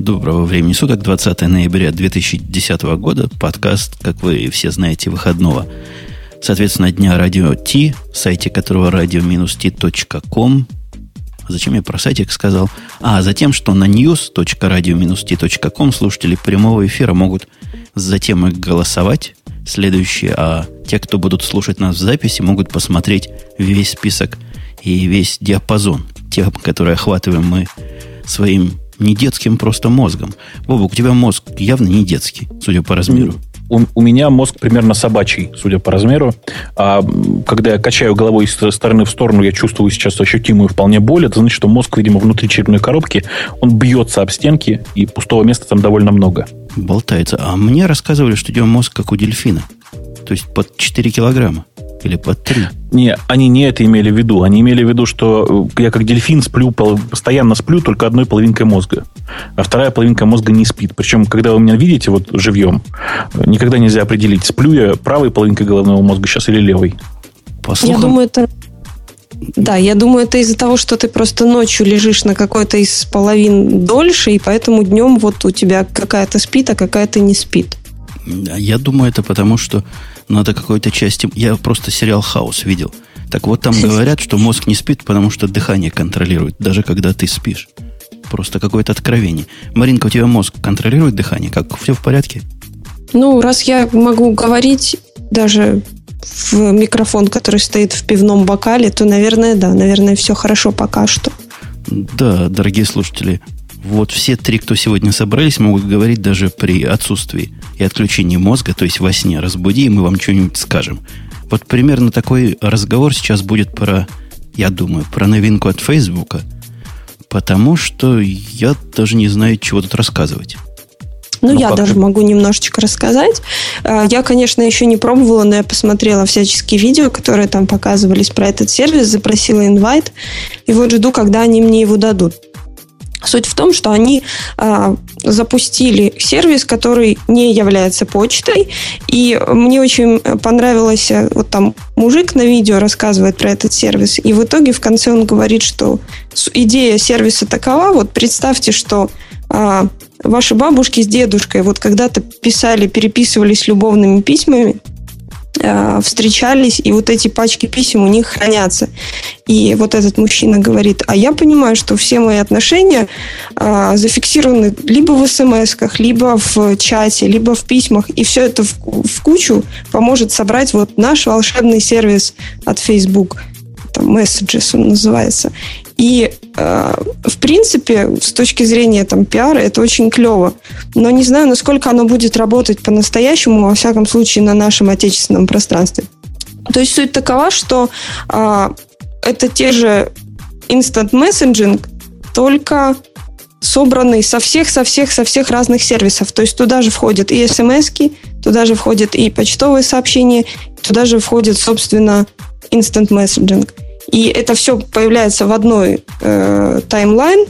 Доброго времени суток, 20 ноября 2010 года. Подкаст, как вы все знаете, выходного. Соответственно, дня Радио Ти, сайте которого radio-t.com. Зачем я про сайтик сказал? Затем, что на news.radio-t.com слушатели прямого эфира могут затем и голосовать следующие, а те, кто будут слушать нас в записи, могут посмотреть весь список и весь диапазон тех, которые охватываем мы своим не детским просто мозгом. Бобук, у тебя мозг явно не детский, судя по размеру. У меня мозг примерно собачий, судя по размеру. А когда я качаю головой из стороны в сторону, я чувствую сейчас ощутимую вполне боль. Это значит, что мозг, видимо, внутри черепной коробки, он бьется об стенки, и пустого места там довольно много. Болтается. А мне рассказывали, что у тебя мозг как у дельфина. То есть под 4 килограмма. Или под 3. Не, они не это имели в виду. Они имели в виду, что я как дельфин сплю, постоянно сплю только одной половинкой мозга. А вторая половинка мозга не спит. Причем, когда вы меня видите вот живьем, никогда нельзя определить, сплю я правой половинкой головного мозга сейчас или левой. По слухам... Я думаю, это из-за того, что ты просто ночью лежишь на какой-то из половин дольше, и поэтому днем вот у тебя какая-то спит, а какая-то не спит. Я думаю, это потому, что надо какой-то части... Я просто сериал «Хаус» видел. Так вот, там говорят, что мозг не спит, потому что дыхание контролирует, даже когда ты спишь. Просто какое-то откровение. Маринка, у тебя мозг контролирует дыхание? Как, все в порядке? Раз я могу говорить даже в микрофон, который стоит в пивном бокале, то, наверное, да. Наверное, все хорошо пока что. Да, дорогие слушатели, вот все 3, кто сегодня собрались, могут говорить даже при отсутствии и отключении мозга, то есть во сне. Разбуди, и мы вам что-нибудь скажем. Вот примерно такой разговор сейчас будет я думаю, про новинку от Фейсбука, потому что я даже не знаю, чего тут рассказывать. Я даже могу немножечко рассказать. Я, конечно, еще не пробовала, но я посмотрела всяческие видео, которые там показывались про этот сервис, запросила инвайт, и вот жду, когда они мне его дадут. Суть в том, что они запустили сервис, который не является почтой, и мне очень понравилось, вот там мужик на видео рассказывает про этот сервис, и в итоге в конце он говорит, что идея сервиса такова, вот представьте, что ваши бабушки с дедушкой вот когда-то переписывались любовными письмами, встречались, и вот эти пачки писем у них хранятся. И вот этот мужчина говорит, а я понимаю, что все мои отношения зафиксированы либо в смс-ках, либо в чате, либо в письмах, и все это в кучу поможет собрать вот наш волшебный сервис от Facebook. Там Messages он называется. И, в принципе, с точки зрения пиара, это очень клево. Но не знаю, насколько оно будет работать по-настоящему, во всяком случае, на нашем отечественном пространстве. То есть суть такова, что это те же instant messaging, только собранный со всех разных сервисов. То есть туда же входят и смс-ки, туда же входят и почтовые сообщения, туда же входит, собственно, instant messaging. И это все появляется в одной таймлайн.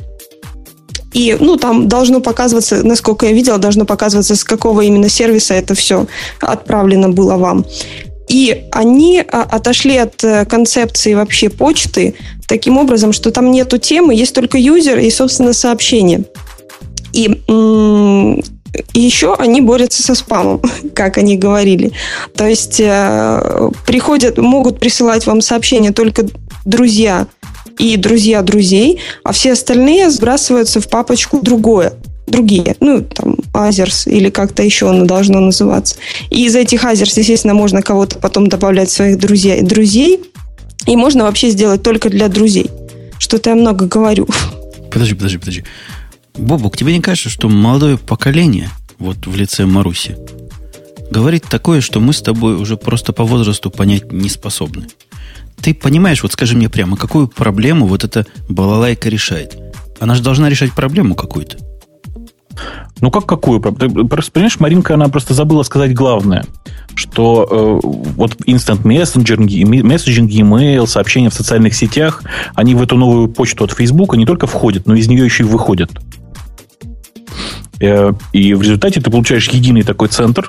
И там должно показываться, насколько я видела, должно показываться, с какого именно сервиса это все отправлено было вам. И они отошли от концепции вообще почты таким образом, что там нету темы, есть только юзер и, собственно, сообщение. И еще они борются со спамом, как они говорили. То есть могут присылать вам сообщения только друзья и друзья друзей, а все остальные сбрасываются в папочку другие, азерс или как-то еще оно должно называться. И из этих азерс, естественно, можно кого-то потом добавлять в своих друзей, и можно вообще сделать только для друзей. Что-то я много говорю. Подожди. Бобук, тебе не кажется, что молодое поколение, вот в лице Маруси, говорит такое, что мы с тобой уже просто по возрасту понять не способны? Ты понимаешь, вот скажи мне прямо, какую проблему вот эта балалайка решает? Она же должна решать проблему какую-то. Как какую? Ты просто понимаешь, Маринка, она просто забыла сказать главное, что вот instant мессенджинг, email, сообщения в социальных сетях, они в эту новую почту от Facebook не только входят, но из нее еще и выходят. И в результате ты получаешь единый такой центр.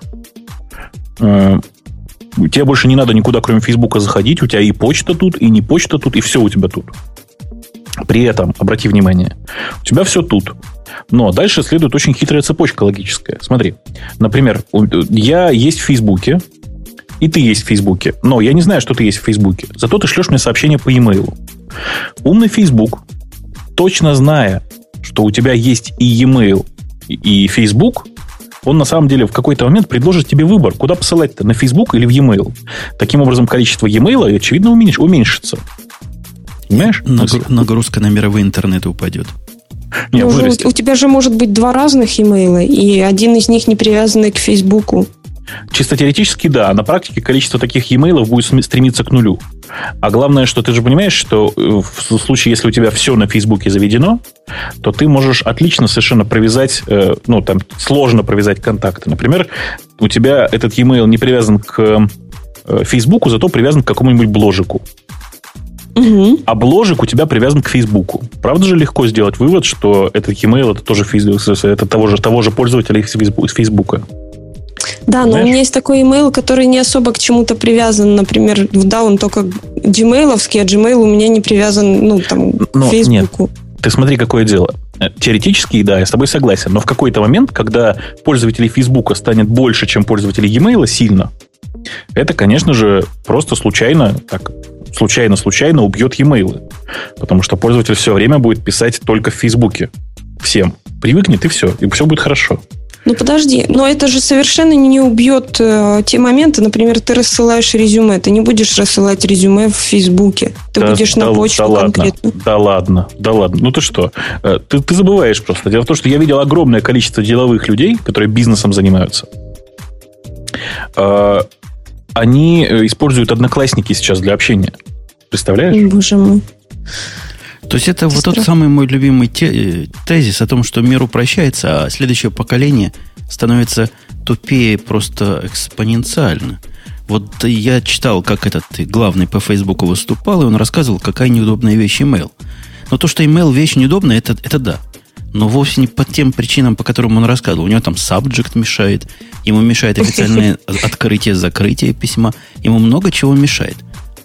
Тебе больше не надо никуда, кроме Фейсбука, заходить. У тебя и почта тут, и не почта тут, и все у тебя тут. При этом, обрати внимание, у тебя все тут. Но дальше следует очень хитрая цепочка логическая. Смотри, например, я есть в Фейсбуке, и ты есть в Фейсбуке, но я не знаю, что ты есть в Фейсбуке. Зато ты шлешь мне сообщение по e-mail. Умный Фейсбук, точно зная, что у тебя есть и e-mail, и Facebook, он на самом деле в какой-то момент предложит тебе выбор, куда посылать-то, на Facebook или в e-mail. Таким образом, количество e-mail, очевидно, уменьшится. Понимаешь? Нагрузка на мировые интернеты упадет. Нет, у тебя же может быть два разных e-mail, и один из них не привязанный к Фейсбуку. Чисто теоретически, да. На практике количество таких e-mail будет стремиться к нулю. А главное, что ты же понимаешь, что в случае, если у тебя все на Фейсбуке заведено, то ты можешь отлично совершенно провязать, там сложно провязать контакты. Например, у тебя этот e-mail не привязан к Фейсбуку, зато привязан к какому-нибудь бложику. Угу. А бложик у тебя привязан к Фейсбуку. Правда же легко сделать вывод, что этот e-mail это тоже это того же пользователя из Фейсбука? Да, но у меня есть такой email, который не особо к чему-то привязан. Например, да, он только Gmail-овский, а Gmail у меня не привязан, к Фейсбуку. Нет, ты смотри, какое дело. Теоретически, да, я с тобой согласен. Но в какой-то момент, когда пользователей Фейсбука станет больше, чем пользователей e-mail, сильно, это, конечно же, просто случайно убьет e-mail. Потому что пользователь все время будет писать только в Фейсбуке. Всем. Привыкнет, и все будет хорошо. Ну, подожди, но это же совершенно не убьет те моменты, например, ты рассылаешь резюме, ты не будешь рассылать резюме в Фейсбуке, ты будешь на почту конкретно. Да ладно, ну ты что, ты забываешь просто. Дело в том, что я видел огромное количество деловых людей, которые бизнесом занимаются. Они используют Одноклассники сейчас для общения. Представляешь? Боже мой. То есть это вот тот самый мой любимый тезис о том, что мир упрощается, а следующее поколение становится тупее просто экспоненциально. Вот я читал, как этот главный по Фейсбуку выступал, и он рассказывал, какая неудобная вещь email. Но то, что email вещь неудобная, это да. Но вовсе не по тем причинам, по которым он рассказывал. У него там subject мешает, ему мешает официальное открытие-закрытие письма, ему много чего мешает.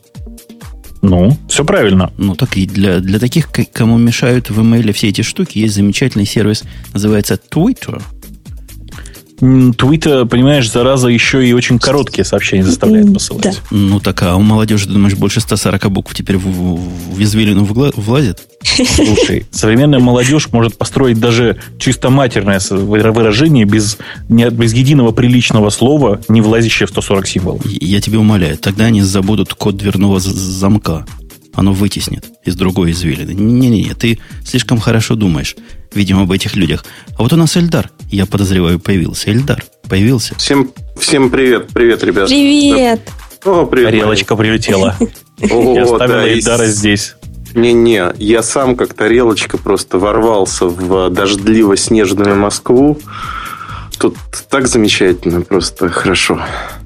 Ну, все правильно. Ну, так и для таких, кому мешают в имейле все эти штуки, есть замечательный сервис, называется Twitter. Twitter, понимаешь, зараза, еще и очень короткие сообщения заставляет посылать. Да. Ну, так, а у молодежи, ты думаешь, больше 140 букв теперь в извилину влазит? Слушай, современная молодежь может построить даже чисто матерное выражение без единого приличного слова, не влазящее в 140 символов. Я тебя умоляю, тогда они забудут код дверного замка. Оно вытеснит из другой извилины. Не-не-не, ты слишком хорошо думаешь, видимо, об этих людях. А вот у нас Эльдар, я подозреваю, появился. Эльдар, появился? Всем привет. Привет, ребят. Привет. О, привет. Тарелочка прилетела. Я оставила Эльдара здесь. Не-не, я сам как тарелочка просто ворвался в дождливо-снежную Москву. Тут так замечательно, просто хорошо.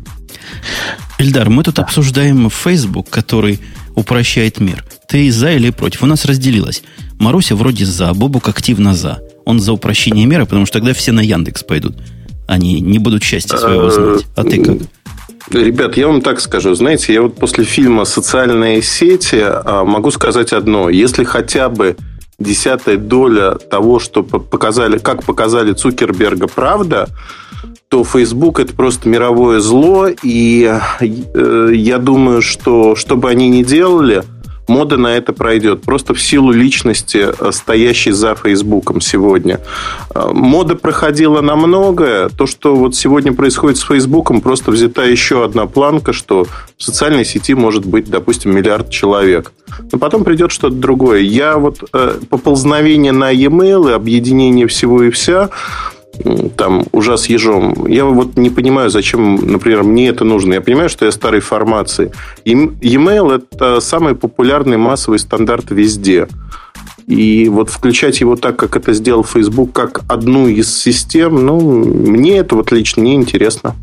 Эльдар, мы тут обсуждаем Facebook, который упрощает мир. Ты за или против? У нас разделилось. Маруся вроде за, Бобук активно за. Он за упрощение мира, потому что тогда все на Яндекс пойдут. Они не будут счастья своего знать. А ты как? Ребят, я вам так скажу. Знаете, я вот после фильма «Социальные сети» могу сказать одно. Если хотя бы 10-я доля того, что как показали Цукерберга, правда, то Facebook это просто мировое зло. И я думаю, что бы они ни делали, мода на это пройдет. Просто в силу личности, стоящей за Фейсбуком сегодня. Мода проходила на многое. То, что вот сегодня происходит с Фейсбуком, просто взята еще одна планка, что в социальной сети может быть, допустим, 1 миллиард человек. Но потом придет что-то другое. Я вот поползновение на e-mail, объединение всего и вся, там, ужас с ежом. Я вот не понимаю, зачем, например, мне это нужно. Я понимаю, что я старой формации. E-mail – это самый популярный массовый стандарт везде. И вот включать его так, как это сделал Facebook, как одну из систем, мне это вот лично не интересно.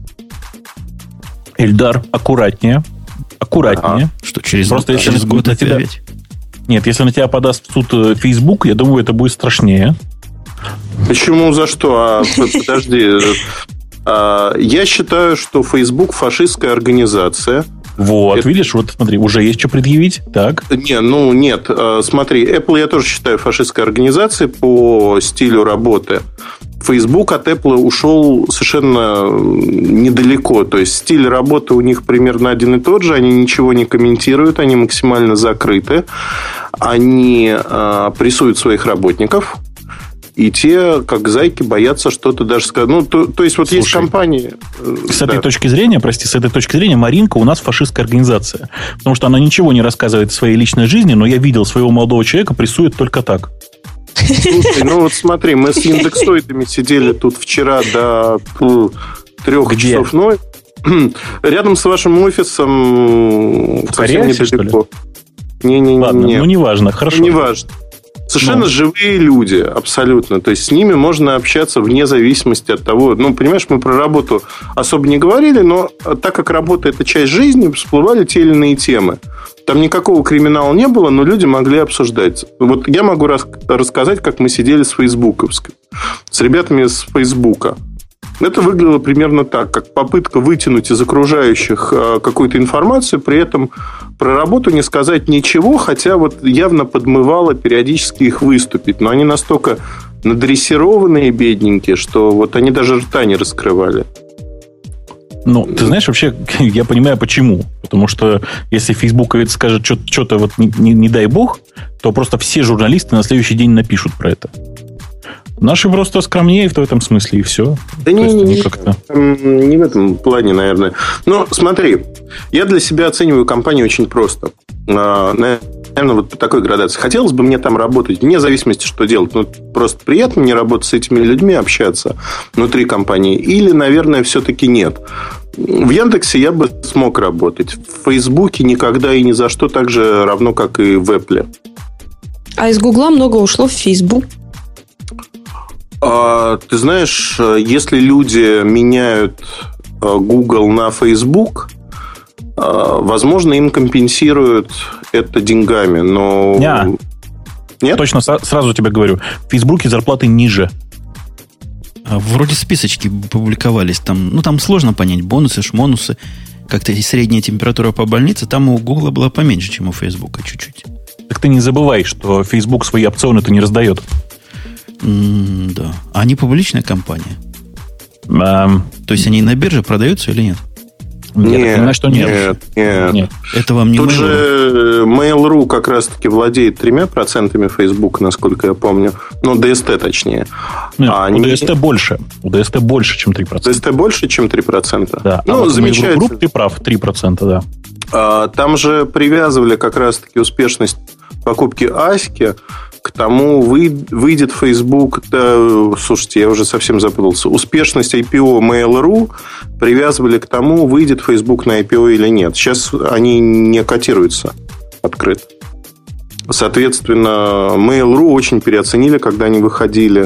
Эльдар, аккуратнее. Что, через год опять? Нет, если на тебя подаст в суд Facebook, я думаю, это будет страшнее. Почему? За что? Подожди. Я считаю, что Facebook фашистская организация. Вот, видишь, вот смотри, уже есть что предъявить, так? Нет, смотри, Apple я тоже считаю фашистской организацией по стилю работы. Facebook от Apple ушел совершенно недалеко. То есть стиль работы у них примерно один и тот же. Они ничего не комментируют, они максимально закрыты. Они прессуют своих работников. И те, как зайки, боятся что-то даже сказать. То есть, вот слушай, есть компании... С этой точки зрения, Маринка у нас фашистская организация. Потому что она ничего не рассказывает о своей личной жизни, но я видел своего молодого человека прессует только так. Слушай, вот смотри, мы с индексоидами сидели тут вчера до 3 часов ночи. Рядом с вашим офисом совсем недалеко. Ладно, неважно, хорошо. Неважно. Совершенно живые люди, абсолютно. То есть с ними можно общаться вне зависимости от того... понимаешь, мы про работу особо не говорили, но так как работа – это часть жизни, всплывали те или иные темы. Там никакого криминала не было, но люди могли обсуждать. Вот я могу рассказать, как мы сидели с фейсбуковской. С ребятами с Фейсбука. Это выглядело примерно так, как попытка вытянуть из окружающих какую-то информацию, при этом про работу не сказать ничего, хотя вот явно подмывало периодически их выступить. Но они настолько надрессированные, бедненькие, что вот они даже рта не раскрывали. Ты знаешь, вообще, я понимаю, почему. Потому что если фейсбуковец скажет что-то вот не дай бог, то просто все журналисты на следующий день напишут про это. Наши просто скромнее в этом смысле, и все. Да не в этом плане, наверное. Но смотри, я для себя оцениваю компанию очень просто. Наверное, вот по такой градации. Хотелось бы мне там работать, вне зависимости, что делать. Просто приятно мне работать с этими людьми, общаться внутри компании. Или, наверное, все-таки нет. В Яндексе я бы смог работать. В Фейсбуке никогда и ни за что, так же равно, как и в Apple. А из Гугла много ушло в Фейсбук. Ты знаешь, если люди меняют Google на Facebook, возможно, им компенсируют это деньгами, но... Нет? Точно, сразу тебе говорю. В Фейсбуке зарплаты ниже. Вроде списочки публиковались. Там сложно понять. Бонусы, шмонусы. Как-то и средняя температура по больнице. Там у Гугла была поменьше, чем у Фейсбука чуть-чуть. Так ты не забывай, что Facebook свои опционы-то не раздает. Да. А они публичная компания? То есть они на бирже продаются или нет? Нет, понимаю, что нет. Это вам не Тут же Mail.ru как раз-таки владеет 3% Facebook, насколько я помню. DST точнее. Нет, у DST больше. У DST больше, чем 3%. DST больше, чем 3%? Да. Замечательно. Mail.ru, ты прав, 3%, да. Там же привязывали как раз-таки успешность покупки Аськи к тому, выйдет Facebook... Да, слушайте, я уже совсем запутался. Успешность IPO Mail.ru привязывали к тому, выйдет Facebook на IPO или нет. Сейчас они не котируются открыто. Соответственно, Mail.ru очень переоценили, когда они выходили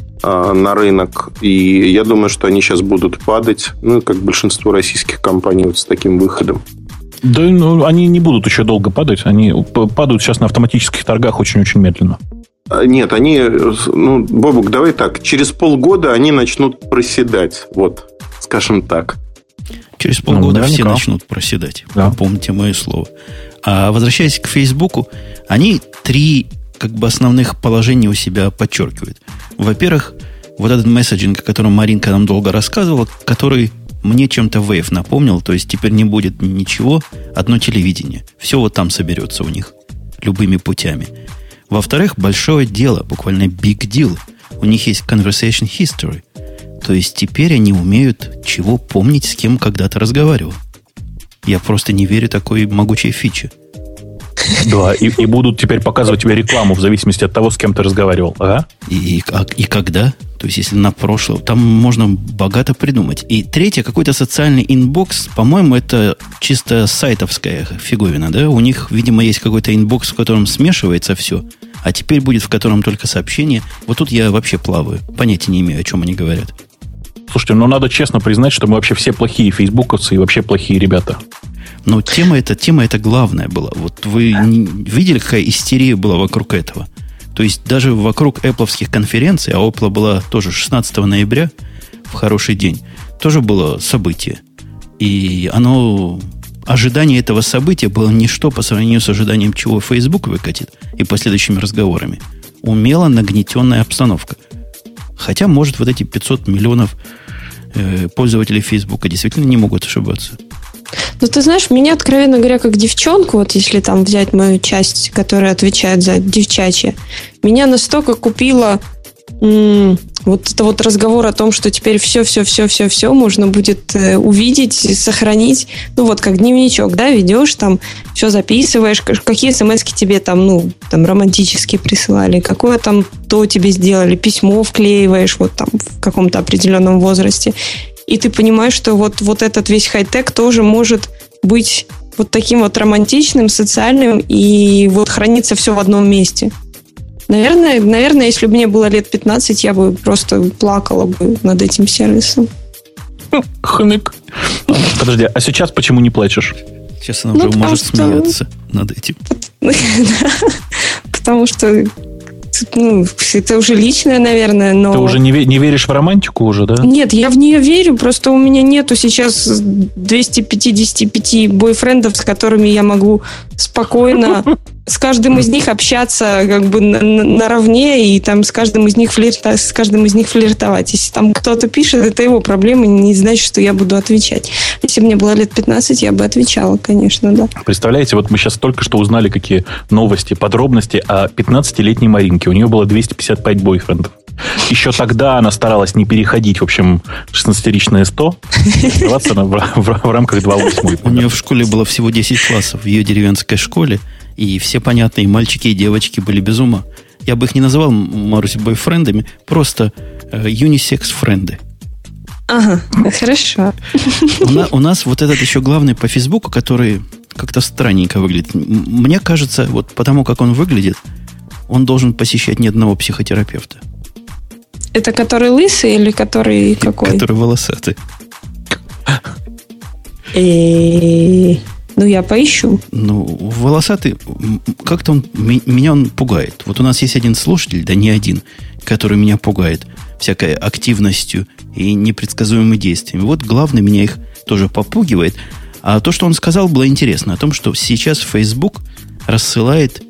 на рынок. И я думаю, что они сейчас будут падать, как большинство российских компаний вот с таким выходом. Да, они не будут еще долго падать. Они падают сейчас на автоматических торгах очень-очень медленно. Нет, они... Бобук, давай так. Через полгода они начнут проседать. Вот, скажем так. Через полгода все начнут проседать. Да. Помните мое слово. А возвращаясь к Фейсбуку, они 3 основных положения у себя подчеркивают. Во-первых, вот этот месседжинг, о котором Маринка нам долго рассказывала, который... Мне чем-то Wave напомнил, то есть теперь не будет ничего, одно телевидение. Все вот там соберется у них, любыми путями. Во-вторых, большое дело, буквально big deal. У них есть conversation history. То есть теперь они умеют чего помнить, с кем когда-то разговаривал. Я просто не верю такой могучей фиче. Да, и будут теперь показывать тебе рекламу в зависимости от того, с кем ты разговаривал. Ага. И когда? То есть, если на прошлое, там можно богато придумать. И третье, какой-то социальный инбокс, по-моему, это чисто сайтовская фиговина, да? У них, видимо, есть какой-то инбокс, в котором смешивается все, а теперь будет, в котором только сообщения. Вот тут я вообще плаваю. Понятия не имею, о чем они говорят. Слушайте, надо честно признать, что мы вообще все плохие фейсбуковцы и вообще плохие ребята. Но тема эта главная была. Вот вы видели, какая истерия была вокруг этого? То есть даже вокруг Apple'овских конференций, а Apple была тоже 16 ноября, в хороший день, тоже было событие. И оно ожидание этого события было ничто по сравнению с ожиданием, чего Facebook выкатит и последующими разговорами. Умело нагнетенная обстановка. Хотя, может, вот эти 500 миллионов пользователей Фейсбука действительно не могут ошибаться. Ну, ты знаешь, меня, откровенно говоря, как девчонку, вот если там взять мою часть, которая отвечает за девчачье, меня настолько купила вот это вот разговор о том, что теперь все можно будет увидеть, сохранить. Ну, вот как дневничок, да, ведешь, там все записываешь, какие смс-ки тебе там романтические присылали, какое там то тебе сделали, письмо вклеиваешь вот там в каком-то определенном возрасте. И ты понимаешь, что вот этот весь хай-тек тоже может быть вот таким вот романтичным, социальным, и вот хранится все в одном месте. Наверное, если бы мне было лет 15, я бы просто плакала бы над этим сервисом. Хнык. Подожди, а сейчас почему не плачешь? Сейчас она уже может смеяться над этим. Потому что это уже личное, наверное, но... Ты уже не веришь в романтику уже, да? Нет, я в нее верю, просто у меня нету сейчас 255 бойфрендов, с которыми я могу спокойно с каждым из них общаться как бы наравне и там с каждым из них флиртовать. Если там кто-то пишет, это его проблема, не значит, что я буду отвечать. Если бы мне было лет 15, я бы отвечала, конечно, да. Представляете, вот мы сейчас только что узнали, какие новости, подробности о 15-летней Маринке. У нее было 255 бойфрендов. Еще тогда она старалась не переходить, в общем, 16-ричное 100, оставаться в рамках 2.8. У нее в школе было всего 10 классов, в ее деревенской школе, и все понятные мальчики и девочки были без ума. Я бы их не называл, Марусь, бойфрендами, просто юнисекс-френды. Ага, хорошо. У нас вот этот еще главный по Фейсбуку, который как-то странненько выглядит. Мне кажется, вот потому как он выглядит, он должен посещать ни одного психотерапевта. Это который лысый или который какой? Который волосатый. Ну, я поищу. Ну, волосатый, как-то меня он пугает. Вот у нас есть один слушатель, да не один, который меня пугает всякой активностью и непредсказуемыми действиями. Вот главное, меня их тоже попугивает. А то, что он сказал, было интересно. О том, что сейчас Facebook рассылает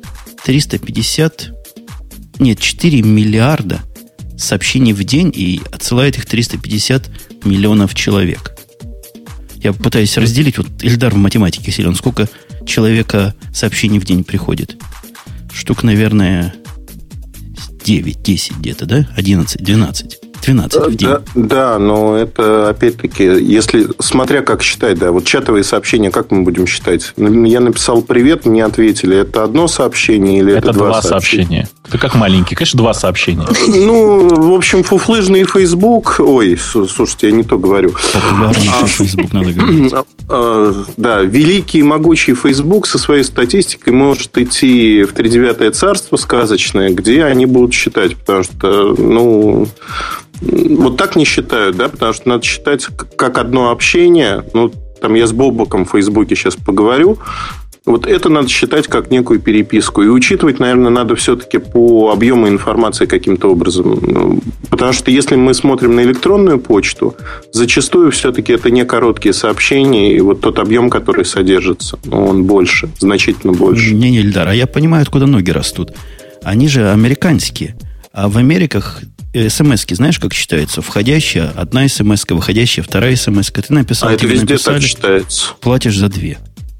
4 миллиарда сообщений в день и отсылает их 350 миллионов человек. Я пытаюсь разделить, вот Эльдар в математике силен, сколько человека сообщений в день приходит. Штук, наверное, 9-10 где-то, да? 11-12. 12 в день. Да, но это, опять-таки, если, смотря как считать, да, вот чатовые сообщения, как мы будем считать? Я написал привет, мне ответили, это одно сообщение или это два сообщения? Ты как маленький, конечно, 2 сообщения. Ну, в общем, фуфлыжный Facebook, ой, слушайте, я не то говорю. Популярный Facebook надо говорить. Да, великий и могучий Facebook со своей статистикой может идти в 39-е царство сказочное, где они будут считать, потому что, вот так не считают, да, потому что надо считать как одно общение. Ну, там я с Бобоком в Фейсбуке сейчас поговорю. Вот это надо считать как некую переписку. И учитывать, наверное, надо все-таки по объему информации каким-то образом. Потому что если мы смотрим на электронную почту, зачастую все-таки это не короткие сообщения. И вот тот объем, который содержится, он больше, значительно больше. Не, Эльдар, а я понимаю, откуда ноги растут. Они же американские. А в Америках смс-ки, знаешь, как считается? Входящая одна смс-ка, выходящая вторая смс-ка. Ты написал, а это тебе везде написали, так считается. Платишь за 2.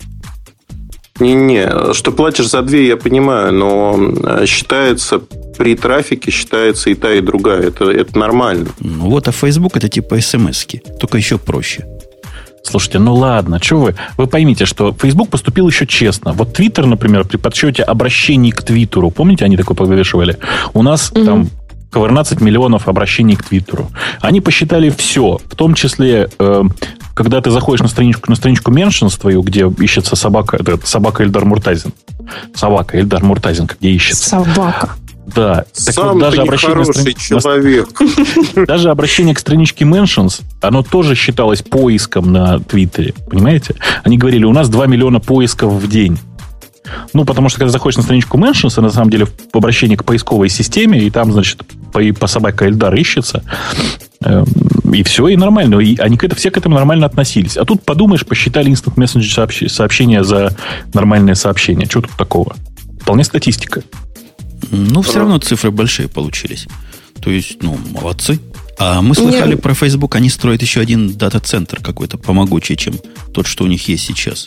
Не, что платишь за 2, я понимаю, но считается при трафике, считается и та, и другая. Это нормально. Ну вот, а Facebook это типа смс-ки, только еще проще. Слушайте, ну ладно, что вы? Вы поймите, что Facebook поступил еще честно. Вот Twitter, например, при подсчете обращений к Твиттеру, помните, они такое повешивали? У нас там 12 миллионов обращений к Твиттеру. Они посчитали все, в том числе, когда ты заходишь на страничку Mentions твою, где ищется собака Эльдар Муртазин. Собака Эльдар Муртазин, где ищется. Собака. Да. Сам вот, даже нехороший человек. Даже обращение к страничке Mentions, оно тоже считалось поиском на Твиттере. Понимаете? Они говорили, у нас 2 миллиона поисков в день. Ну, потому что, когда заходишь на страничку Mentions, на самом деле в обращении к поисковой системе, и там, значит, по собаке Эльдар ищется, И все, и нормально. И они все к этому нормально относились. А тут, подумаешь, посчитали Instant Messenger сообщения за нормальное сообщение. Что тут такого? Вполне статистика. Ну, все равно цифры большие получились. То есть, молодцы. А мы слыхали про Facebook, они строят еще один дата-центр какой-то помогучий, чем тот, что у них есть сейчас.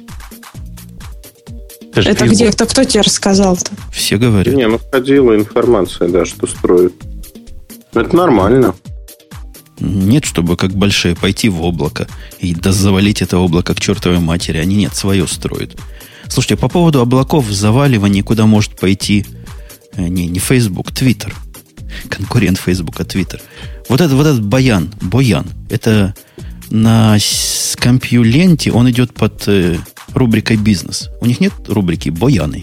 Это где? Кто тебе рассказал-то? Все говорят. Входила информация, да, что строят. Это нормально. Нет, чтобы как большие пойти в облако и завалить это облако к чертовой матери. Они свое строят. Слушайте, по поводу облаков, заваливаний, куда может пойти не Facebook, Twitter. Конкурент Facebook, а Twitter. Вот этот Боян, это на компью-ленте он идет под рубрикой «Бизнес». У них нет рубрики «Бояны»?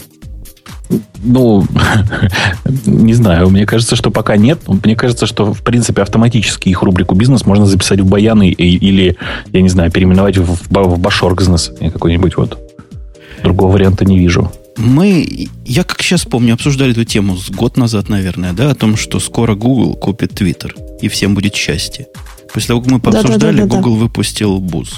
Не знаю. Мне кажется, что пока нет. Мне кажется, что, в принципе, автоматически их рубрику «Бизнес» можно записать в «Бояны» или, я не знаю, переименовать в «Башоргзнес» какой-нибудь вот. Другого варианта не вижу. Я как сейчас помню, обсуждали эту тему год назад, наверное, да, о том, что скоро Google купит Twitter, и всем будет счастье. После того, как мы пообсуждали, Google выпустил Buzz.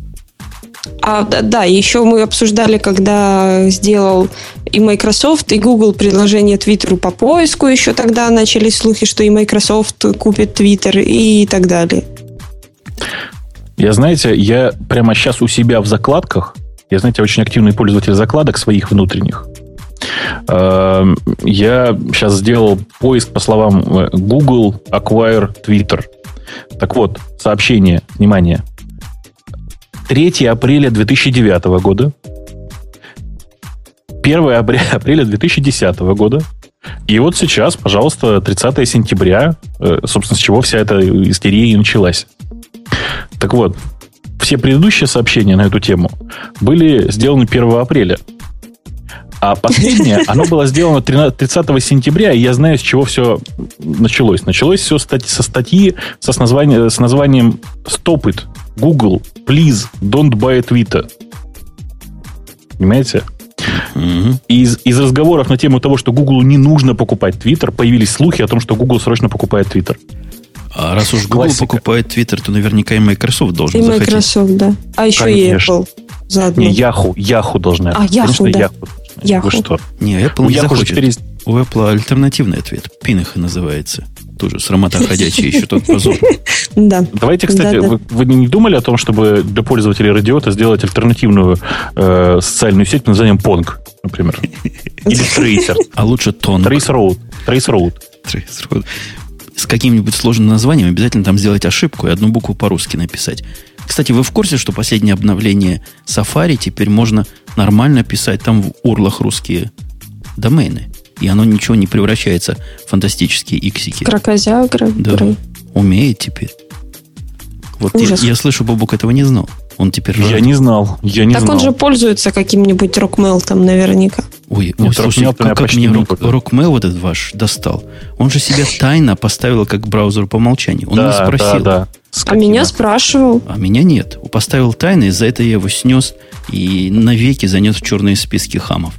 Да, еще мы обсуждали, когда сделал и Microsoft, и Google предложение Твиттеру по поиску, еще тогда начались слухи, что и Microsoft купит Twitter и так далее. Я прямо сейчас у себя в закладках, я очень активный пользователь закладок своих внутренних. Я сейчас сделал поиск по словам Google Acquire Twitter. Так вот, сообщение, внимание. 3 апреля 2009 года, 1 апреля 2010 года, и вот сейчас, пожалуйста, 30 сентября, собственно, с чего вся эта истерия и началась. Так вот, все предыдущие сообщения на эту тему были сделаны 1 апреля. А последнее, оно было сделано 30 сентября, и я знаю, с чего все началось. Началось все со статьи с названием «Stop it, Google, please don't buy Twitter». Понимаете? Mm-hmm. Из разговоров на тему того, что Google не нужно покупать Twitter, появились слухи о том, что Google срочно покупает Twitter. А раз уж Google покупает Twitter, то наверняка и Microsoft должен захотеть. И Microsoft, да. А еще Конечно. и Apple заодно. Не, Yahoo должна. Конечно, да. Yahoo. Вы что? Не, Apple не захочет. У Apple альтернативный ответ. Пинаха называется. Тоже срамота ходячая, еще тот позор. Да. Давайте, кстати, вы не думали о том, чтобы для пользователей Радиота сделать альтернативную социальную сеть под названием Pong, например? Или Tracer. А лучше Tongue. Trace Road. С каким-нибудь сложным названием обязательно там сделать ошибку и одну букву по-русски написать. Кстати, вы в курсе, что последнее обновление Safari теперь можно нормально писать там в урлах русские домены? И оно ничего не превращается в фантастические иксики. Кракозябры. Да, умеет теперь. Вот я слышу, Бобук этого не знал. Он теперь... Я не знал. Так он же пользуется каким-нибудь Rockmail там наверняка. Ой, слушай, как мне Rockmail вот этот ваш достал. Он же себя тайно поставил как браузер по умолчанию. Он не спросил. Да. А меня спрашивал. А меня нет. Поставил тайно, из-за этого я его снес и навеки занес в черные списки хамов.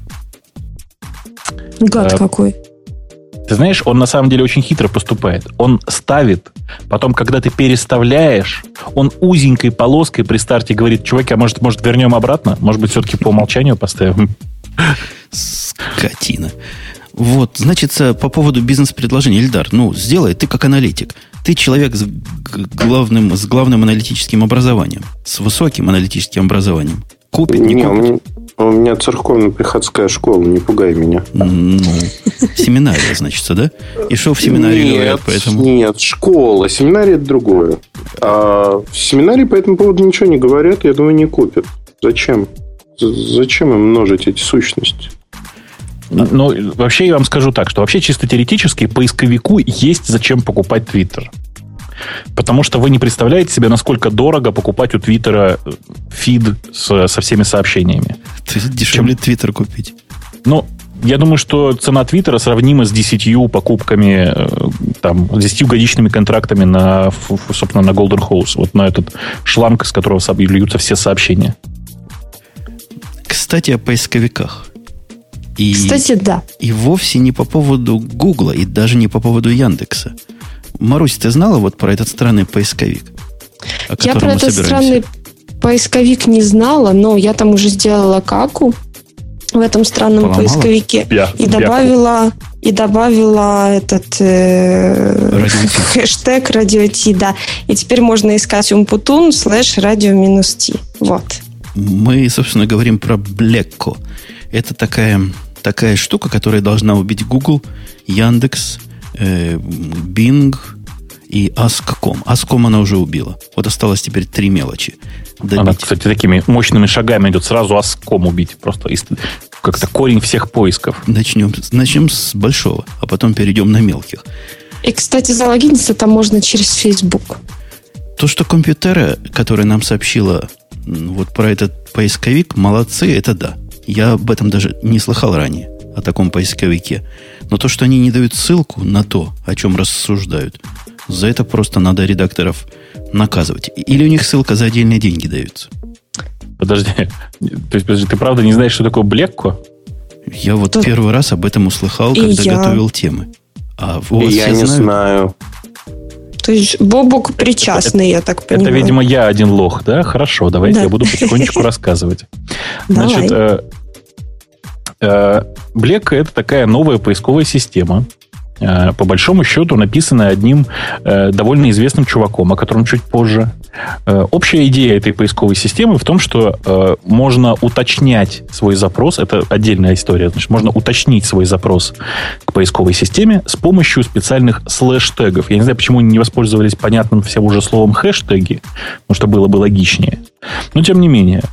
Гад какой. Ты знаешь, он на самом деле очень хитро поступает. Он ставит, потом, когда ты переставляешь, он узенькой полоской при старте говорит: чуваки, а может вернем обратно? Может быть, все-таки по умолчанию поставим? Скотина. Вот, значит, по поводу бизнес-предложения. Ильдар, сделай, ты как аналитик. Ты человек с главным аналитическим образованием, с высоким аналитическим образованием. Купит, не купит? У меня церковно-приходская школа, не пугай меня. Семинария, значит, да? И что в семинарии говорят по этому? Нет, школа. Семинария – это другое. А в семинарии по этому поводу ничего не говорят, я думаю, не купят. Зачем? Зачем им множить эти сущности? Вообще я вам скажу так, что вообще чисто теоретически поисковику есть зачем покупать Twitter. Потому что вы не представляете себе, насколько дорого покупать у Твиттера фид со всеми сообщениями. Дешевле Твиттер купить. Я думаю, что цена Твиттера сравнима с 10 покупками, с 10 годичными контрактами собственно, на Golden House. Вот на этот шланг, из которого льются все сообщения. Кстати, о поисковиках. Кстати, да. И вовсе не по поводу Гугла, и даже не по поводу Яндекса. Марусь, ты знала вот про этот странный поисковик? Я про этот странный поисковик не знала, но я там уже сделала каку в этом странном поисковике и добавила этот хэштег Radio T, да. И теперь можно искать umputun/radio-t. Вот. Мы, собственно, говорим про Блекко. Это такая штука, которая должна убить Google, Яндекс, Bing и Ask.com. Ask.com она уже убила. Вот осталось теперь 3 мелочи добить. Она, кстати, такими мощными шагами идет сразу Ask.com убить. Просто как-то корень всех поисков. Начнем с большого, а потом перейдем на мелких. И, кстати, залогиниться там можно через Facebook. То, что Компьютера, которая нам сообщила вот про этот поисковик, молодцы, это да. Я об этом даже не слыхал ранее, о таком поисковике. Но то, что они не дают ссылку на то, о чем рассуждают, за это просто надо редакторов наказывать. Или у них ссылка за отдельные деньги дается. Подожди, ты правда не знаешь, что такое Блекко? Я вот первый раз об этом услыхал, когда готовил темы. А я не знаю. То есть Бобук причастный, я так понимаю. Это, видимо, я один лох, да? Хорошо, давайте я буду потихонечку рассказывать. Значит, Блекко – это такая новая поисковая система, по большому счету написанная одним довольно известным чуваком, о котором чуть позже. Общая идея этой поисковой системы в том, что можно уточнять свой запрос, это отдельная история, значит, можно уточнить свой запрос к поисковой системе с помощью специальных слэш-тегов. Я не знаю, почему они не воспользовались понятным всем уже словом хэштеги, потому что было бы логичнее. Но, тем не менее.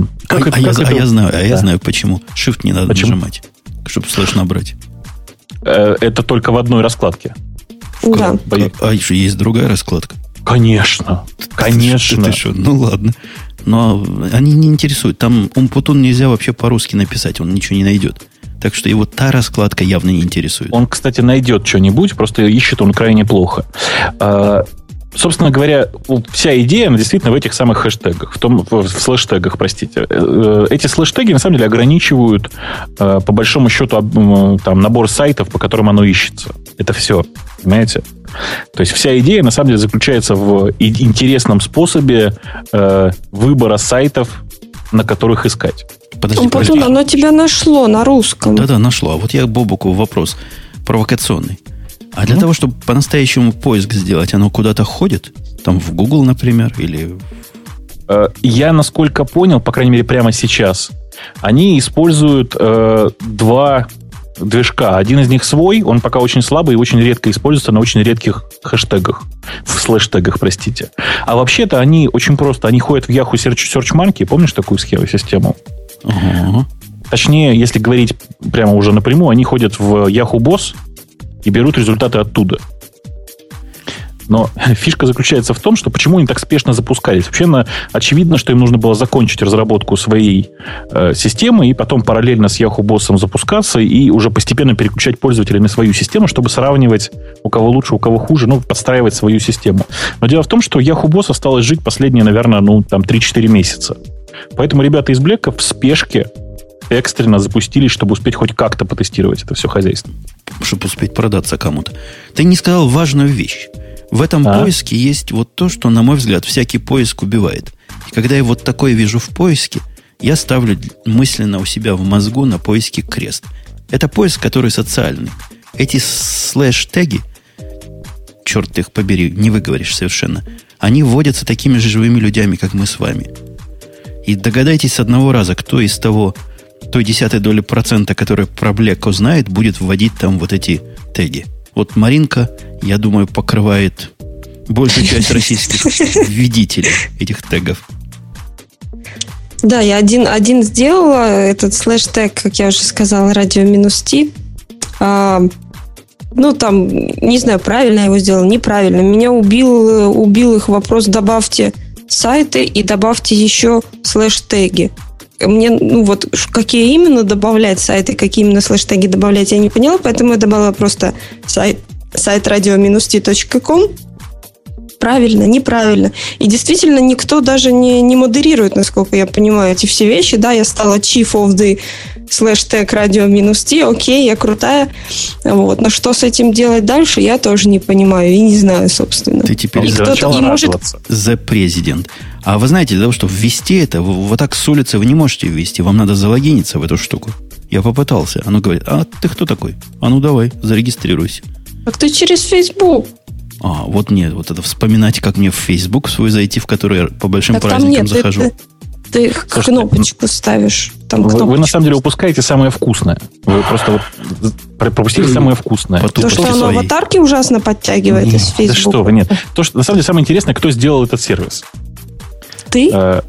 Я знаю, почему. Shift не надо нажимать, чтобы слэш набрать. Это только в одной раскладке. Да. А еще есть другая раскладка? Конечно. Ты что? Ну ладно. Но они не интересуют. Там Умпутун нельзя вообще по-русски написать. Он ничего не найдет. Так что его та раскладка явно не интересует. Он, кстати, найдет что-нибудь, просто ищет он крайне плохо. Собственно говоря, вся идея, она действительно в этих самых хэштегах, в слэш-тегах, простите. Эти слэш-теги, на самом деле, ограничивают, по большому счету, там, набор сайтов, по которым оно ищется. Это все, понимаете? То есть, вся идея, на самом деле, заключается в интересном способе выбора сайтов, на которых искать. Подожди. Оно тебя нашло на русском. Да, нашло. А вот я Бобуку вопрос провокационный. А для того, чтобы по-настоящему поиск сделать, оно куда-то ходит? Там в Google, например, или... Я, насколько понял, по крайней мере, прямо сейчас, они используют 2 движка. Один из них свой, он пока очень слабый и очень редко используется на очень редких хэштегах. В слэш-тегах, простите. А вообще-то они очень просто. Они ходят в Yahoo Search Monkey. Помнишь такую систему? Ага. Точнее, если говорить прямо уже напрямую, они ходят в Yahoo Boss и берут результаты оттуда. Но фишка заключается в том, что почему они так спешно запускались. Вообще, очевидно, что им нужно было закончить разработку своей системы и потом параллельно с Yahoo Boss запускаться и уже постепенно переключать пользователей на свою систему, чтобы сравнивать, у кого лучше, у кого хуже, подстраивать свою систему. Но дело в том, что Yahoo Boss осталось жить последние, наверное, 3-4 месяца. Поэтому ребята из Блекко в спешке экстренно запустились, чтобы успеть хоть как-то потестировать это все хозяйство. Чтобы успеть продаться кому-то. Ты не сказал важную вещь. В этом поиске есть вот то, что, на мой взгляд, всякий поиск убивает. И когда я вот такое вижу в поиске, я ставлю мысленно у себя в мозгу на поиске крест. Это поиск, который социальный. Эти слэш-теги, черт их побери, не выговоришь совершенно, они вводятся такими же живыми людьми, как мы с вами. И догадайтесь с одного раза, кто из той 0,1%, которая про Блекко знает, будет вводить там вот эти теги. Вот Маринка, я думаю, покрывает большую часть российских введителей этих тегов. Да, я один сделала этот слэш-тег, как я уже сказала, radio-t. Там, не знаю, правильно я его сделала, неправильно. Меня убил их вопрос: добавьте сайты и добавьте еще слэш-теги. Мне, какие именно добавлять сайты, какие именно слэш-теги добавлять, я не поняла, поэтому я добавила просто сайт radio-t.com правильно, неправильно. И действительно никто даже не модерирует, насколько я понимаю, эти все вещи. Да, я стала chief of the / radio-t, окей, я крутая. Вот. Но что с этим делать дальше, я тоже не понимаю и не знаю, собственно. Ты теперь the president. А вы знаете, для того, чтобы ввести это, вот так с улицы вы не можете ввести. Вам надо залогиниться в эту штуку. Я попытался. Оно говорит, а ты кто такой? А ну давай, зарегистрируйся. Так ты через Facebook. А, вот нет, вот это вспоминать, как мне в Facebook свой зайти, в который я по большим так праздникам захожу. Ты кнопочку ставишь. Там вы на самом деле упускаете самое вкусное. Вы просто вот пропустили самое вкусное. То, что оно аватарки ужасно подтягивает из Facebook. Да что вы, нет. То, что, на самом деле самое интересное, кто сделал этот сервис. Ты?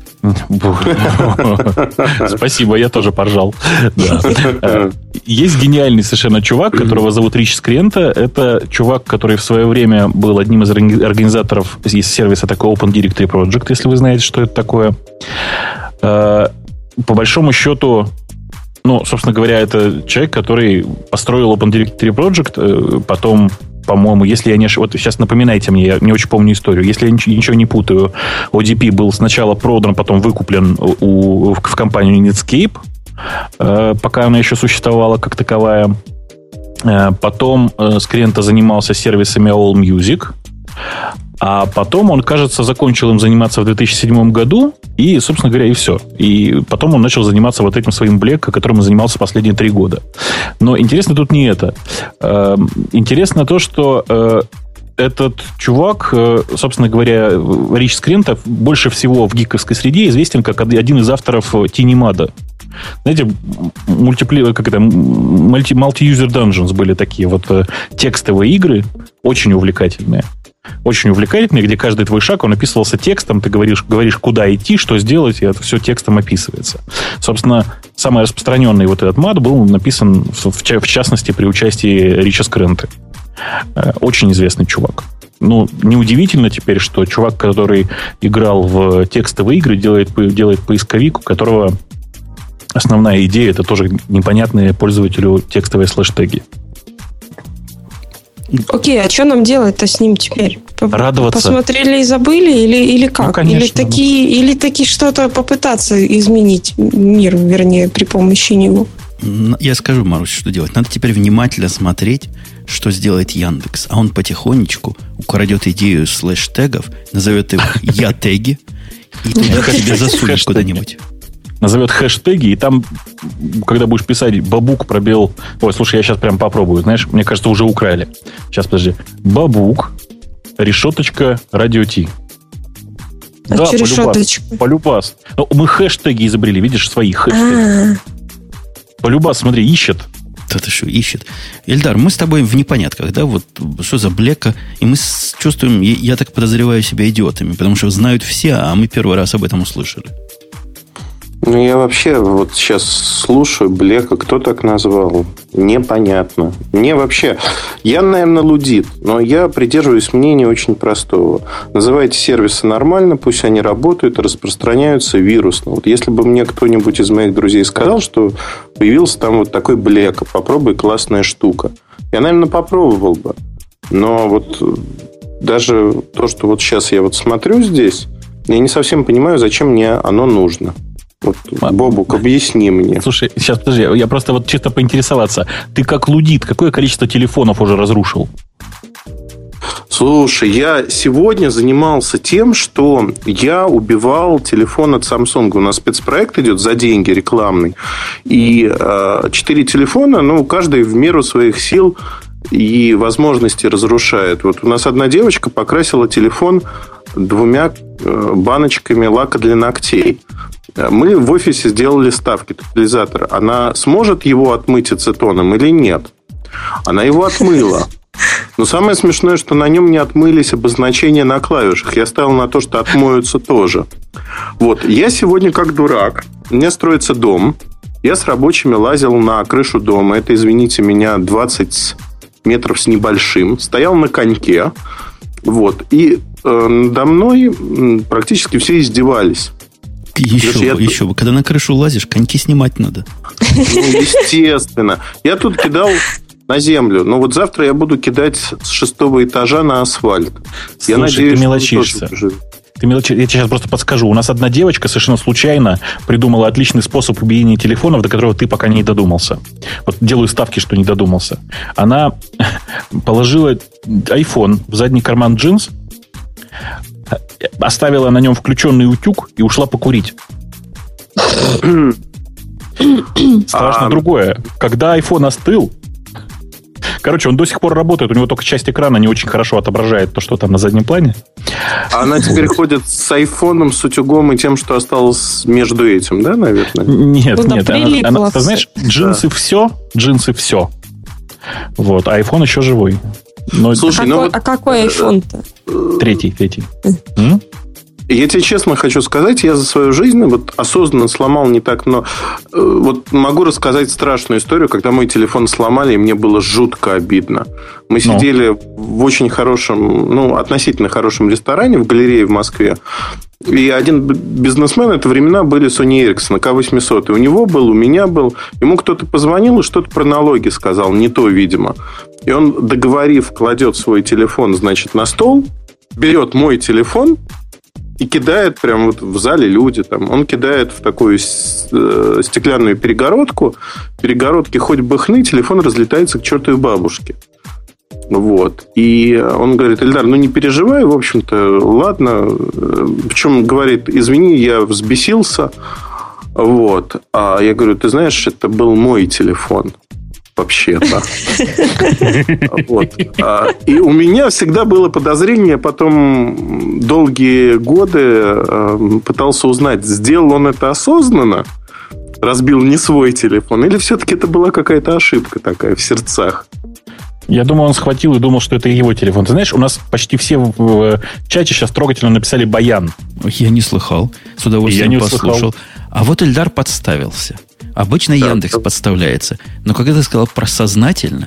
Спасибо, я тоже поржал. Есть гениальный совершенно чувак, которого зовут Рич Скрента. Это чувак, который в свое время был одним из организаторов сервиса такой Open Directory Project, если вы знаете, что это такое. По большому счету, ну, собственно говоря, это человек, который построил Open Directory Project, потом, по-моему, если я не ошибаюсь, вот сейчас напоминайте мне, я не очень помню историю, если я ничего не путаю, ODP был сначала продан, потом выкуплен в компанию Netscape, пока она еще существовала как таковая. Потом Скрента занимался сервисами All Music, а потом он, кажется, закончил им заниматься в 2007 году, и, собственно говоря, и все. И потом он начал заниматься вот этим своим Black, которым он занимался последние 3 года. Но интересно тут не это. Интересно то, что этот чувак, собственно говоря, Рич Скрента, больше всего в гиковской среде известен как один из авторов Тинемада. Знаете, multi-user dungeons были такие вот текстовые игры, очень увлекательные. Очень увлекательные, где каждый твой шаг, он описывался текстом, ты говоришь, куда идти, что сделать, и это все текстом описывается. Собственно, самый распространенный вот этот мад был написан, в частности, при участии Рича Скренты. Очень известный чувак. Ну, неудивительно теперь, что чувак, который играл в текстовые игры, делает поисковик, у которого основная идея — это тоже непонятные пользователю текстовые слэш-теги. Окей, а что нам делать-то с ним теперь? Радоваться. Посмотрели и забыли? Или как? Ну, конечно, или таки что-то попытаться изменить мир, вернее, при помощи него? Я скажу, Марусь, что делать. Надо теперь внимательно смотреть, что сделает Яндекс. А он потихонечку украдет идею слэш-тегов, назовет их я-теги, и туда тебя засунет куда-нибудь. Назовет хэштеги, и там, когда будешь писать бабук пробел... Ой, слушай, я сейчас прям попробую. Знаешь, мне кажется, уже украли. Сейчас, подожди. Бабук, решеточка, радио Ти. А да, полюбас. Но мы хэштеги изобрели, видишь, свои хэштеги. Полюбас, смотри, ищет. Да ты что, ищет. Эльдар, мы с тобой в непонятках, да? Вот что за блека. И мы чувствуем, я так подозреваю себя идиотами, потому что знают все, а мы первый раз об этом услышали. Ну, я вообще вот сейчас слушаю Блека, кто так назвал? Непонятно. Мне вообще... Я, наверное, лудит, но я придерживаюсь мнения очень простого. Называйте сервисы нормально, пусть они работают, распространяются вирусно. Вот если бы мне кто-нибудь из моих друзей сказал, что появился там вот такой Блек, попробуй, классная штука. Я, наверное, попробовал бы. Но вот даже то, что вот сейчас я вот смотрю здесь, я не совсем понимаю, зачем мне оно нужно. Вот, Бобук, объясни мне. Слушай, сейчас, подожди, я просто вот чисто поинтересоваться. Ты как лудит, какое количество телефонов уже разрушил? Слушай, я сегодня занимался тем, что я убивал телефон от Samsung. У нас спецпроект идет за деньги рекламный. И 4 телефона, ну, каждый в меру своих сил и возможностей разрушает. Вот у нас одна девочка покрасила телефон 2 баночками лака для ногтей. Мы в офисе сделали ставки тотализатора. Она сможет его отмыть ацетоном или нет? Она его отмыла. Но самое смешное, что на нем не отмылись обозначения на клавишах. Я ставил на то, что отмоются тоже. Вот. Я сегодня как дурак. У меня строится дом. Я с рабочими лазил на крышу дома. Это, извините меня, 20 метров с небольшим. Стоял на коньке. Вот. И надо мной практически все издевались. Еще бы. Когда на крышу лазишь, коньки снимать надо. Ну, естественно. Я тут кидал на землю. Но вот завтра я буду кидать с 6-го этажа на асфальт. Слушай, я надеюсь, ты мелочишься. Я тебе сейчас просто подскажу. У нас одна девочка совершенно случайно придумала отличный способ убиения телефонов, до которого ты пока не додумался. Вот делаю ставки, что не додумался. Она положила iPhone в задний карман джинс, оставила на нем включенный утюг и ушла покурить. Страшно другое. Когда iPhone остыл, короче, он до сих пор работает, у него только часть экрана не очень хорошо отображает то, что там на заднем плане. А она теперь ходит с айфоном, с утюгом и тем, что осталось между этим, да, наверное? Нет. Она, ты знаешь, джинсы все. Вот, а айфон еще живой. Но... Слушай, какой айфон-то? Третий. Я тебе честно хочу сказать, я за свою жизнь вот осознанно сломал не так много. Вот могу рассказать страшную историю, когда мой телефон сломали, и мне было жутко обидно. Мы сидели в очень хорошем, относительно хорошем ресторане в галерее в Москве. И один бизнесмен, это времена были Sony Ericsson, K800. И у него был, у меня был. Ему кто-то позвонил и что-то про налоги сказал. Не то, видимо. И он, договорив, кладет свой телефон, значит, на стол, берет мой телефон и кидает прямо вот в зале люди. Там, он кидает в такую стеклянную перегородку. Перегородки хоть бы хны, телефон разлетается к чертовой бабушке. Вот. И он говорит: Эльдар, не переживай, в общем-то, ладно. Причем говорит: извини, я взбесился. Вот. А я говорю: ты знаешь, это был мой телефон. Вообще-то. Вот. И у меня всегда было подозрение, потом долгие годы пытался узнать, сделал он это осознанно, разбил не свой телефон, или все-таки это была какая-то ошибка такая в сердцах. Я думаю, он схватил и думал, что это его телефон. Ты знаешь, у нас почти все в чате сейчас трогательно написали «Баян». Я не слыхал. С удовольствием послушал. А вот Эльдар подставился. Обычно Яндекс подставляется. Но когда ты сказал про сознательно,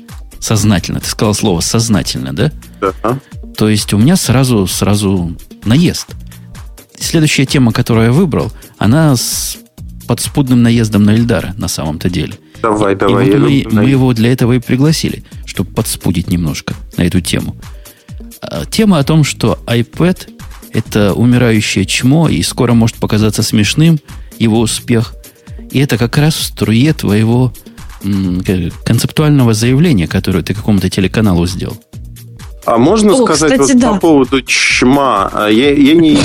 ты сказал слово «сознательно», да? Да. То есть у меня сразу наезд. Следующая тема, которую я выбрал, она с подспудным наездом на Эльдара на самом-то деле. Давай. И вот мы его для этого и пригласили, чтобы подспудить немножко на эту тему. Тема о том, что iPad – это умирающее чмо, и скоро может показаться смешным его успех. И это как раз в струе твоего концептуального заявления, которое ты какому-то телеканалу сделал. А можно сказать, кстати, по поводу чма? Я не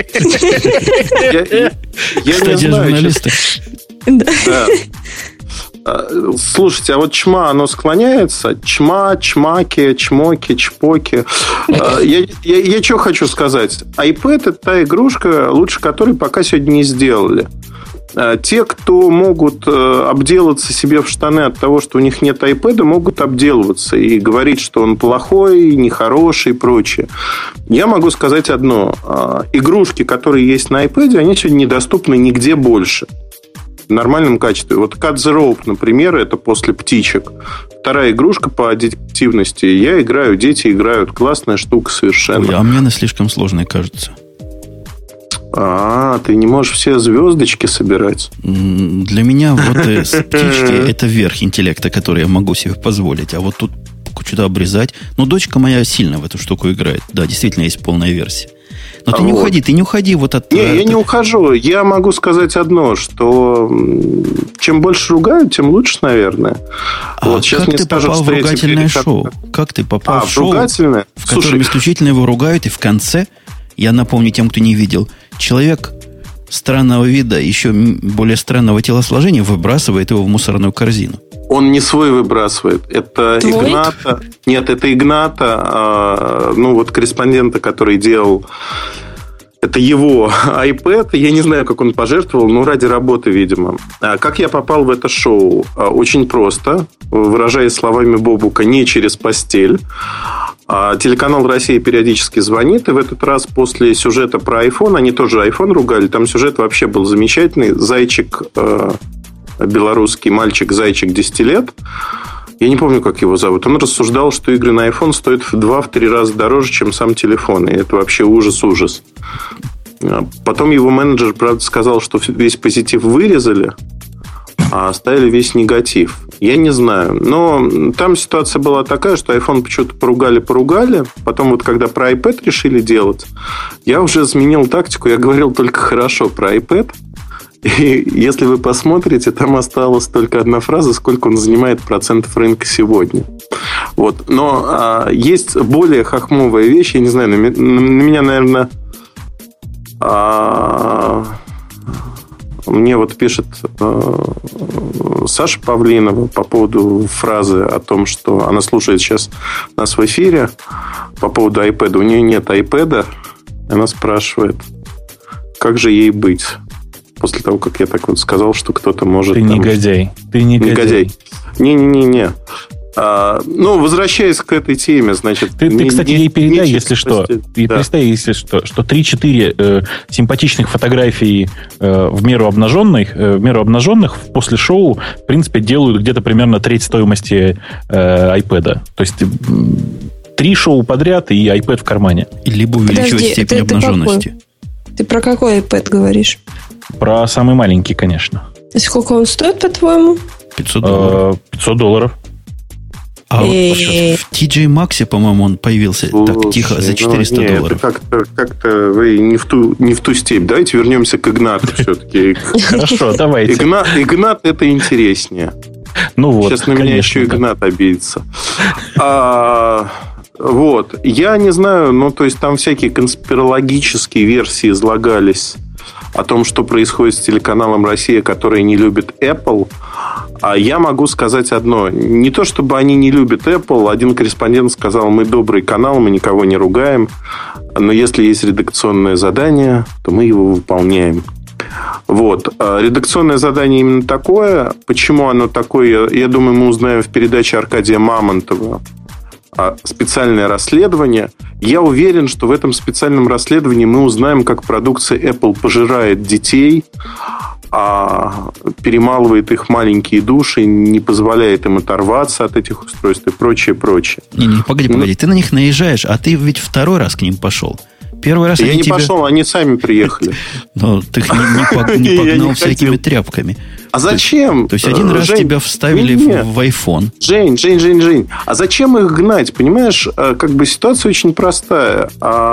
знаю. Журналисты. Да. Слушайте, а вот чма, оно склоняется? Чма, чмаки, чмоки, чпоки. Я что хочу сказать? iPad – это та игрушка, лучше которой пока сегодня не сделали. Те, кто могут обделаться себе в штаны от того, что у них нет iPad, могут обделываться и говорить, что он плохой, нехороший и прочее. Я могу сказать одно. Игрушки, которые есть на iPad, они сегодня недоступны нигде больше. В нормальном качестве. Вот Cut the Rope, например, это после птичек. Вторая игрушка по аддиктивности. Я играю, дети играют. Классная штука совершенно. Ой, а мне она слишком сложная кажется. Ты не можешь все звездочки собирать? Для меня вот птички – это верх интеллекта, который я могу себе позволить. А вот тут что-то обрезать. Но дочка моя сильно в эту штуку играет. Да, действительно, есть полная версия. Но ты не уходи вот от... Я не ухожу. Я могу сказать одно, что чем больше ругают, тем лучше, наверное. Вот сейчас как ты попал в ругательное шоу? Как ты попал в шоу, в котором исключительно его ругают, и в конце, я напомню тем, кто не видел, человек странного вида, еще более странного телосложения, выбрасывает его в мусорную корзину. Он не свой выбрасывает. Это твой? Игната. Нет, это Игната, корреспондента, который делал... Это его iPad. Я не знаю, как он пожертвовал, но ради работы, видимо. Как я попал в это шоу? Очень просто. Выражаясь словами Бобука, не через постель. Телеканал «Россия» периодически звонит. И в этот раз после сюжета про iPhone, они тоже iPhone ругали, там сюжет вообще был замечательный. Зайчик... белорусский мальчик-зайчик 10 лет. Я не помню, как его зовут. Он рассуждал, что игры на iPhone стоят в 2-3 раза дороже, чем сам телефон. И это вообще ужас-ужас. Потом его менеджер, правда, сказал, что весь позитив вырезали, а оставили весь негатив. Я не знаю. Но там ситуация была такая, что iPhone почему-то поругали. Потом вот когда про iPad решили делать, я уже изменил тактику. Я говорил только хорошо про iPad. И если вы посмотрите, там осталась только одна фраза, сколько он занимает процентов рынка сегодня. Вот. Но есть более хохмовая вещь. Я не знаю, на меня, наверное... Мне вот пишет Саша Павлинова по поводу фразы о том, что она слушает сейчас нас в эфире по поводу iPad. У нее нет iPad. Она спрашивает, как же ей быть? После того, как я так вот сказал, что кто-то может... Ты негодяй. Ты негодяй. Не-не-не-не. Возвращаясь к этой теме, значит... Ты кстати, ей передай, если что. И представь, если что 3-4 симпатичных фотографий в меру обнаженных после шоу, в принципе, делают где-то примерно треть стоимости iPad. То есть 3 шоу подряд и iPad в кармане. Либо увеличивать степень обнаженности. Ты про какой iPad говоришь? Про самый маленький, конечно. И сколько он стоит, по-твоему? $500. $500. А вот в TJ Maxx, по-моему, он появился так тихо за $400. Это как-то вы не в ту степь. Давайте вернемся к Игнату все-таки. Хорошо, давайте. Игнат это интереснее. Сейчас на меня еще Игнат обидится. Вот. Я не знаю, то есть там всякие конспирологические версии излагались о том, что происходит с телеканалом «Россия», который не любит Apple. А я могу сказать одно. Не то, чтобы они не любят Apple. Один корреспондент сказал, мы добрый канал, мы никого не ругаем. Но если есть редакционное задание, то мы его выполняем. Вот. Редакционное задание именно такое. Почему оно такое, я думаю, мы узнаем в передаче Аркадия Мамонтова. Специальное расследование. Я уверен, что в этом специальном расследовании мы узнаем, как продукция Apple пожирает детей, перемалывает их маленькие души, не позволяет им оторваться от этих устройств и прочее. Не, погоди, ты на них наезжаешь, а ты ведь второй раз к ним пошел. Первый раз я не пошел, они сами приехали. Но ты их не погнал всякими тряпками. А зачем? То есть один раз тебя вставили в iPhone. Жень. А зачем их гнать? Понимаешь, как бы ситуация очень простая.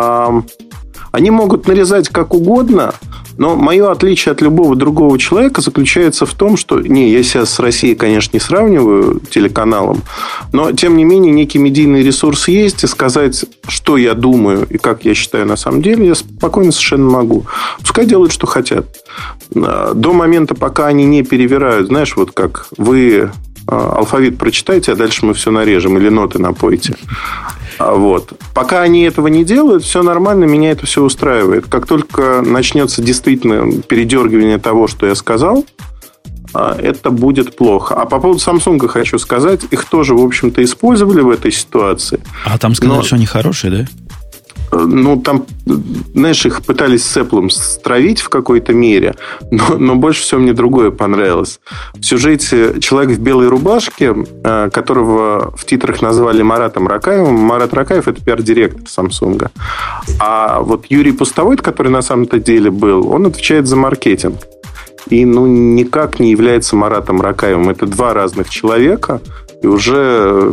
Они могут нарезать как угодно, но мое отличие от любого другого человека заключается в том, что... я себя с Россией, конечно, не сравниваю телеканалом, но, тем не менее, некий медийный ресурс есть, и сказать, что я думаю и как я считаю на самом деле, я спокойно совершенно могу. Пускай делают, что хотят. До момента, пока они не перевирают, знаешь, вот как вы... алфавит прочитайте, а дальше мы все нарежем или ноты напойте. Вот. Пока они этого не делают, все нормально, меня это все устраивает. Как только начнется действительно передергивание того, что я сказал, это будет плохо. А по поводу Samsung хочу сказать, их тоже, в общем-то, использовали в этой ситуации. А там сказали, что они хорошие, да? Там, знаешь, их пытались с Apple стравить в какой-то мере, но больше всего мне другое понравилось. В сюжете человек в белой рубашке, которого в титрах назвали Маратом Ракаевым. Марат Ракаев – это пиар-директор Samsung. А вот Юрий Пустовой, который на самом-то деле был, он отвечает за маркетинг. И никак не является Маратом Ракаевым. Это два разных человека. И уже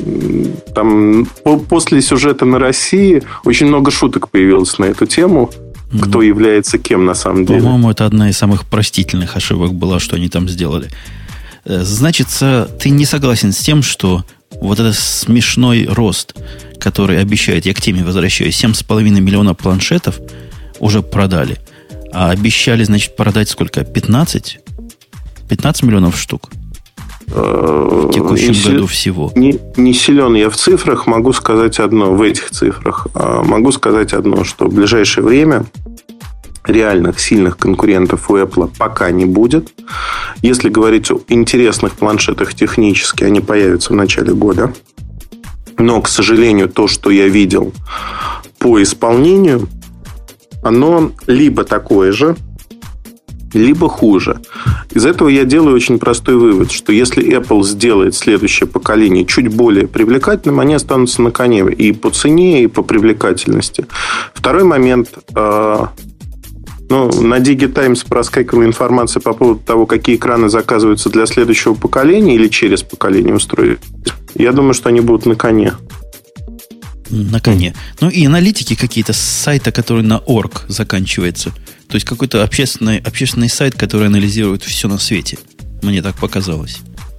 там после сюжета на России очень много шуток появилось на эту тему. Кто является кем на самом деле. По-моему, это одна из самых простительных ошибок была, что они там сделали. Значит, ты не согласен с тем, что вот этот смешной рост, который обещает, я к теме возвращаюсь, 7,5 миллиона планшетов уже продали. А обещали, значит, продать сколько? 15? 15 миллионов штук? В текущем году всего. Не силен я в цифрах. Могу сказать одно. В этих цифрах могу сказать одно, что в ближайшее время реальных сильных конкурентов у Apple пока не будет. Если говорить о интересных планшетах технически, они появятся в начале года. Но, к сожалению, то, что я видел по исполнению, оно либо такое же, либо хуже. Из этого я делаю очень простой вывод, что если Apple сделает следующее поколение чуть более привлекательным, они останутся на коне и по цене, и по привлекательности. Второй момент. Ну, на DigiTimes проскакивала информация по поводу того, какие экраны заказываются для следующего поколения или через поколение устройств. Я думаю, что они будут на коне. На коне. Ну и аналитики какие-то с сайта, который на org заканчивается. То есть какой-то общественный сайт, который анализирует все на свете. Мне так показалось.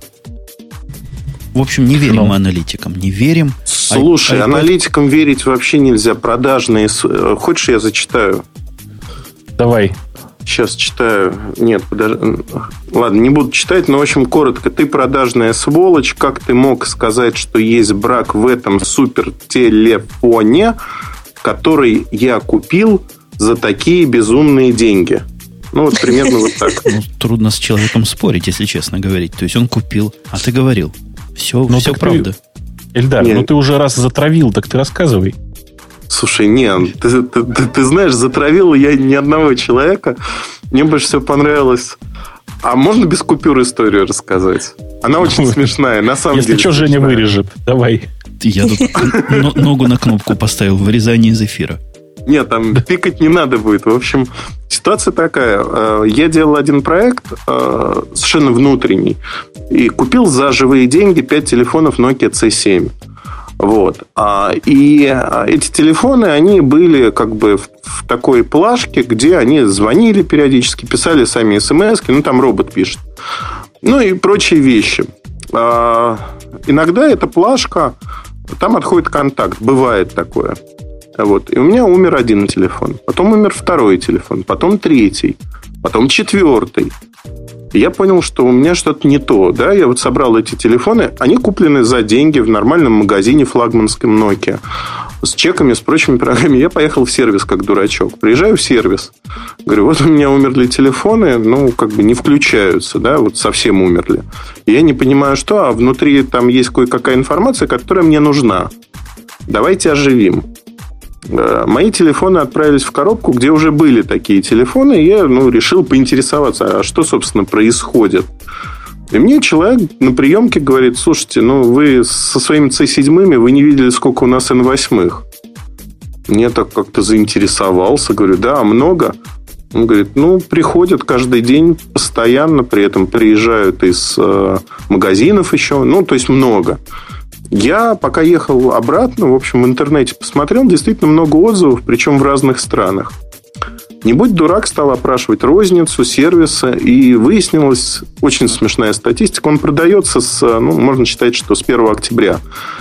В общем, не верим мы аналитикам. Не верим. Слушай, аналитикам верить вообще нельзя. Продажные. Хочешь, я зачитаю? Давай. Сейчас читаю. Нет, подожди. Ладно, не буду читать, но, в общем, коротко. Ты продажная сволочь. Как ты мог сказать, что есть брак в этом супертелефоне, который я купил за такие безумные деньги? Ну, вот примерно вот так. Ну, трудно с человеком спорить, если честно говорить. То есть он купил, а ты говорил. Все правда. Эльдар, ну ты уже раз затравил, так ты рассказывай. Слушай, ты знаешь, затравил я ни одного человека. Мне больше всего понравилось. А можно без купюр историю рассказать? Она очень смешная, на самом деле. Если что, Женя вырежет. Давай. Я тут ногу на кнопку поставил в вырезании из эфира. Нет, там пикать не надо будет. В общем, ситуация такая. Я делал один проект совершенно внутренний. И купил за живые деньги 5 телефонов Nokia C7. Вот. И эти телефоны, они были как бы в такой плашке, где они звонили периодически, писали сами смс-ки, ну, там робот пишет. Ну, и прочие вещи. Иногда эта плашка, там отходит контакт. Бывает такое. Вот. И у меня умер один телефон. Потом умер второй телефон. Потом третий. Потом четвертый. И я понял, что у меня что-то не то. Да? Я вот собрал эти телефоны. Они куплены за деньги в нормальном магазине флагманском Nokia. С чеками, с прочими программами. Я поехал в сервис как дурачок. Приезжаю в сервис. Говорю, вот у меня умерли телефоны. Ну, как бы не включаются. Да? Вот совсем умерли. И я не понимаю, что. А внутри там есть кое-какая информация, которая мне нужна. Давайте оживим. Мои телефоны отправились в коробку, где уже были такие телефоны, и я решил поинтересоваться, а что, собственно, происходит. И мне человек на приемке говорит, слушайте, вы со своими C7 вы не видели, сколько у нас N8. Я так как-то заинтересовался, говорю, да, много. Он говорит, приходят каждый день постоянно, при этом приезжают из магазинов еще, то есть много. Я пока ехал обратно, в общем, в интернете посмотрел, действительно много отзывов, причем в разных странах. Не будь дурак, стал опрашивать розницу, сервисы, и выяснилась очень смешная статистика. Он продается можно считать, что с 1 октября.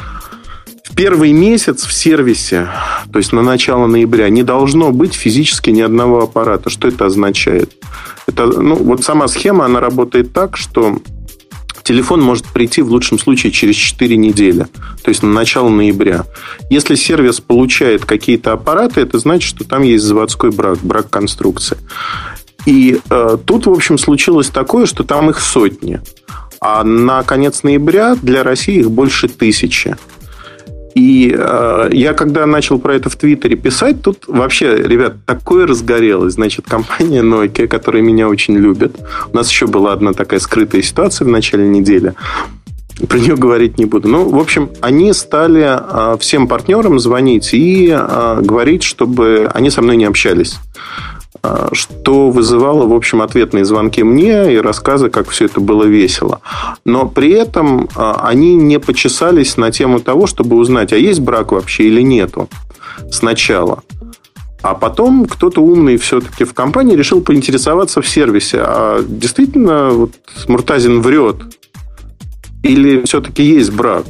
В первый месяц в сервисе, то есть на начало ноября, не должно быть физически ни одного аппарата. Что это означает? Это, вот сама схема, она работает так, что телефон может прийти в лучшем случае через 4 недели, то есть на начало ноября. Если сервис получает какие-то аппараты, это значит, что там есть заводской брак конструкции. И тут, в общем, случилось такое, что там их сотни. А на конец ноября для России их больше 1000. И я, когда начал про это в Твиттере писать, тут вообще, ребят, такое разгорелось. Значит, компания Nokia, которая меня очень любит. У нас еще была одна такая скрытая ситуация в начале недели. Про нее говорить не буду. В общем, они стали всем партнерам звонить и говорить, чтобы они со мной не общались. Что вызывало, в общем, ответные звонки мне и рассказы, как все это было весело. Но при этом они не почесались на тему того, чтобы узнать, а есть брак вообще или нету сначала. А потом кто-то умный все-таки в компании решил поинтересоваться в сервисе. А действительно Муртазин врет? Или все-таки есть брак?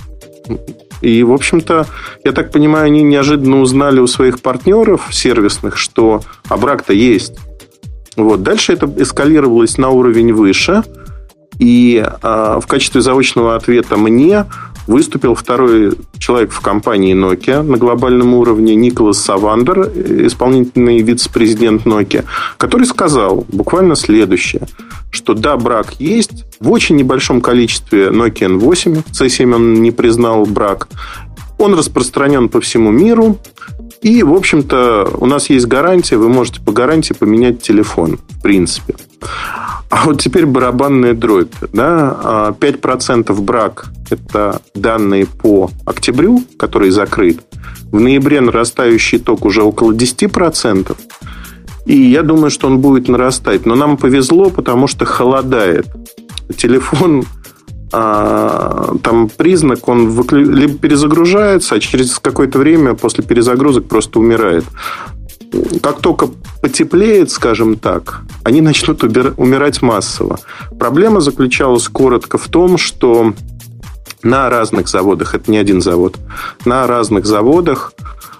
И, в общем-то, я так понимаю, они неожиданно узнали у своих партнеров сервисных, что брак-то есть. Дальше это эскалировалось на уровень выше. И в качестве заочного ответа мне выступил второй человек в компании Nokia на глобальном уровне, Николас Савандер, исполнительный вице-президент Nokia, который сказал буквально следующее, что да, брак есть, в очень небольшом количестве Nokia N8, C7 он не признал брак, он распространен по всему миру, и, в общем-то, у нас есть гарантия, вы можете по гарантии поменять телефон, в принципе. А вот теперь барабанная дробь. Да? 5% брак – это данные по октябрю, который закрыт. В ноябре нарастающий ток уже около 10%. И я думаю, что он будет нарастать. Но нам повезло, потому что холодает. Телефон, там признак, он либо перезагружается, а через какое-то время после перезагрузок просто умирает. Как только потеплеет, скажем так, они начнут умирать массово. Проблема заключалась коротко в том, что на разных заводах, это не один завод, на разных заводах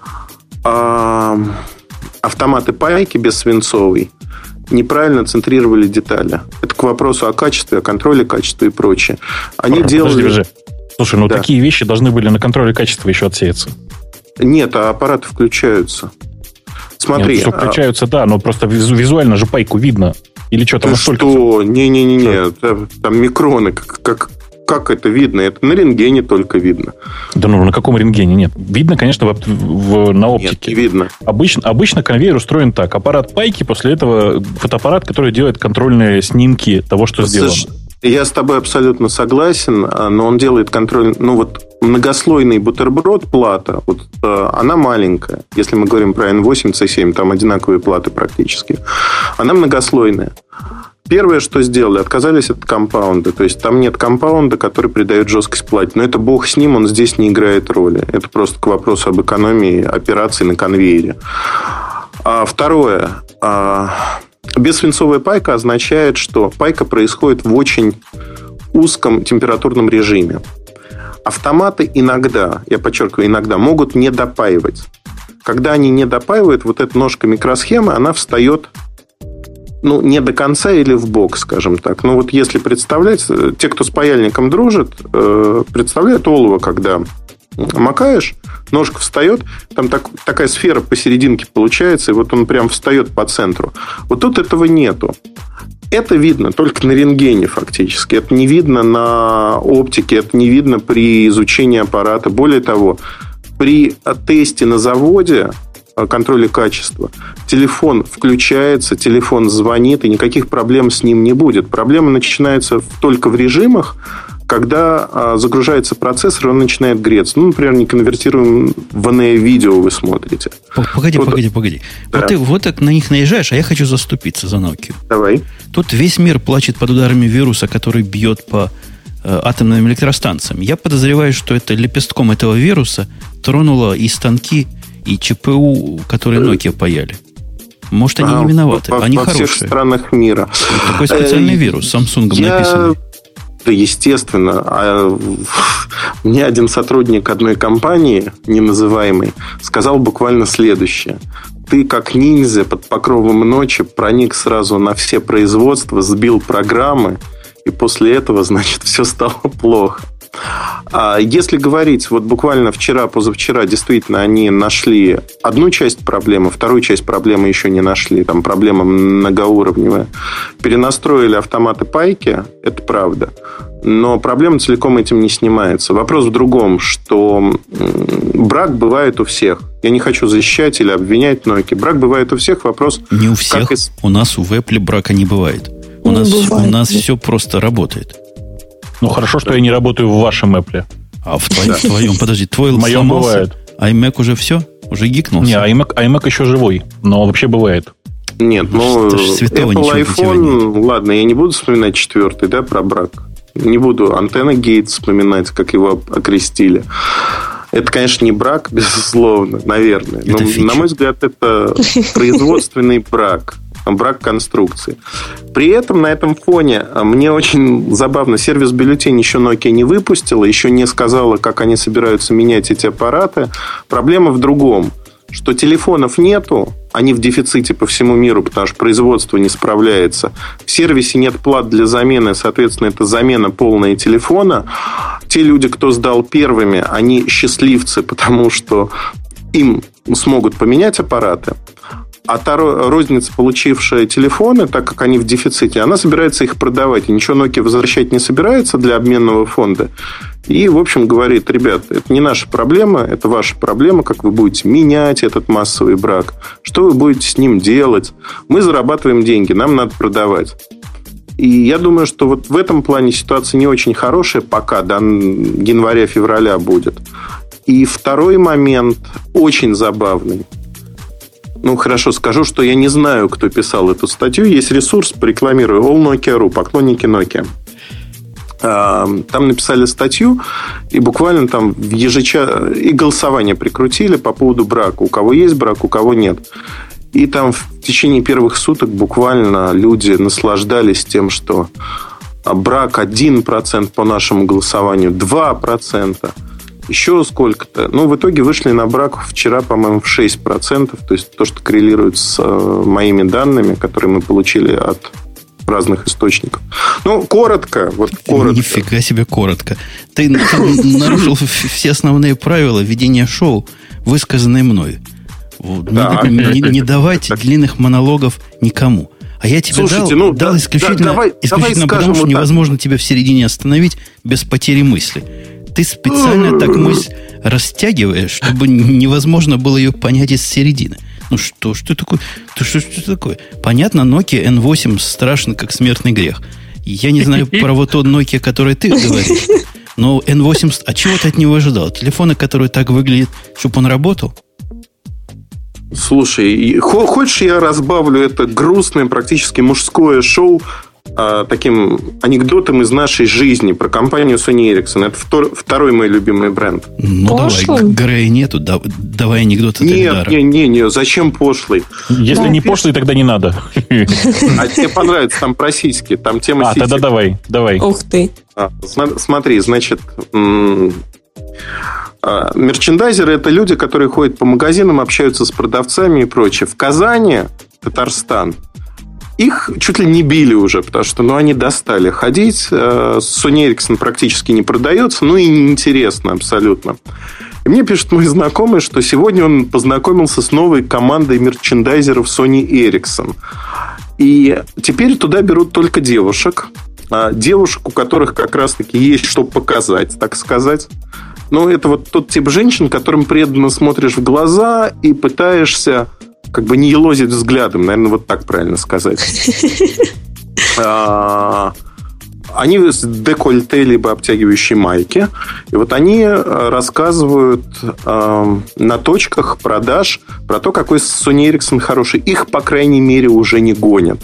автоматы пайки бессвинцовой неправильно центрировали детали. Это к вопросу о качестве, о контроле качества и прочее. Они делали... Подожди. Слушай, такие вещи должны были на контроле качества еще отсеяться. Нет, а аппараты включаются. Смотри. Нет, что включаются, да, но просто визуально же пайку видно. Или что там настолько... Что? Не-не-не, там микроны. Как это видно? Это на рентгене только видно. Да на каком рентгене? Нет. Видно, конечно, на оптике. Нет, не видно. Обычно конвейер устроен так. Аппарат пайки, после этого фотоаппарат, который делает контрольные снимки того, что сделано. Я с тобой абсолютно согласен, но он делает контроль... многослойный бутерброд, плата, она маленькая. Если мы говорим про N8, C7, там одинаковые платы практически. Она многослойная. Первое, что сделали, отказались от компаунда. То есть, там нет компаунда, который придает жесткость плате. Но это бог с ним, он здесь не играет роли. Это просто к вопросу об экономии операций на конвейере. Второе. Бессвинцовая пайка означает, что пайка происходит в узком температурном режиме. Автоматы иногда, я подчеркиваю, иногда могут не допаивать. Когда они не допаивают, эта ножка микросхемы, она встает не до конца или в бок, скажем так. Если представлять, те, кто с паяльником дружит, представляют олово, когда макаешь, ножка встает, там такая сфера посерединке получается, и он прям встает по центру. Тут этого нету. Это видно только на рентгене фактически. Это не видно на оптике, это не видно при изучении аппарата. Более того, при тесте на заводе контроля качества телефон включается, телефон звонит, и никаких проблем с ним не будет. Проблема начинается только в режимах, когда загружается процессор, он начинает греться. Например, неконвертируемое видео вы смотрите. Погоди. Да. Ты так на них наезжаешь, а я хочу заступиться за Nokia. Давай. Тут весь мир плачет под ударами вируса, который бьет по атомным электростанциям. Я подозреваю, что это лепестком этого вируса тронуло и станки, и ЧПУ, которые Nokia паяли. Может, они не виноваты, они хорошие. Во всех странах мира. Такой специальный вирус, Samsung написанный. Да, естественно. Мне один сотрудник одной компании, неназываемый, сказал буквально следующее. Ты, как ниндзя под покровом ночи, проник сразу на все производства, сбил программы, и после этого, значит, все стало плохо. Если говорить, буквально вчера, позавчера, действительно, они нашли одну часть проблемы, вторую часть проблемы еще не нашли, там проблема многоуровневая. Перенастроили автоматы пайки, это правда, но проблема целиком этим не снимается. Вопрос в другом, что брак бывает у всех. Я не хочу защищать или обвинять Nokia. Брак бывает у всех, вопрос... Не у всех, у нас в Apple брака не бывает. У нас все просто работает. Хорошо, что я не работаю в вашем Apple. А в твоем, подожди, твой сломался? Бывает. iMac уже все? Уже гикнулся? Не, iMac еще живой, но вообще бывает. Нет, Apple iPhone, ладно, я не буду вспоминать 4-й, да, про брак. Не буду антенна Гейт вспоминать, как его окрестили. Это, конечно, не брак, безусловно, наверное. Но, на мой взгляд, это производственный брак. Брак конструкции. При этом на этом фоне мне очень забавно, сервис-бюллетень еще Nokia не выпустила, еще не сказала, как они собираются менять эти аппараты. Проблема в другом, что телефонов нету, они в дефиците по всему миру, потому что производство не справляется. В сервисе нет плат для замены, соответственно, это замена полная телефона. Те люди, кто сдал первыми, они счастливцы, потому что им смогут поменять аппараты. А та розница, получившая телефоны, так как они в дефиците, она собирается их продавать. И ничего Nokia возвращать не собирается для обменного фонда. И, в общем, говорит: ребят, это не наша проблема, это ваша проблема, как вы будете менять этот массовый брак, что вы будете с ним делать. Мы зарабатываем деньги, нам надо продавать. И я думаю, что в этом плане ситуация не очень хорошая, пока до января-февраля будет. И второй момент, очень забавный. хорошо, скажу, что я не знаю, кто писал эту статью. Есть ресурс, порекламирую, allnokia.ru, поклонники Nokia. Там написали статью, и буквально там и голосование прикрутили по поводу брака. У кого есть брак, у кого нет. И там в течение первых суток буквально люди наслаждались тем, что брак 1% по нашему голосованию, 2%, еще сколько-то. В итоге вышли на брак вчера, по-моему, в 6%. То есть то, что коррелирует с моими данными, которые мы получили от разных источников. Коротко. Нифига себе коротко. Ты нарушил все основные правила ведения шоу, высказанные мной. Да. Не давать длинных монологов никому. А я тебе дал исключительно потому, что невозможно тебя в середине остановить без потери мысли. Ты специально так мысль растягиваешь, чтобы невозможно было ее понять из середины. Что такое? Что такое? Понятно, Nokia N8 страшно, как смертный грех. Я не знаю про вот тот Nokia, который ты говоришь. Но N8... А чего ты от него ожидал? Телефоны, которые так выглядят, чтобы он работал? Слушай, хочешь, я разбавлю это грустное, практически мужское шоу таким анекдотом из нашей жизни про компанию Sony Ericsson. Это второй мой любимый бренд. Давай, Грея нету, давай анекдот от Эльдара. Не, зачем пошлый? Если не пошлый, тогда не надо. А тебе понравится, там про сиськи, там тема сисек. Тогда давай. Ух ты. Смотри, значит... мерчендайзеры – это люди, которые ходят по магазинам, общаются с продавцами и прочее. В Казани, Татарстан, их чуть ли не били уже, потому что они достали ходить. Sony Ericsson практически не продается, и неинтересно абсолютно. И мне пишет мой знакомый, что сегодня он познакомился с новой командой мерчендайзеров Sony Ericsson. И теперь туда берут только девушек. Девушек, у которых как раз-таки есть что показать, так сказать. Это вот тот тип женщин, которым преданно смотришь в глаза и пытаешься как бы не елозить взглядом. Наверное, вот так правильно сказать. Они с декольте либо обтягивающей майки. И вот они рассказывают на точках продаж про то, какой Sony Ericsson хороший. Их, по крайней мере, уже не гонят.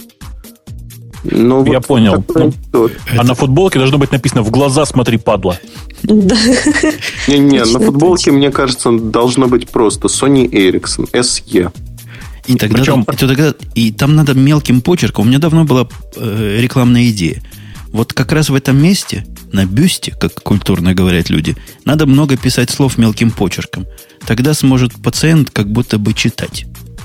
Я понял. А на футболке должно быть написано «В глаза смотри, падла». Не, на футболке, мне кажется, должно быть просто Sony Ericsson SE. И там надо мелким почерком. У меня давно была рекламная идея. Вот как раз в этом месте, на бюсте, как культурно говорят люди, надо много писать слов мелким почерком. Тогда сможет пациент как будто бы читать.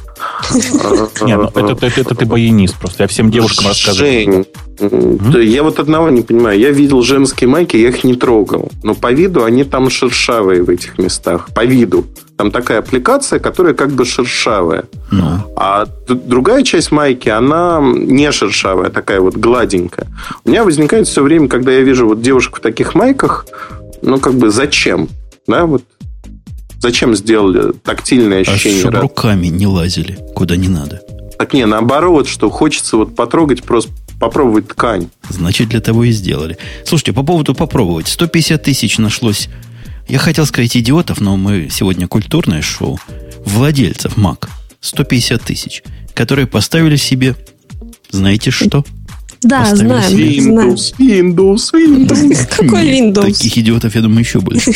Это ты баянист просто. Я всем девушкам рассказываю. Жень, я вот одного не понимаю. Я видел женские майки, я их не трогал. Но по виду они там шершавые в этих местах. По виду. Там такая аппликация, которая как бы шершавая. А другая часть майки, она не шершавая, такая вот гладенькая. У меня возникает все время, когда я вижу вот девушек в таких майках, зачем? Да, вот. Зачем сделали тактильное ощущение? Чтобы руками не лазили, куда не надо. Так наоборот, что хочется вот потрогать, просто попробовать ткань. Значит, для того и сделали. Слушайте, по поводу попробовать. 150 тысяч нашлось. Я хотел сказать идиотов, но мы сегодня культурное шоу. Владельцев Mac. 150 тысяч. Которые поставили себе, знаете что? Да, знаем. Windows. Какой Windows? Таких идиотов, я думаю, еще больше.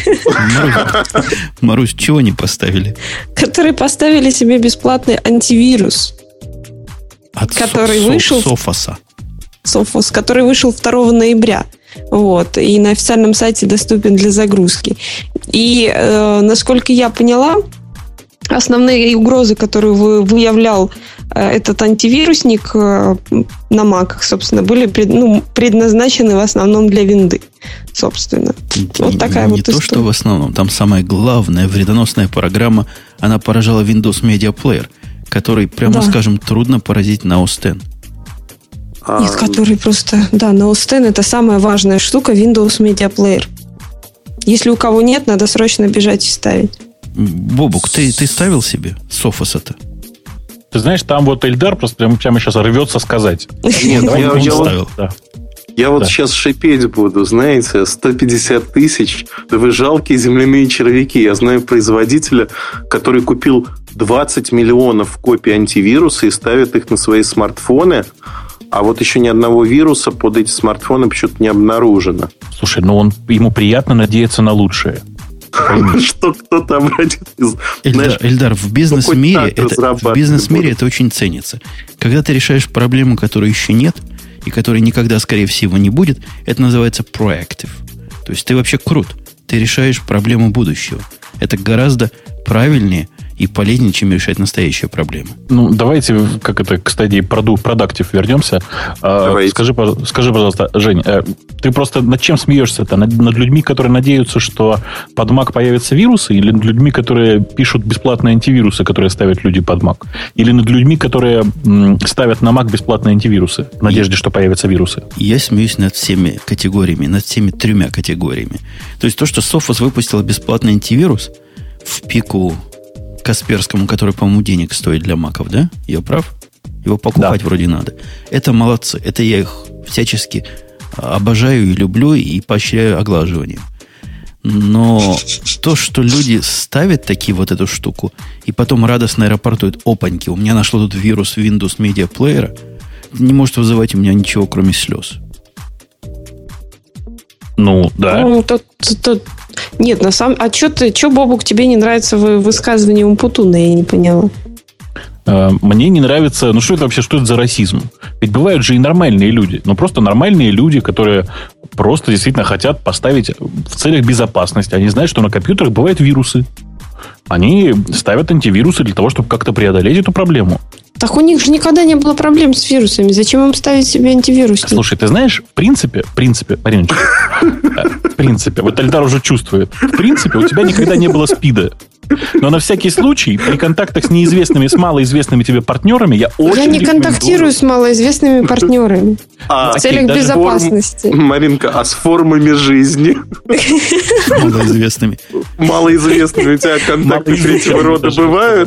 Марусь, чего они поставили? Которые поставили себе бесплатный антивирус. Который вышел... Sophos, который вышел 2 ноября. Вот, и на официальном сайте доступен для загрузки. И, насколько я поняла, основные угрозы, которые выявлял этот антивирусник на Маках, собственно, были предназначены в основном для винды, собственно. Вот такая вот история. Не то, что в основном. Там самая главная вредоносная программа, она поражала Windows Media Player, который, прямо скажем, трудно поразить на OS X. Нет, который просто... Да, на OS X это самая важная штука, Windows Media Player. Если у кого нет, надо срочно бежать и ставить. Бобук, ты ставил себе Sophos-то? Ты знаешь, там вот Эльдар просто прямо сейчас рвется сказать. Нет, я вот сейчас шипеть буду, знаете, 150 тысяч, да вы жалкие земляные червяки. Я знаю производителя, который купил 20 миллионов копий антивируса и ставят их на свои смартфоны, а вот еще ни одного вируса под эти смартфоны почему-то не обнаружено. Слушай, ему приятно надеяться на лучшее. Что кто-то обратит. Эльдар, в бизнес-мире это очень ценится. Когда ты решаешь проблему, которой еще нет, и которой никогда, скорее всего, не будет, это называется proactive. То есть ты вообще крут. Ты решаешь проблему будущего. Это гораздо правильнее и полезнее, чем решать настоящие проблемы. Давайте к стадии продуктив вернемся. Скажи, пожалуйста, Жень, ты просто над чем смеешься-то? Над людьми, которые надеются, что под Mac появятся вирусы, или над людьми, которые пишут бесплатные антивирусы, которые ставят люди под Mac? Или над людьми, которые ставят на Mac бесплатные антивирусы в надежде, что появятся вирусы? Я смеюсь над всеми категориями, над всеми 3 категориями. То есть то, что Sophos выпустила бесплатный антивирус в пику Касперскому, который, по-моему, денег стоит для маков, да? Я прав? Его покупать вроде надо. Это молодцы. Это я их всячески обожаю и люблю, и поощряю оглаживанием. Но то, что люди ставят такие вот эту штуку, и потом радостно рапортуют: опаньки, у меня нашло тут вирус Windows Media Player, не может вызывать у меня ничего, кроме слез. Да. Нет, а что, Бобук, тебе не нравится высказывание Умпутуна, я не поняла. Мне не нравится... что это вообще, что это за расизм? Ведь бывают же и нормальные люди. Просто нормальные люди, которые просто действительно хотят поставить в целях безопасности. Они знают, что на компьютерах бывают вирусы. Они ставят антивирусы для того, чтобы как-то преодолеть эту проблему. Так у них же никогда не было проблем с вирусами. Зачем им ставить себе антивирус? Слушай, ты знаешь, в принципе, Мариночка, в принципе, вот Эльдар уже чувствует, в принципе, у тебя никогда не было СПИДа. Но на всякий случай, при контактах с неизвестными, с малоизвестными тебе партнерами, я не контактирую с малоизвестными партнерами. В целях безопасности. Маринка, а с формами жизни? Малоизвестными. Малоизвестными. У тебя контакты третьего рода бывают?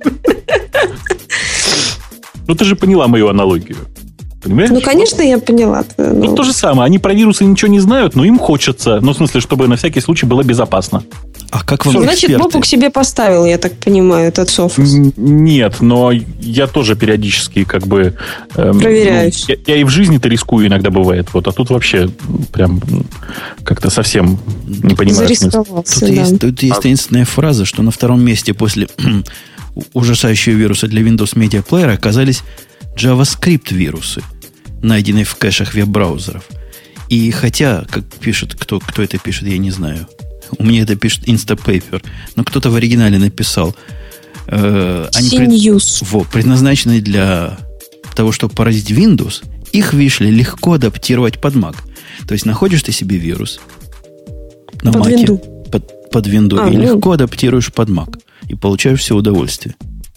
Ты же поняла мою аналогию. Понимаешь? Конечно, я поняла. То же самое. Они про вирусы ничего не знают, но им хочется. В смысле, чтобы на всякий случай было безопасно. А как вам Значит, эксперты? Бобук себе поставил, я так понимаю, этот Sophos. Нет, но я тоже периодически проверяюсь. Я и в жизни-то рискую иногда бывает. А тут вообще прям как-то совсем не понимаю. Тут есть таинственная фраза, что на 2-м месте после ужасающего вируса для Windows Media Player оказались JavaScript вирусы, найденные в кэшах веб-браузеров. И хотя, как пишет, кто это пишет, я не знаю. У меня это пишет Instapaper, но кто-то в оригинале написал. Они предназначены для того, чтобы поразить Windows. Их вышли легко адаптировать под Mac. То есть находишь ты себе вирус на Mac, под Windows, и легко адаптируешь под Mac. И получаешь все удовольствие.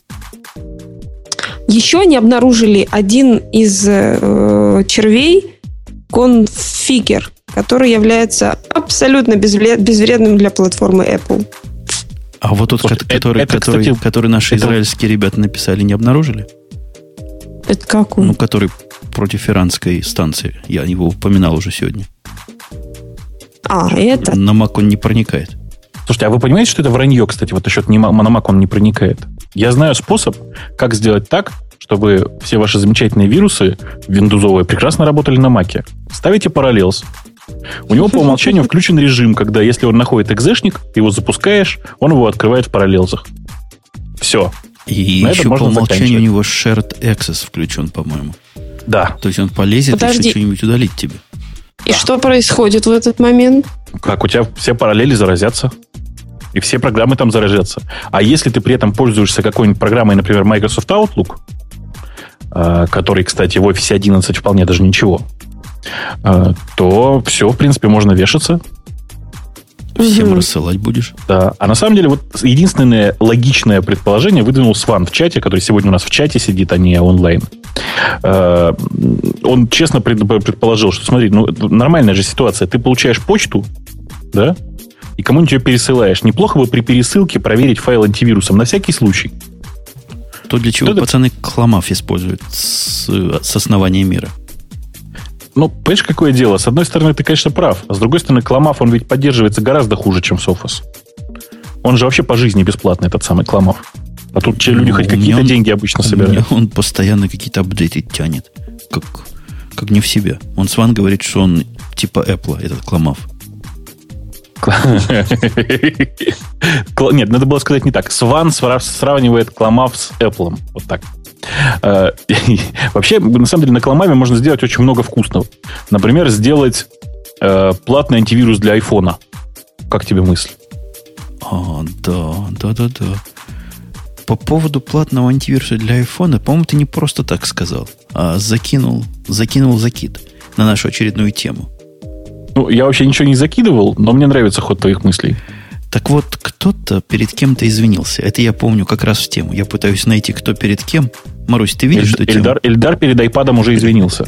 Еще они обнаружили один из червей, конфигер, который является абсолютно безвредным для платформы Apple. А вот тот, который наши израильские ребята написали, не обнаружили? Это какой? Который против иранской станции. Я его упоминал уже сегодня. Это? На Mac он не проникает. Слушайте, а вы понимаете, что это вранье, кстати, насчет на Mac он не проникает? Я знаю способ, как сделать так, чтобы все ваши замечательные вирусы виндузовые прекрасно работали на Mac. Ставите Parallels. У него по умолчанию включен режим, когда если он находит экзешник, ты его запускаешь, он его открывает в параллелзах. Все. И еще по умолчанию у него Shared Access включен, по-моему. Да. То есть он полезет и что-нибудь удалит тебе. И что происходит в этот момент? Как у тебя все параллели заразятся. И все программы там заразятся. А если ты при этом пользуешься какой-нибудь программой, например, Microsoft Outlook, который, кстати, в Office 11 вполне даже ничего, то все, в принципе, можно вешаться. Всем рассылать будешь. Да. А на самом деле, вот единственное логичное предположение выдвинул Сван в чате, который сегодня у нас в чате сидит, а не онлайн. Он честно предположил, что, смотри, нормальная же ситуация. Ты получаешь почту, да, и кому-нибудь ее пересылаешь. Неплохо бы при пересылке проверить файл антивирусом на всякий случай. То, для чего пацаны Кламав используют с основания мира. Понимаешь, какое дело? С одной стороны, ты, конечно, прав. А с другой стороны, Кламав, он ведь поддерживается гораздо хуже, чем Sophos. Он же вообще по жизни бесплатный, этот самый Кламав. Тут люди хоть какие-то деньги обычно собирают. Он постоянно какие-то апдейты тянет. Как не в себе. Он Сван говорит, что он типа Apple, этот Кломав. Нет, надо было сказать не так. Сван сравнивает Кломав с Apple. Вот так. Вообще, на самом деле, на Кломаве можно сделать очень много вкусного. Например, сделать платный антивирус для айфона. Как тебе мысль? Да. По поводу платного антивируса для айфона, по-моему, ты не просто так сказал, а закинул закид на нашу очередную тему. Ну, я вообще ничего не закидывал, но мне нравится ход твоих мыслей. Так вот, кто-то перед кем-то извинился. Это я помню как раз в тему. Я пытаюсь найти, кто перед кем. Марусь, ты видишь эту тему? Эльдар перед айпадом уже извинился.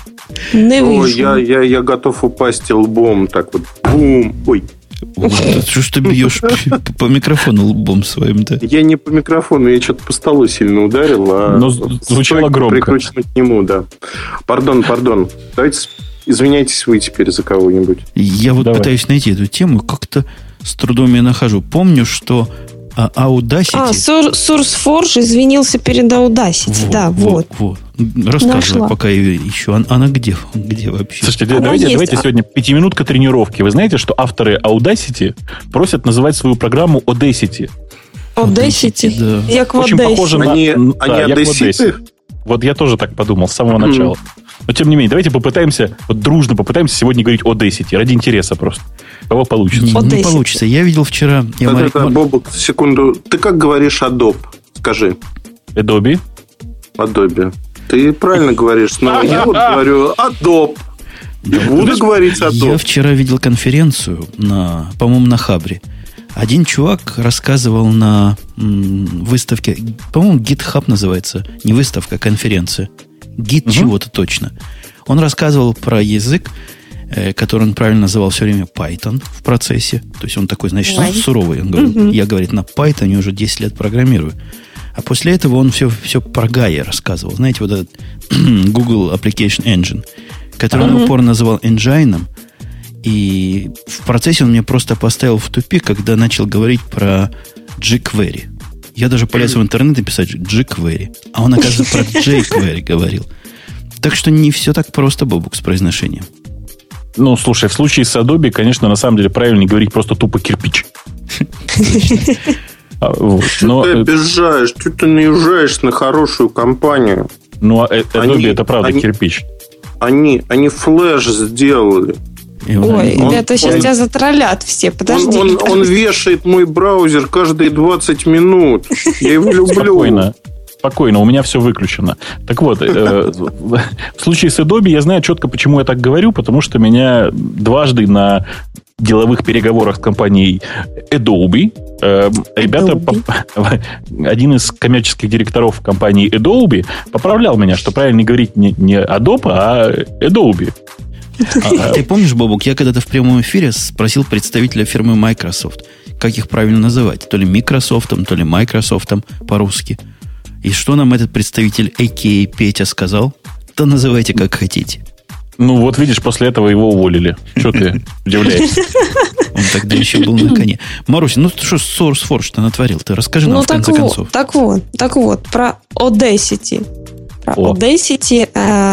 Я готов упасть лбом. Так вот. Бум. Ой. Что ж ты бьешь по микрофону лбом своим-то? Я не по микрофону, я что-то по столу сильно ударил. Но звучало громко. Прикручено к нему, да. Пардон. Давайте извиняйтесь вы теперь за кого-нибудь. Я вот пытаюсь найти эту тему, как-то с трудом я нахожу. Помню, что Audacity... SourceForge извинился перед Audacity. Вот. Рассказывай, нашла. пока еще. Она где вообще? Слушайте, давайте сегодня 5-минутка тренировки. Вы знаете, что авторы Audacity просят называть свою программу Audacity? Audacity? Да. Як в Очень похоже на... Они Audacity? Вот я тоже так подумал с самого начала. Но тем не менее, давайте дружно попытаемся сегодня говорить Audacity. Ради интереса просто. У кого получится? Не получится. Я видел вчера... Бобок, секунду. Ты как говоришь Adobe? Скажи. Adobe. Ты правильно говоришь, но я вот говорю Adobe. Буду говорить Adobe. Я вчера видел конференцию, по-моему, на Хабре. Один чувак рассказывал на выставке, по-моему, GitHub называется, не выставка, а конференция. Git чего-то точно. Он рассказывал про язык, который он правильно называл все время Python в процессе. То есть он такой, значит, суровый. Он говорит, я, говорит, на Python уже 10 лет программирую. А после этого он все про Gaia рассказывал. Знаете, вот этот Google Application Engine, который он упорно называл engine. И в процессе он меня просто поставил в тупик, когда начал говорить про jQuery. Я даже полез в интернет и писать jQuery. А он, оказывается, про jQuery говорил. Так что не все так просто, Бобук, с произношением. Ну, слушай, в случае с Adobe, конечно, на самом деле правильнее говорить просто тупо кирпич. Что ты обижаешь? Ты наезжаешь на хорошую компанию. Ну, а Adobe это правда кирпич. Они флэш сделали. Ой, ребята, сейчас тебя затроллят все. Подожди. Он вешает мой браузер каждые 20 минут. Я его люблю. Спокойно, у меня все выключено. Так вот, в случае с Adobe я знаю четко, почему я так говорю, потому что меня дважды на деловых переговорах с компанией Adobe ребята, один из коммерческих директоров компании Adobe поправлял меня, что правильно говорить не Adobe, а Adobe. Ты помнишь, Бобук, я когда-то в прямом эфире спросил представителя фирмы Microsoft, как их правильно называть, то ли Microsoft, то ли Microsoft по-русски. И что нам этот представитель, а.к.а. Петя, сказал? Да называйте как хотите. Ну, вот видишь, после этого его уволили. Что ты удивляешься? Он тогда еще был на коне. Маруся, ну что SourceForge-то натворил? Ты расскажи нам в конце концов. Так вот, про Audacity. Audacity,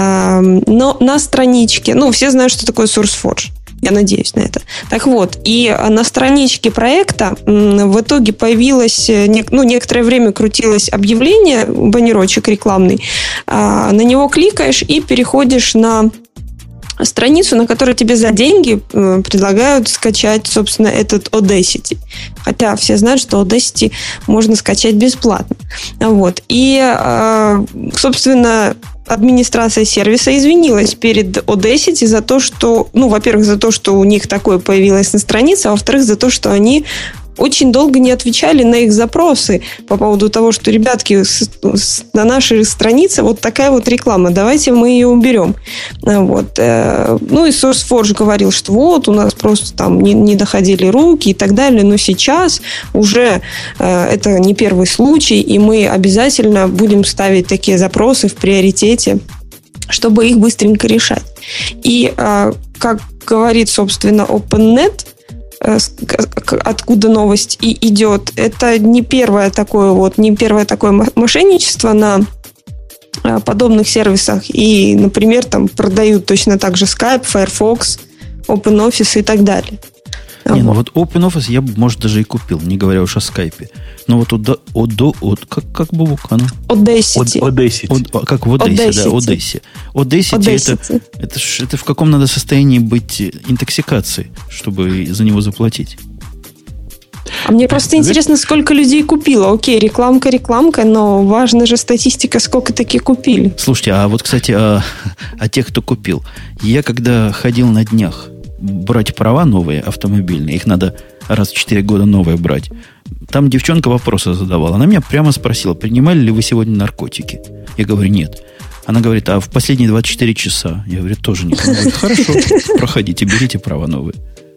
но на страничке, все знают, что такое SourceForge. Я надеюсь на это. Так вот, и на страничке проекта в итоге появилось, некоторое время крутилось объявление, баннерочек рекламный. На него кликаешь и переходишь на страницу, на которой тебе за деньги предлагают скачать, собственно, этот Audacity. Хотя все знают, что Audacity можно скачать бесплатно. Вот. И, собственно, администрация сервиса извинилась перед Audacity за то, что, во-первых, за то, что у них такое появилось на странице, а во-вторых, за то, что они очень долго не отвечали на их запросы по поводу того, что, ребятки, на нашей странице вот такая вот реклама, давайте мы ее уберем. Вот. И SourceForge говорил, что вот, у нас просто там не доходили руки и так далее, но сейчас уже это не первый случай, и мы обязательно будем ставить такие запросы в приоритете, чтобы их быстренько решать. И, как говорит, собственно, OpenNet, откуда новость и идет. Это не первое такое мошенничество на подобных сервисах. И, например, там продают точно так же Skype, Firefox, OpenOffice и так далее. Не, ну вот OpenOffice я бы, может, даже и купил, не говоря уж о Skype. Но вот как Бобук, оно? Audacity. Как в Одессе, да, Одессе. Audacity это в каком надо состоянии быть интоксикации, чтобы за него заплатить? А мне просто интересно, сколько людей купило. Окей, рекламка, но важна же статистика, сколько такие купили. Слушайте, а вот, кстати, о тех, кто купил. Я когда ходил на днях брать права новые, автомобильные, их надо раз в 4 года новые брать, там девчонка вопросы задавала. Она меня прямо спросила, принимали ли вы сегодня наркотики? Я говорю, нет. Она говорит, а в последние 24 часа? Я говорю, тоже нет. Она говорит, хорошо, проходите, берите права новые.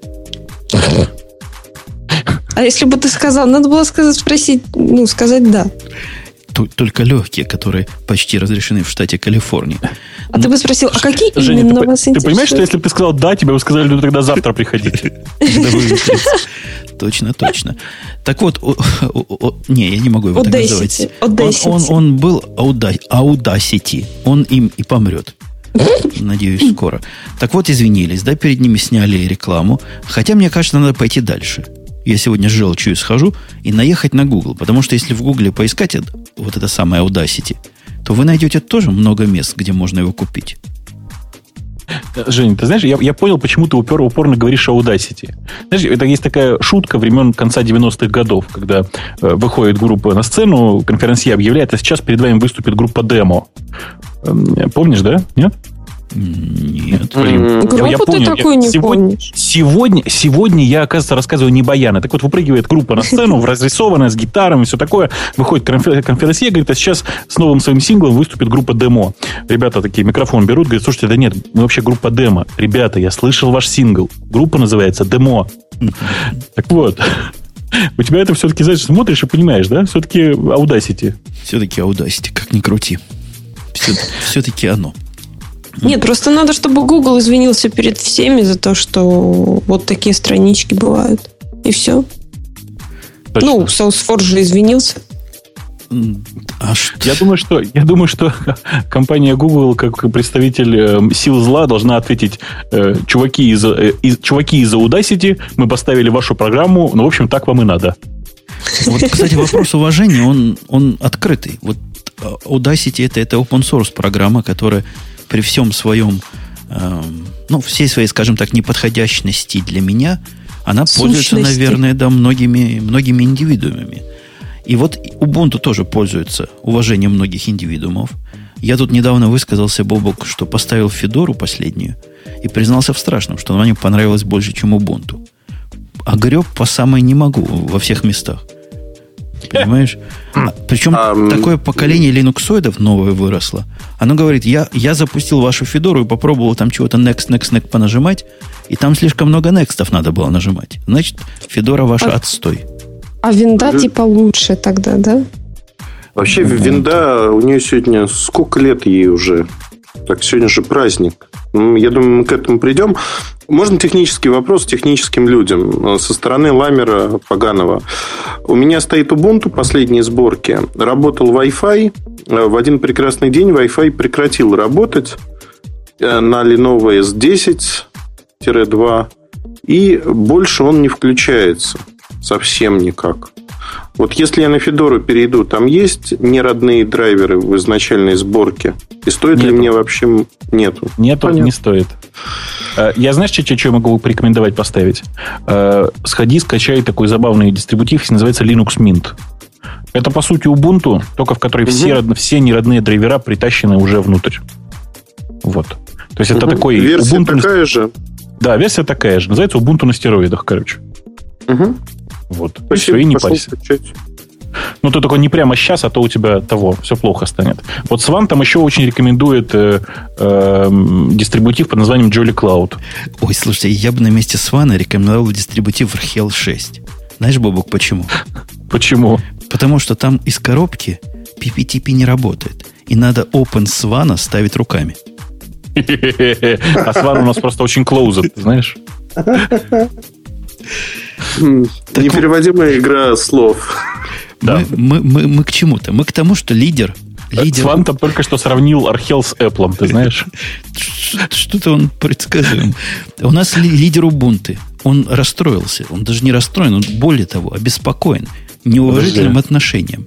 А если бы ты сказал, надо было сказать да. Только легкие, которые почти разрешены в штате Калифорния. А ты бы спросил, а какие Женя, именно вас интересуют? Ты понимаешь, что если бы ты сказал да, тебе бы сказали, ну тогда завтра приходите. Точно. Так вот, не, я не могу его так называть. Он был Audacity. Он им и помрет. Надеюсь, скоро. Так вот, извинились, да, перед ними сняли рекламу. Хотя, мне кажется, надо пойти дальше. Я сегодня с желчью схожу и наехать на Google. Потому что если в Гугле поискать вот это самое Audacity, то вы найдете тоже много мест, где можно его купить. Жень, ты знаешь, я понял, почему ты упорно говоришь о Audacity. Знаешь, это есть такая шутка времен конца 90-х годов, когда выходит группа на сцену, конференция объявляет, а сейчас перед вами выступит группа Demo. Помнишь, да? Нет? Нет. Группу я помню. Ты такую не помнишь. Сегодня я, оказывается, рассказываю не баяны. Так вот, выпрыгивает группа на сцену, разрисованная, с гитарами и все такое. Выходит конференция, говорит, а сейчас с новым своим синглом выступит группа Demo. Ребята такие микрофон берут, говорят, слушайте, да нет, мы вообще группа Demo. Ребята, я слышал ваш сингл. Группа называется Demo. Так вот, у тебя это все-таки, знаешь, смотришь и понимаешь, да? Все-таки Audacity. Все-таки Audacity, как ни крути. Все-таки оно. Нет, просто надо, чтобы Google извинился перед всеми за то, что вот такие странички бывают. И все. Точно. Ну, Salesforce же извинился. Я думаю, что компания Google, как представитель сил зла, должна ответить: чуваки из Audacity, мы поставили вашу программу, но, в общем, так вам и надо. Вот, кстати, вопрос уважения, он открытый. Вот Audacity это open source программа, которая при всем своем, всей своей, скажем так, неподходящности для меня, она пользуется, наверное, да, многими индивидуумами. И вот Ubuntu тоже пользуется уважением многих индивидуумов. Я тут недавно высказался, Бобок, что поставил Федору последнюю и признался в страшном, что она мне понравилась больше, чем Ubuntu. А греб по самой не могу во всех местах. Понимаешь? Причем такое поколение линуксоидов новое выросло. Оно говорит, я запустил вашу Федору и попробовал там чего-то next понажимать, и там слишком много некстов надо было нажимать. Значит, Федора ваша отстой. А винда типа лучше тогда, да? Вообще, винда, у нее сегодня сколько лет ей уже? Так, сегодня же праздник. Я думаю, мы к этому придем. Можно технический вопрос техническим людям. Со стороны Ламера Поганова. У меня стоит Ubuntu последней сборки. Работал Wi-Fi. В один прекрасный день Wi-Fi прекратил работать на Lenovo S10-2. И больше он не включается. Совсем никак. Вот если я на Федору перейду, там есть неродные драйверы в изначальной сборке? И стоит ли мне вообще... Нету. Не стоит. Я, знаешь, что могу порекомендовать поставить? Сходи, скачай такой забавный дистрибутив, называется Linux Mint. Это, по сути, Ubuntu, только в которой все неродные драйвера притащены уже внутрь. Вот. То есть это такой... Версия Ubuntu такая же? Да, версия такая же. Называется Ubuntu на стероидах, короче. Вот. Спасибо, все, и не парься. Ну, ты только не прямо сейчас, а то у тебя все плохо станет. Вот Swan там еще очень рекомендует дистрибутив под названием Jolly Cloud. Ой, слушайте, я бы на месте Swan рекомендовал дистрибутив RHEL 6. Знаешь, Бобок, почему? Почему? Потому что там из коробки PPTP не работает. И надо Open Swan ставить руками. А Swan у нас просто очень closed, знаешь? Непереводимая игра слов. Да. Мы к чему-то? Мы к тому, что лидер... Сван там только что сравнил Архел с Apple, ты знаешь? Что-то он предсказуем. У нас лидер Ubuntu. Он расстроился. Он даже не расстроен, он, более того, обеспокоен неуважительным отношением.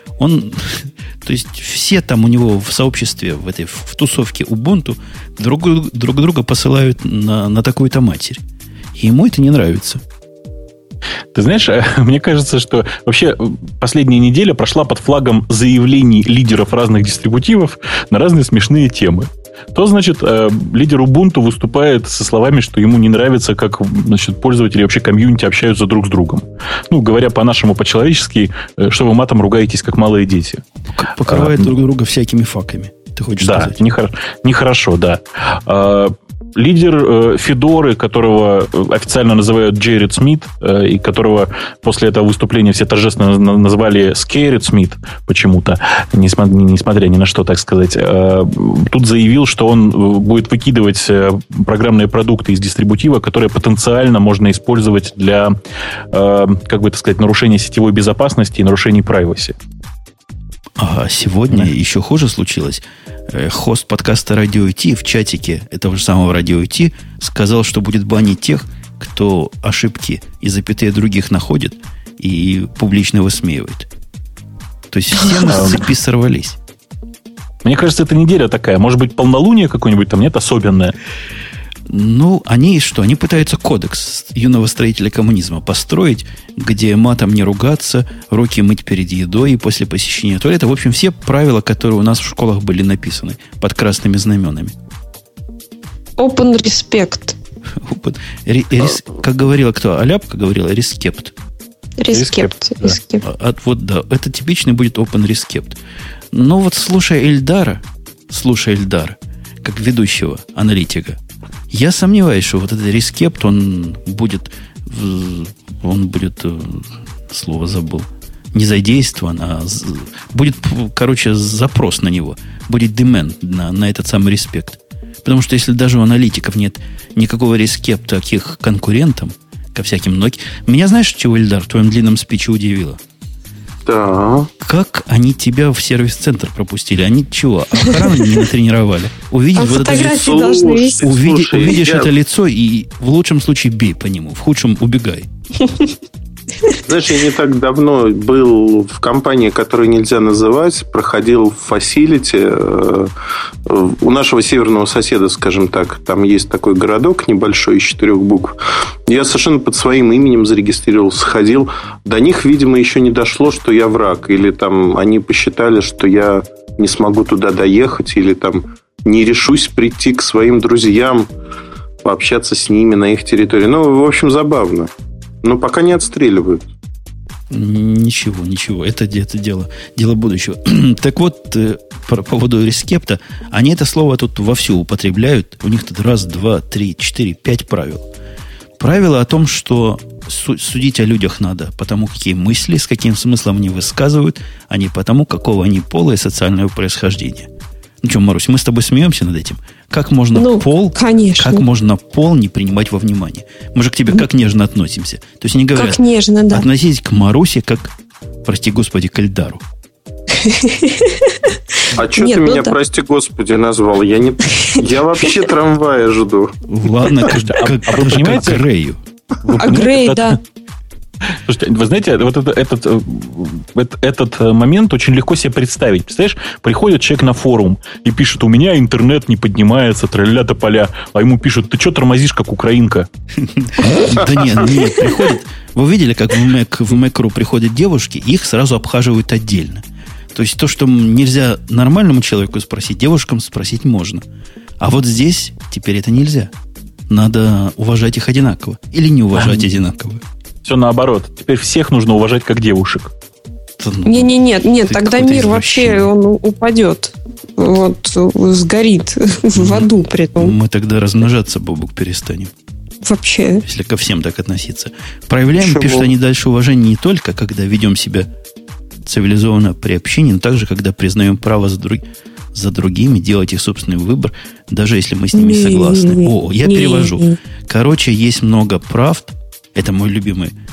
То есть все там у него в сообществе, в тусовке Ubuntu друг друга посылают на такую-то матерь. И ему это не нравится. Ты знаешь, мне кажется, что вообще последняя неделя прошла под флагом заявлений лидеров разных дистрибутивов на разные смешные темы. То, значит, лидер Ubuntu выступает со словами, что ему не нравится, как, значит, пользователи вообще комьюнити общаются друг с другом. Ну, говоря по-нашему, по-человечески, что вы матом ругаетесь, как малые дети. Покрывает друг друга всякими факами. Ты хочешь сказать? Да, нехорошо, да. Лидер Федоры, которого официально называют Джеред Смит, и которого после этого выступления все торжественно назвали Скеред Смит почему-то, несмотря ни на что, так сказать, тут заявил, что он будет выкидывать программные продукты из дистрибутива, которые потенциально можно использовать для, как бы это сказать, нарушения сетевой безопасности и нарушений privacy. А сегодня еще хуже случилось. Хост подкаста Радио IT в чатике этого же самого Радио IT сказал, что будет банить тех, кто ошибки и запятые других находит и публично высмеивает. То есть все мы с цепи сорвались. Мне кажется, эта неделя такая. Может быть, полнолуние какое-нибудь там нет особенное? Ну, они что? Они пытаются кодекс юного строителя коммунизма построить, где матом не ругаться, руки мыть перед едой и после посещения туалета. В общем, все правила, которые у нас в школах были написаны под красными знаменами. Open respect. Как говорила кто? Аляпка говорила, рескепт. Рескепт. Вот да, это типичный будет open respect. Но вот слушая Эльдара, как ведущего аналитика, я сомневаюсь, что вот этот рескепт, он будет, слово забыл, не задействован, а будет, короче, запрос на него. Будет demand на этот самый респект. Потому что если даже у аналитиков нет никакого рескепта к их конкурентам, ко всяким Nokia... Меня знаешь, чего, Ильдар, в твоем длинном спиче удивило? Да. Как они тебя в сервис-центр пропустили? Они чего? Охрану не натренировали? Увидеть вот это лицо, увидишь это лицо и в лучшем случае бей по нему, в худшем убегай. Знаешь, я не так давно был в компании, которую нельзя называть, проходил в фасилити у нашего северного соседа, скажем так. Там есть такой городок небольшой из 4 букв. Я совершенно под своим именем зарегистрировался, ходил. До них, видимо, еще не дошло, что я враг. Или там они посчитали, что я не смогу туда доехать, или там не решусь прийти к своим друзьям, пообщаться с ними на их территории. Ну, в общем, забавно. Но пока не отстреливают. Ничего. Это дело будущего. Так вот, по поводу рескепта, они это слово тут вовсю употребляют. У них тут 1, 2, 3, 4, 5 правил. Правило о том, что судить о людях надо потому, какие мысли, с каким смыслом они высказывают, а не потому, какого они пола и социального происхождения. Ну что, Марусь, мы с тобой смеемся над этим? Как можно пол не принимать во внимание? Мы же к тебе как нежно относимся. То есть они говорят, как нежно, да. Относитесь к Марусе как, прости господи, к Эльдару. А что ты меня, прости господи, назвал? Я вообще трамвая жду. Ладно, как Грею. А Грей, да. Слушайте, вы знаете, вот этот момент очень легко себе представить. Представляешь, приходит человек на форум и пишет: у меня интернет не поднимается, тролля тополя. А ему пишут: ты что тормозишь, как украинка? Да нет, приходит. Вы видели, как в Mac.ru приходят девушки, их сразу обхаживают отдельно. То есть то, что нельзя нормальному человеку спросить, девушкам спросить можно. А вот здесь теперь это нельзя. Надо уважать их одинаково. Или не уважать одинаково. Все наоборот. Теперь всех нужно уважать как девушек. Нет, тогда мир вообще он упадет. Вот сгорит в аду при том. Мы тогда размножаться, Бобук, перестанем. Вообще. Если ко всем так относиться. Проявляем, пишут они дальше, уважение не только, когда ведем себя цивилизованно при общении, но также, когда признаем право за другими, делать их собственный выбор, даже если мы с ними согласны. Я перевожу. Короче, есть много прав. Это мой любимый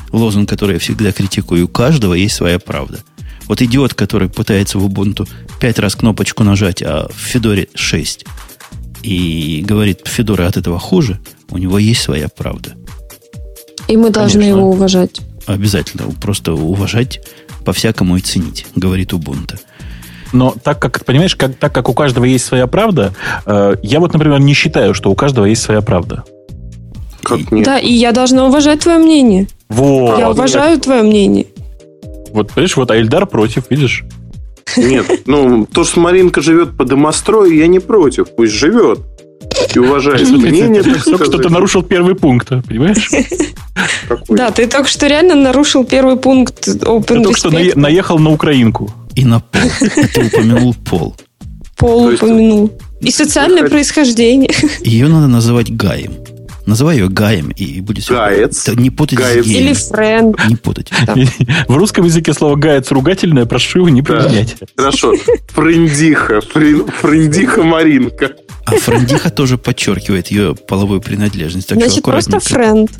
лозунг, который я всегда критикую. У каждого есть своя правда. Вот идиот, который пытается в Ubuntu 5 раз кнопочку нажать, а в Федоре 6, и говорит, Федора от этого хуже, у него есть своя правда. И мы должны его уважать. Обязательно. Просто уважать по-всякому и ценить, говорит Ubuntu. Но так как, понимаешь, так как у каждого есть своя правда, я вот, например, не считаю, что у каждого есть своя правда. Как нет? Да, и я должна уважать твое мнение. Вот. Я уважаю твое мнение. Вот, понимаешь, вот Ильдар против, видишь? Нет, то, что Маринка живет по домострою, я не против. Пусть живет. И уважает мнение. Только что ты нарушил первый пункт, понимаешь? Да, ты только что реально нарушил первый пункт Open Ты только что наехал на украинку. И на пол. Ты упомянул пол. Пол упомянул. И социальное происхождение. Ее надо называть Гаем. Называй ее Гаем, и будет все. Гаец. Не путать Гаец. с геем. Или френд. Не путать. Да. В русском языке слово «гаец» ругательное, прошу его не применять. Хорошо. Френдиха. Френдиха Маринка. А френдиха тоже подчеркивает ее половую принадлежность. Так Значит, просто френд.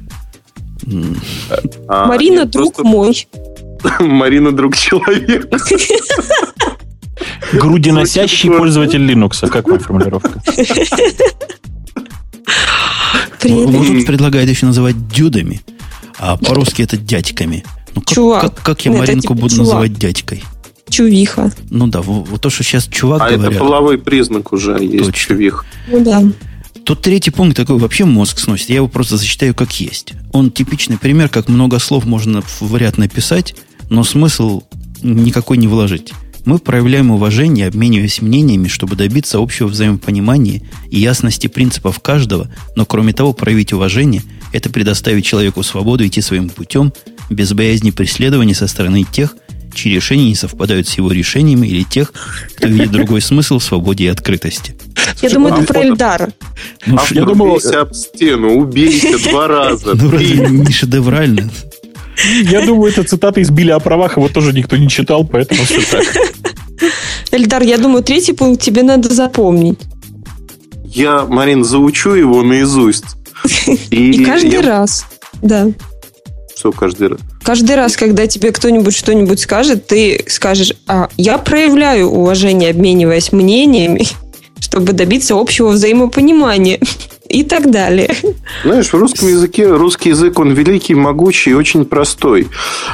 Марина друг мой. Марина друг человека. Грудиносящий пользователь Linux. Как вам формулировка? Вот тут предлагают еще называть дюдами, а по-русски это дядьками. Ну, чувак. Как я Маринку буду называть дядькой? Чувиха. Ну да, вот то, что сейчас чувак говорят. Это половой признак уже есть. Точно. Чувих. Ну да. Тут третий пункт такой вообще мозг сносит. Я его просто зачитаю как есть. Он типичный пример, как много слов можно в ряд написать, но смысл никакой не вложить. Мы проявляем уважение, обмениваясь мнениями, чтобы добиться общего взаимопонимания и ясности принципов каждого, но кроме того, проявить уважение – это предоставить человеку свободу идти своим путем, без боязни преследования со стороны тех, чьи решения не совпадают с его решениями, или тех, кто видит другой смысл в свободе и открытости. Я думаю, это про Эльдара. Я думал, убейся об стену, убейся 2 раза. Ну, разве не шедеврально? Я думаю, это цитата из Билли о правах, его тоже никто не читал, поэтому все так. Эльдар, я думаю, третий пункт тебе надо запомнить. Я, Марин, заучу его наизусть. И каждый раз, да. Что каждый раз? Каждый раз, когда тебе кто-нибудь что-нибудь скажет, ты скажешь, я проявляю уважение, обмениваясь мнениями, чтобы добиться общего взаимопонимания. И так далее. Знаешь, в русском языке, русский язык, он великий, могучий и очень простой.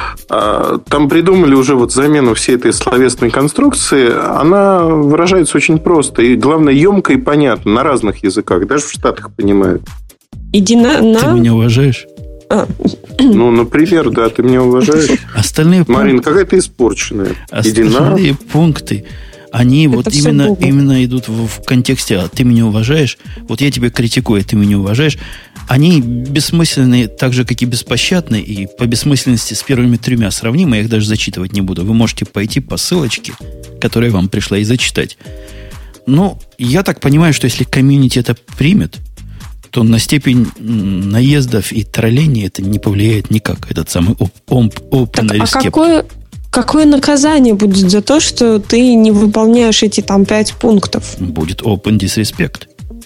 Там придумали уже вот замену всей этой словесной конструкции. Она выражается очень просто. И, главное, емко и понятно на разных языках. Даже в Штатах понимают. Иди на... Ты меня уважаешь? Ну, например, да, ты меня уважаешь. Остальные Марин, какая ты испорченная. Остальные пункты, они это вот именно идут в контексте, ты меня уважаешь, вот я тебя критикую, ты меня уважаешь. Они бессмысленные, так же, как и беспощадные, и по бессмысленности с первыми 3 сравнимы, я их даже зачитывать не буду. Вы можете пойти по ссылочке, которая вам пришла, и зачитать. Но я так понимаю, что если комьюнити это примет, то на степень наездов и тролления это не повлияет никак. Этот самый open escape. Какое наказание будет за то, что ты не выполняешь эти там 5 пунктов? Будет open disrespect.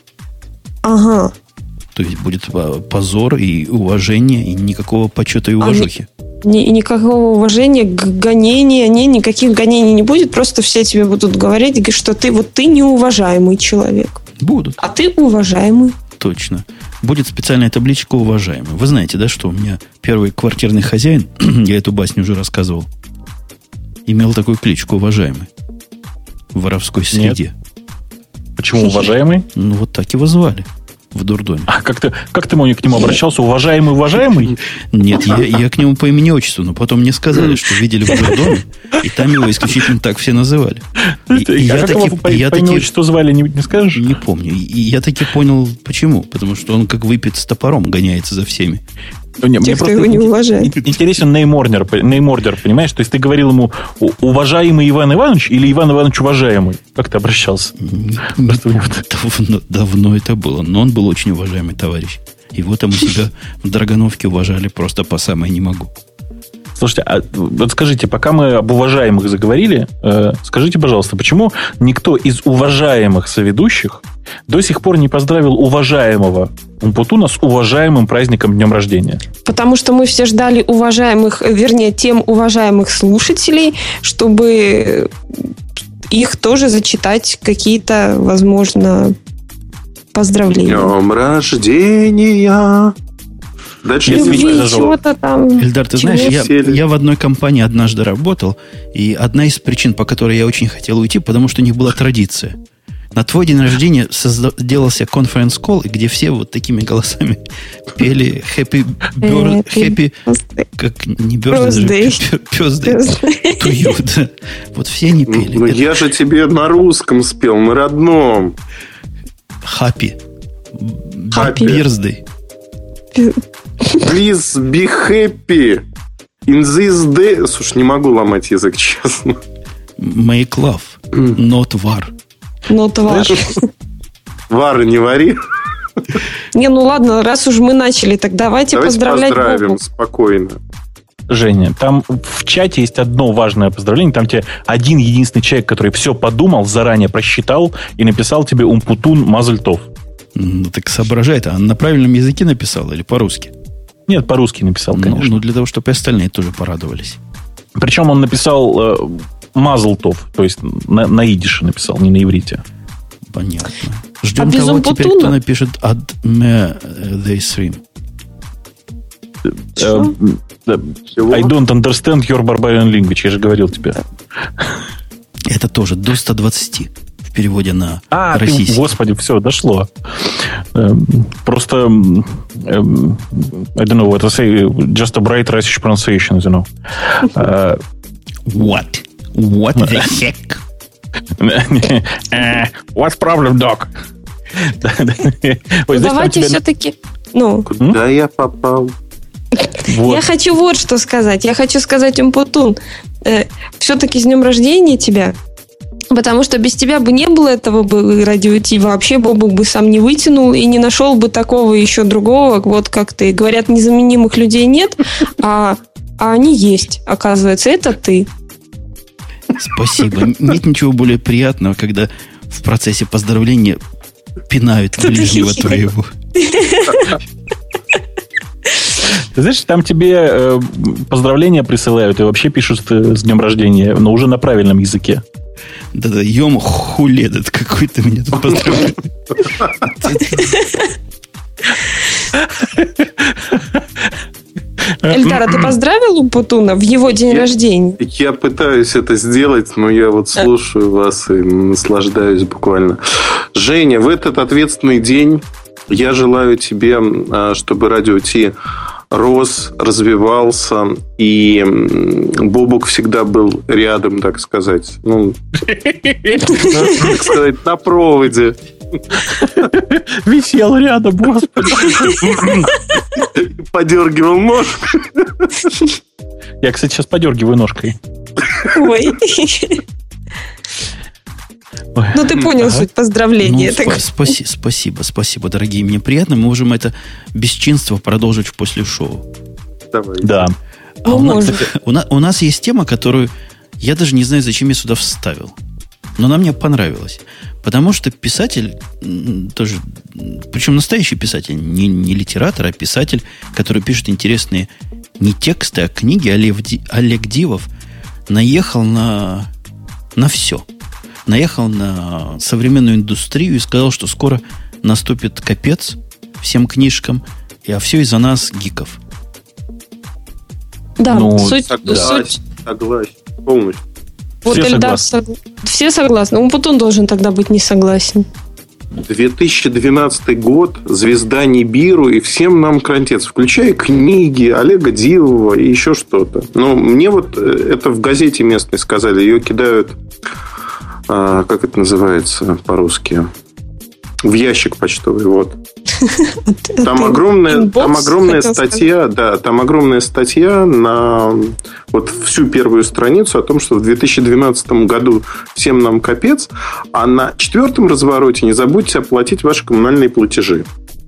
Ага. То есть будет позор и уважение, и никакого почета и уважухи. Никакого уважения, гонения, никаких гонений не будет. Просто все тебе будут говорить, что ты неуважаемый человек. Будут. А ты уважаемый. Точно. Будет специальная табличка «Уважаемый». Вы знаете, да, что у меня первый квартирный хозяин, я эту басню уже рассказывал, имел такую кличку «Уважаемый» в воровской среде. Нет. Почему «Уважаемый»? Ну, вот так его звали в дурдоме. А как ты к нему обращался? «Уважаемый»? Нет, я к нему по имени-отчеству, но потом мне сказали, что видели в дурдоме, и там его исключительно так все называли. Как его по имени-отчеству звали, не скажешь? Не помню. И я таки понял, почему. Потому что он как выпит с топором гоняется за всеми. Те, кто его не уважает. Интересен неймордер, понимаешь? То есть ты говорил ему уважаемый Иван Иванович или Иван Иванович уважаемый? Как ты обращался? Давно это было. Но он был очень уважаемый товарищ. Его там у себя в Драгановке уважали просто по самое не могу. Слушайте, а вот скажите, пока мы об уважаемых заговорили, скажите, пожалуйста, почему никто из уважаемых соведущих до сих пор не поздравил уважаемого Умпутуна с уважаемым праздником Днем рождения? Потому что мы все ждали тем уважаемых слушателей, чтобы их тоже зачитать какие-то, возможно, поздравления. Днем рождения! Дальше чего-то там. Эльдар, ты знаешь, я в одной компании однажды работал, и одна из причин, по которой я очень хотел уйти, потому что у них была традиция. На твой день рождения делался конференц-колл, где все вот такими голосами пели Happy как не birthday to you, да. Вот все они пели. Ну, я же тебе на русском спел, на родном. Happy birthday. Please be happy in this day. Слушай, не могу ломать язык, честно. Make love, not war. Not war. Вары не вари. Не, ну ладно, раз уж мы начали, так давайте поздравлять поздравим Богу. спокойно. Женя, там в чате есть одно важное поздравление. Там тебе один единственный человек, который все подумал, заранее просчитал и написал тебе Умпутун Мазальтов. Ну, так соображает. А на правильном языке написал или по-русски? Нет, по-русски написал, конечно. Ну, для того, чтобы и остальные тоже порадовались. Причем он написал Мазалтов, то есть на идише написал, не на иврите. Понятно. Ждем того теперь, кто напишет Ad me they stream. I don't understand your barbarian language. Я же говорил тебе. Это тоже до 120 в переводе на российский. Господи, все, дошло. Просто I don't know what to say. Just a bright Russian pronunciation, you know. What the heck? What's problem, doc? Давайте все-таки... Куда я попал? Вот. Я хочу вот что сказать. Я хочу сказать, Умпутун, все-таки с днем рождения тебя. Потому что без тебя бы не было этого бы радио Ти. Вообще Бобук бы сам не вытянул и не нашел бы такого еще другого. Вот как ты. Говорят, незаменимых людей нет, а они есть, оказывается. Это ты. Спасибо. Нет ничего более приятного, когда в процессе поздравления пинают ближнего твоего. Ты знаешь, там тебе поздравления присылают и вообще пишут с днем рождения, но уже на правильном языке. Да-да, Йом Хуледет какой-то меня тут поздравляет. Эльдар, а ты поздравил Умпутуна в его день рождения? Я пытаюсь это сделать, но я вот слушаю вас и наслаждаюсь буквально. Женя, в этот ответственный день я желаю тебе, чтобы радио Ти рос, развивался, и Бобук всегда был рядом, так сказать. Ну, так сказать, на проводе. Висел рядом, господи. Подергивал ножкой. Я, кстати, сейчас подергиваю ножкой. Ой. Ну, ты понял суть поздравления. Спасибо, дорогие. Мне приятно. Мы можем это бесчинство продолжить после шоу. Давай. Да. У нас есть тема, которую я даже не знаю, зачем я сюда вставил. Но она мне понравилась. Потому что писатель тоже, причем настоящий писатель, не литератор, а писатель, который пишет интересные не тексты, а книги, Олег Дивов, наехал на все. Наехал на современную индустрию и сказал, что скоро наступит капец всем книжкам, а все из-за нас, гиков. Да, согласен, полностью. Вот все Эльдар все согласны. Умпутун должен тогда быть не согласен. 2012 год, звезда Нибиру, и всем нам крантец, включая книги Олега Дивова и еще что-то. Но мне вот это в газете местной сказали, ее кидают, как это называется по-русски, в ящик почтовый, вот. Там огромная статья, да, там огромная статья на вот всю первую страницу о том, что в 2012 году всем нам капец, а на 4-м развороте не забудьте оплатить ваши коммунальные платежи.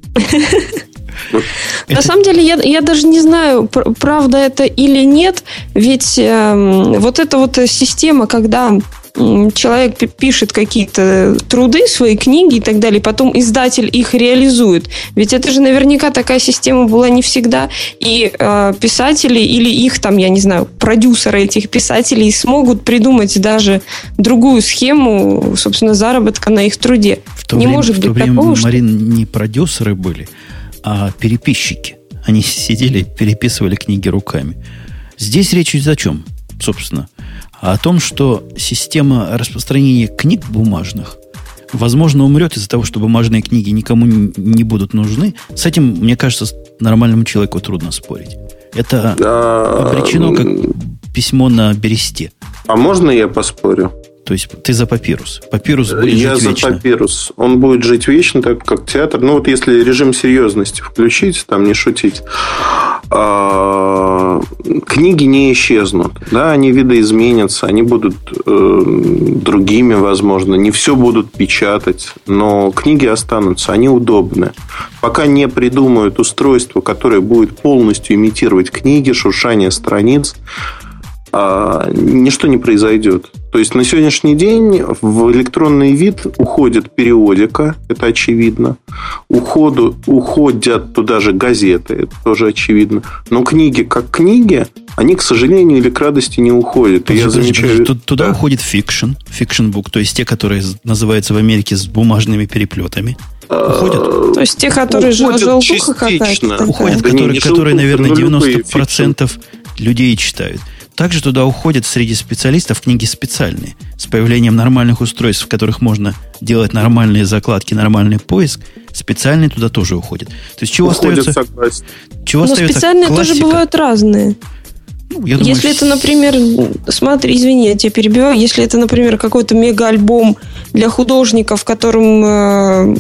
На самом деле, я даже не знаю, правда это или нет, ведь вот эта вот система, когда человек пишет какие-то труды, свои книги и так далее, потом издатель их реализует. Ведь это же наверняка такая система была не всегда. И писатели или их там, я не знаю, продюсеры этих писателей смогут придумать даже другую схему, собственно, заработка на их труде. Не может быть такого, что... Марин, не продюсеры были, а переписчики. Они сидели, переписывали книги руками. Здесь речь идет о чем, собственно? О том, что система распространения книг бумажных, возможно, умрет из-за того, что бумажные книги никому не будут нужны. С этим, мне кажется, нормальному человеку трудно спорить. Это обречено как письмо на бересте. А можно я поспорю? То есть ты за папирус. Папирус будет жить вечно. Я за папирус. Он будет жить вечно, так как театр. Ну, вот если режим серьезности включить, там не шутить, книги не исчезнут. Да, они видоизменятся, они будут другими, возможно. Не все будут печатать, но книги останутся, они удобны. Пока не придумают устройство, которое будет полностью имитировать книги, шуршание страниц, ничто не произойдет. То есть на сегодняшний день в электронный вид уходит периодика, это очевидно. Уходят туда же газеты, это тоже очевидно. Но книги как книги, они, к сожалению, или к радости не уходят. Туда уходит фикшн-бук, то есть те, которые называются в Америке с бумажными переплетами. Уходят? То есть те, которые желтуха какая-то. Уходят, которые, наверное, 90% людей читают. Также туда уходят среди специалистов книги специальные, с появлением нормальных устройств, в которых можно делать нормальные закладки, нормальный поиск. Специальные туда тоже уходят. То есть чего остается? Специальные классика? Тоже бывают разные. Если это, например, смотри, извини, я тебя перебиваю. Если это, например, какой-то мега-альбом для художников, в котором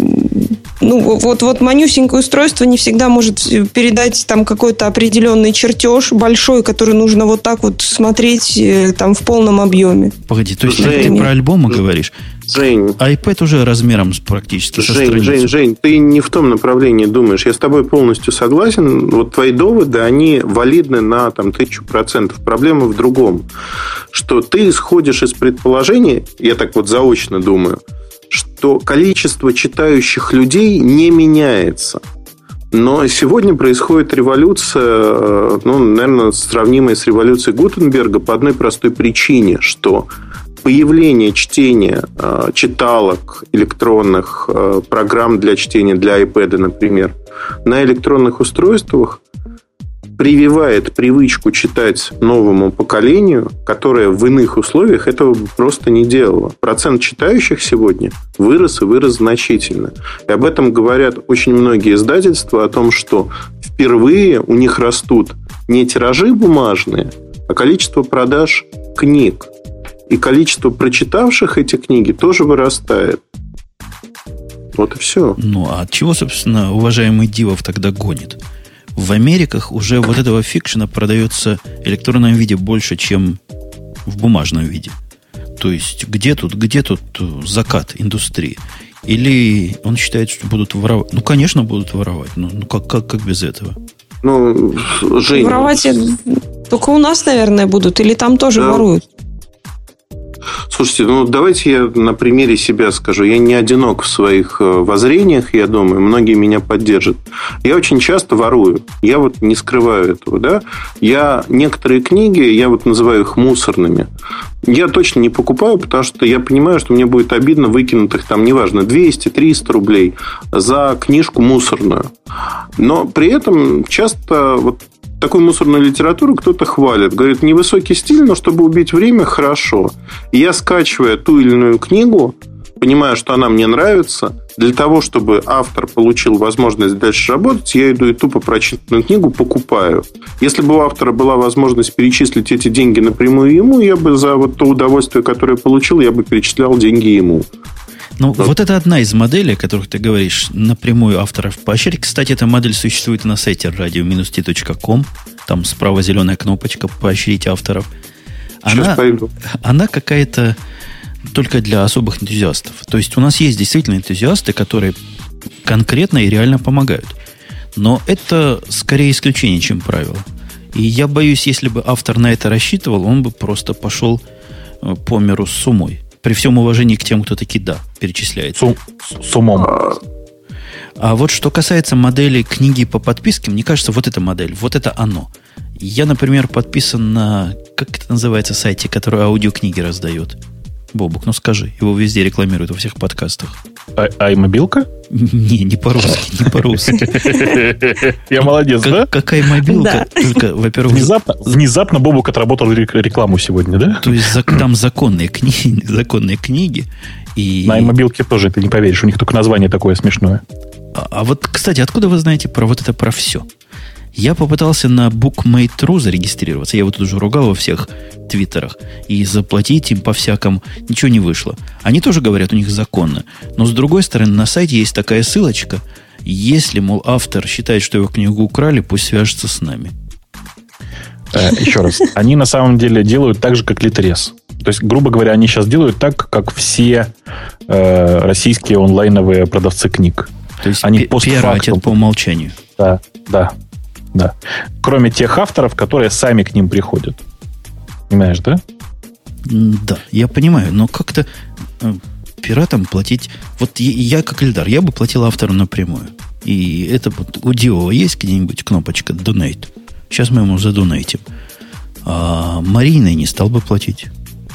вот манюсенькое устройство не всегда может передать там какой-то определенный чертеж большой, который нужно вот так вот смотреть там в полном объеме. Погоди, то есть ты про альбомы говоришь? Жень. iPad уже размером практически со страницу. Жень, ты не в том направлении думаешь. Я с тобой полностью согласен. Вот твои доводы, они валидны на 1000%. Проблема в другом. Что ты исходишь из предположения, я так вот заочно думаю, что количество читающих людей не меняется. Но сегодня происходит революция, наверное, сравнимая с революцией Гутенберга по одной простой причине, что появление чтения читалок электронных, программ для чтения для iPad, например, на электронных устройствах прививает привычку читать новому поколению, которое в иных условиях этого бы просто не делало. Процент читающих сегодня вырос и вырос значительно. И об этом говорят очень многие издательства, о том, что впервые у них растут не тиражи бумажные, а количество продаж книг. И количество прочитавших эти книги тоже вырастает. Вот и все. А от чего, собственно, уважаемый Дивов тогда гонит? В Америках уже вот этого фикшена продается в электронном виде больше, чем в бумажном виде. То есть, где тут закат индустрии? Или он считает, что будут воровать? Конечно, будут воровать. Как без этого? Жень... Воровать только у нас, наверное, будут. Или там тоже воруют? Слушайте, давайте я на примере себя скажу. Я не одинок в своих воззрениях, я думаю, многие меня поддержат. Я очень часто ворую. Я не скрываю этого, да. Я некоторые книги, я называю их мусорными. Я точно не покупаю, потому что я понимаю, что мне будет обидно выкинуть их неважно, 200-300 рублей за книжку мусорную. Но при этом часто такую мусорную литературу кто-то хвалит. Говорит, невысокий стиль, но чтобы убить время, хорошо. И я, скачивая ту или иную книгу, понимаю, что она мне нравится, для того, чтобы автор получил возможность дальше работать, я иду и тупо прочитанную книгу покупаю. Если бы у автора была возможность перечислить эти деньги напрямую ему, я бы за то удовольствие, которое я получил, я бы перечислял деньги ему. Вот это одна из моделей, о которых ты говоришь, напрямую авторов поощрять. Кстати, эта модель существует на сайте radio-t.com. Там справа зеленая кнопочка «Поощрить авторов». Она какая-то только для особых энтузиастов. То есть у нас есть действительно энтузиасты, которые конкретно и реально помогают. Но это скорее исключение, чем правило. И я боюсь, если бы автор на это рассчитывал, он бы просто пошел по миру с умой. При всем уважении к тем, кто таки да, перечисляет. С умом. А вот что касается модели книги по подписке, мне кажется, вот эта модель, вот это оно. Я, например, подписан на, как это называется, сайте, который аудиокниги раздает. Бобук, ну скажи, его везде рекламируют во всех подкастах. Ай-мобилка? Не по-русски, не по-русски. Я молодец, да? Какая мобилка? Только, во-первых... Внезапно Бобук отработал рекламу сегодня, да? То есть там законные книги. И... На мобилке тоже, ты не поверишь, у них только название такое смешное. А вот, кстати, откуда вы знаете про все? Я попытался на BookMate.ru зарегистрироваться. Я его тут уже ругал во всех твиттерах. И заплатить им по-всякому ничего не вышло. Они тоже говорят, у них законно. Но, с другой стороны, на сайте есть такая ссылочка. Если, мол, автор считает, что его книгу украли, пусть свяжется с нами. Еще раз. Они на самом деле делают так же, как Литрес. То есть, грубо говоря, они сейчас делают так, как все российские онлайновые продавцы книг. То есть они пиратят по умолчанию. Да. Кроме тех авторов, которые сами к ним приходят. Понимаешь, да? Да, я понимаю, но как-то пиратам платить... Вот я как Эльдар, я бы платил автору напрямую. И это вот у Дио есть где-нибудь кнопочка Donate? Сейчас мы ему задонатим. А Мариной не стал бы платить.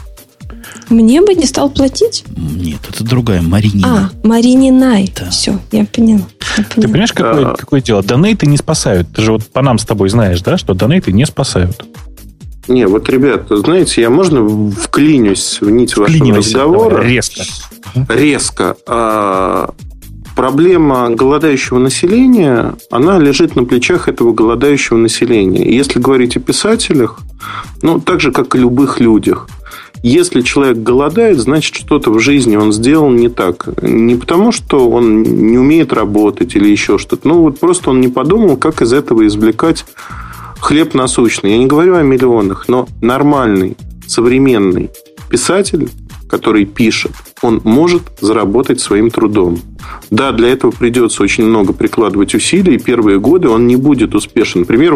Мне бы не стал платить? Нет, это другая, Маринина. Марининай. Да. Все, я поняла. Ты понимаешь, какое дело? Донейты не спасают. Ты же вот по нам с тобой знаешь, да, что донейты не спасают. Не, вот, ребят, знаете, можно вклинюсь в нить вашего разговора? Давай, резко. Проблема голодающего населения, она лежит на плечах этого голодающего населения. И если говорить о писателях, так же, как и любых людях, если человек голодает, значит, что-то в жизни он сделал не так. Не потому, что он не умеет работать или еще что-то. Просто он не подумал, как из этого извлекать хлеб насущный. Я не говорю о миллионах, но нормальный, современный писатель, который пишет, он может заработать своим трудом. Да, для этого придется очень много прикладывать усилий, и первые годы он не будет успешен. Например,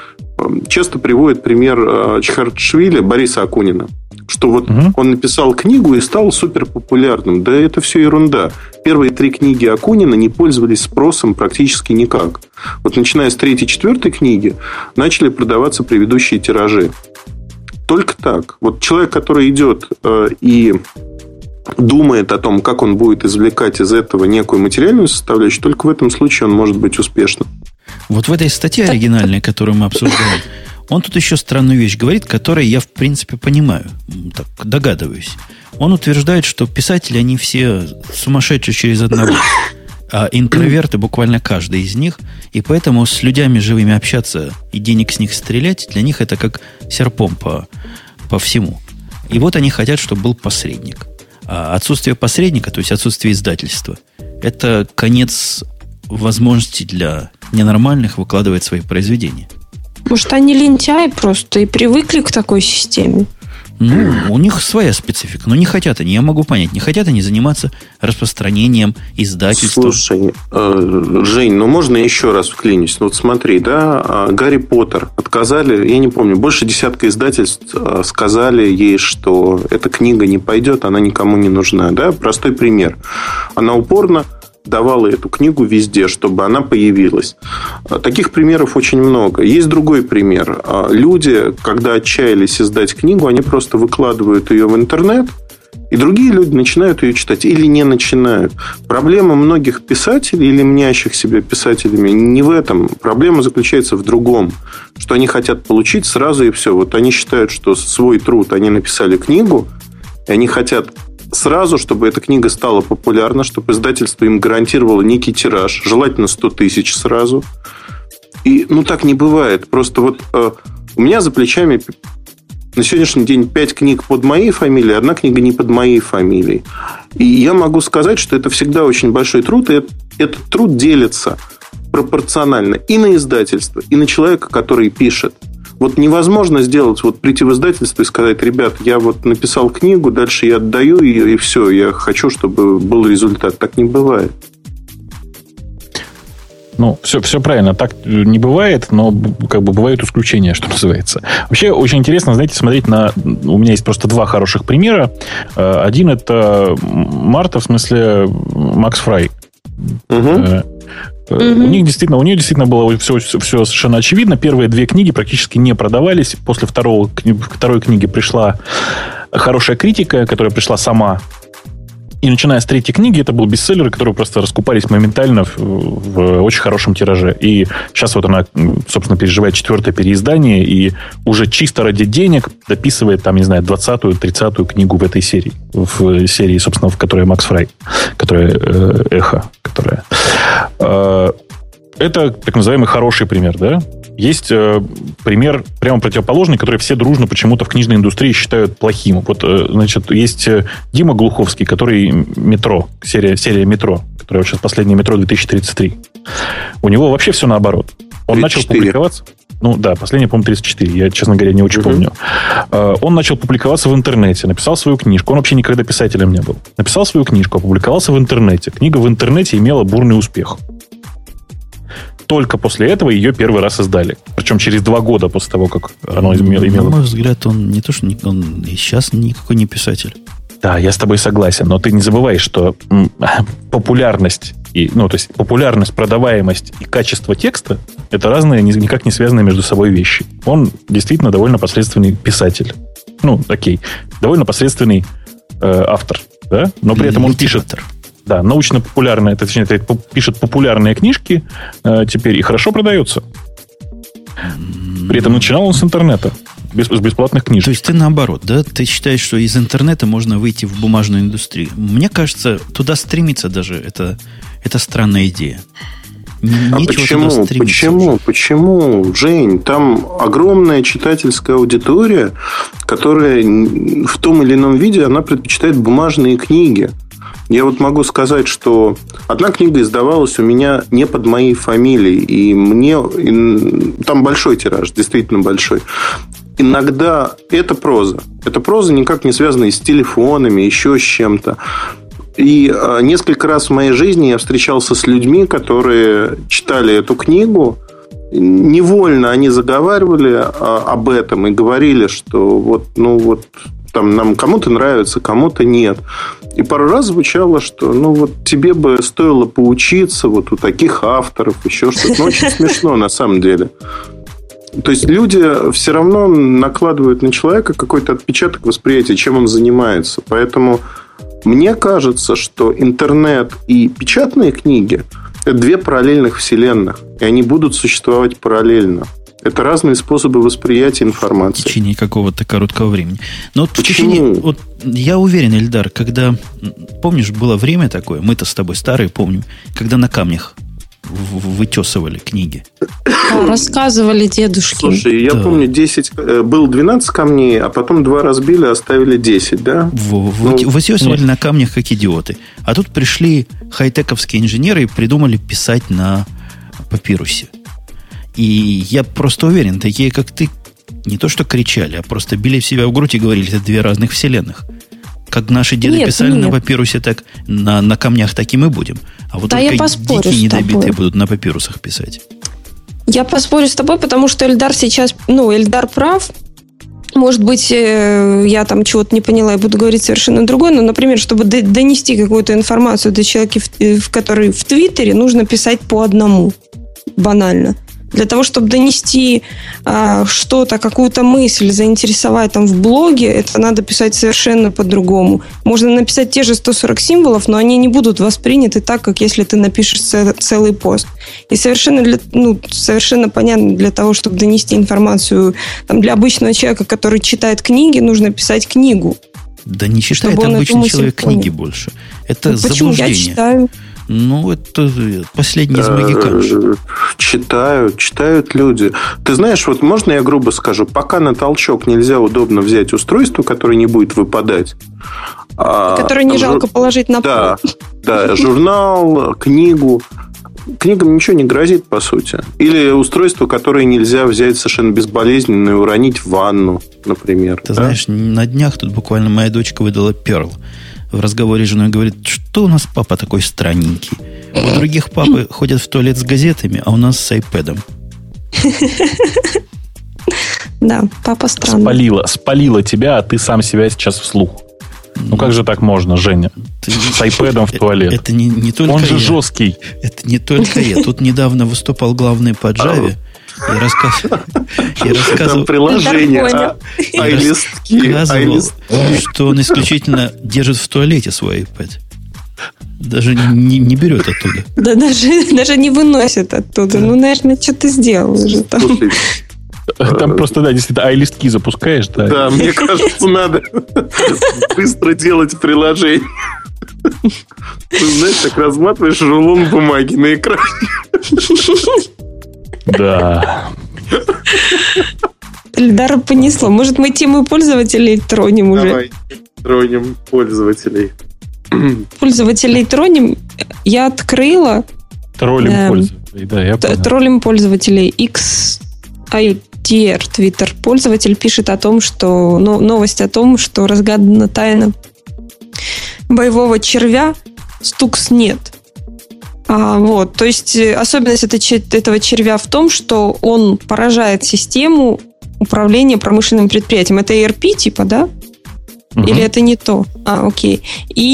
часто приводит пример Чхартшвили Бориса Акунина, что он написал книгу и стал суперпопулярным. Да это все ерунда. Первые 3 книги Акунина не пользовались спросом практически никак. Начиная с 3-4 книги начали продаваться предыдущие тиражи. Только так. Человек, который идет и думает о том, как он будет извлекать из этого некую материальную составляющую, только в этом случае он может быть успешным. Вот в этой статье оригинальной, которую мы обсуждаем, он тут еще странную вещь говорит, которую я, в принципе, понимаю, так догадываюсь. Он утверждает, что писатели, они все сумасшедшие через одного, а интроверты буквально каждый из них, и поэтому с людьми живыми общаться и денег с них стрелять, для них это как серпом по всему. И вот они хотят, чтобы был посредник. А отсутствие посредника, то есть отсутствие издательства, это конец возможности для ненормальных выкладывать свои произведения. Может, они лентяи просто и привыкли к такой системе? У них своя специфика. Но не хотят они, я могу понять, не хотят они заниматься распространением издательства. Слушай, Жень, можно еще раз вклинюсь? Смотри, да, Гарри Поттер отказали, я не помню, больше 10 издательств сказали ей, что эта книга не пойдет, она никому не нужна. Да? Простой пример. Она упорно давала эту книгу везде, чтобы она появилась. Таких примеров очень много. Есть другой пример. Люди, когда отчаялись издать книгу, они просто выкладывают ее в интернет, и другие люди начинают ее читать или не начинают. Проблема многих писателей или мнящих себя писателями не в этом. Проблема заключается в другом, что они хотят получить сразу и все. Они считают, что свой труд, они написали книгу, и они хотят сразу, чтобы эта книга стала популярна, чтобы издательство им гарантировало некий тираж, желательно 100 тысяч сразу. И, так не бывает. Просто у меня за плечами на сегодняшний день 5 книг под моей фамилией, 1 книга не под моей фамилией. И я могу сказать, что это всегда очень большой труд, и этот труд делится пропорционально и на издательство, и на человека, который пишет. Невозможно сделать, прийти в издательство и сказать: ребят, я написал книгу, дальше я отдаю ее, и все, я хочу, чтобы был результат. Так не бывает. Ну, все правильно. Так не бывает, но как бы бывают исключения, что называется. Вообще, очень интересно, знаете, смотреть на... У меня есть просто два хороших примера. Один — это Марта, в смысле Макс Фрай. У нее действительно было все совершенно очевидно. Первые две книги практически не продавались. После второй книги пришла хорошая критика, которая пришла сама. И начиная с третьей книги, это был бестселлер, которые просто раскупались моментально в очень хорошем тираже. И сейчас вот она, собственно, переживает 4-е переиздание и уже чисто ради денег дописывает, там, не знаю, 20-ю, 30-ю книгу в этой серии. В серии, собственно, в которой Макс Фрай, которая «Эхо», которая... Это так называемый хороший пример, да? Есть пример прямо противоположный, который все дружно почему-то в книжной индустрии считают плохим. Вот, значит, есть Дима Глуховский, который «Метро», серия «Метро», которая вот сейчас последняя «Метро 2033». У него вообще все наоборот. Он 34. Начал публиковаться... Ну да, последняя, по-моему, 34. Я, честно говоря, не очень помню. Он начал публиковаться в интернете, написал свою книжку. Он вообще никогда писателем не был. Написал свою книжку, опубликовался в интернете. Книга в интернете имела бурный успех. Только после этого ее первый раз издали. Причем через 2 года после того, как оно имело... На мой взгляд, он не то, что он и сейчас никакой не писатель. Да, я с тобой согласен. Но ты не забывай, что популярность, то есть популярность, продаваемость и качество текста — это разные, никак не связанные между собой вещи. Он действительно довольно посредственный писатель. Окей. Довольно посредственный автор. Да? Но при этом он пишет... Да, научно-популярные, точнее, пишет популярные книжки теперь и хорошо продается. При этом начинал он с интернета, с бесплатных книжек. То есть ты наоборот, да? Ты считаешь, что из интернета можно выйти в бумажную индустрию? Мне кажется, туда стремиться даже это странная идея. Почему, Жень? Там огромная читательская аудитория, которая в том или ином виде она предпочитает бумажные книги. Я вот могу сказать, что одна книга издавалась у меня не под моей фамилией, и там большой тираж, действительно большой. Иногда это проза. Это проза никак не связанная с телефонами, еще с чем-то. И несколько раз в моей жизни я встречался с людьми, которые читали эту книгу. Невольно они заговаривали об этом и говорили, что там нам кому-то нравится, кому-то нет. И пару раз звучало, что тебе бы стоило поучиться у таких авторов, еще что-то. Очень смешно на самом деле. То есть люди все равно накладывают на человека какой-то отпечаток восприятия, чем он занимается. Поэтому мне кажется, что интернет и печатные книги – это 2 параллельных вселенных. И они будут существовать параллельно. Это разные способы восприятия информации. В течение какого-то короткого времени. Но в течение... я уверен, Эльдар, когда... Помнишь, было время такое, мы-то с тобой старые помним, когда на камнях вытесывали книги. Рассказывали дедушки. Слушай, я помню, 10... Было 12 камней, а потом 2 разбили, оставили 10, да? Вытесывали на камнях, как идиоты. А тут пришли хай-тековские инженеры и придумали писать на папирусе. И я просто уверен, такие, как ты, не то что кричали, а просто били в себя в грудь и говорили, это 2 разных вселенных. Как наши деды писали на папирусе, так на камнях так и мы будем. А вот только дикие недобитые будут на папирусах писать. Я поспорю с тобой, потому что Эльдар сейчас... Эльдар прав. Может быть, я там чего-то не поняла и буду говорить совершенно другое. Но, например, чтобы донести какую-то информацию до человека, который в Твиттере, нужно писать по одному. Банально. Для того, чтобы донести что-то, какую-то мысль, заинтересовать там в блоге, это надо писать совершенно по-другому. Можно написать те же 140 символов, но они не будут восприняты так, как если ты напишешь целый пост. И совершенно понятно, для того, чтобы донести информацию для обычного человека, который читает книги, нужно писать книгу. Да не читает обычный человек книги больше. Это заблуждение. Я читаю. Это последний из магикан. Читают люди. Ты знаешь, можно я грубо скажу, пока на толчок нельзя удобно взять устройство, которое не будет выпадать. Которое не жалко положить на пол. Да, журнал, книгу. Книгам ничего не грозит, по сути. Или устройство, которое нельзя взять совершенно безболезненно и уронить в ванну, например. Ты знаешь, на днях тут буквально моя дочка выдала Perl. В разговоре с женой говорит, что у нас папа такой странненький. У других папы ходят в туалет с газетами, а у нас с iPad'ом. Да, папа странный. Спалила тебя, а ты сам себя сейчас вслух. Ну как же так можно, Женя? С iPad'ом в туалет. Это не только Он же жесткий. Это не только я. Тут недавно выступал главный по Java и рассказывал... Там приложение, рассказывал, что он исключительно держит в туалете свой iPad. Даже не берет оттуда. Да даже не выносит оттуда. Ну, наверное, что ты сделал уже там. Там просто, да, действительно, ай-листки запускаешь, да. Да, мне кажется, надо быстро делать приложение. Ты знаешь, так разматываешь рулон бумаги на экране. Да. Эльдара понесло. Может, мы тему пользователей тронем уже? Давай, тронем пользователей. Пользователей тронем. Я открыла... Троллим пользователей, да, я понял. Троллим пользователей. XIDR, Twitter. Пользователь пишет о том, что... новость о том, что разгадана тайна боевого червя Stuxnet. Вот, то есть особенность этого червя в том, что он поражает систему управления промышленным предприятием. Это ERP типа, да? Или это не то? Окей.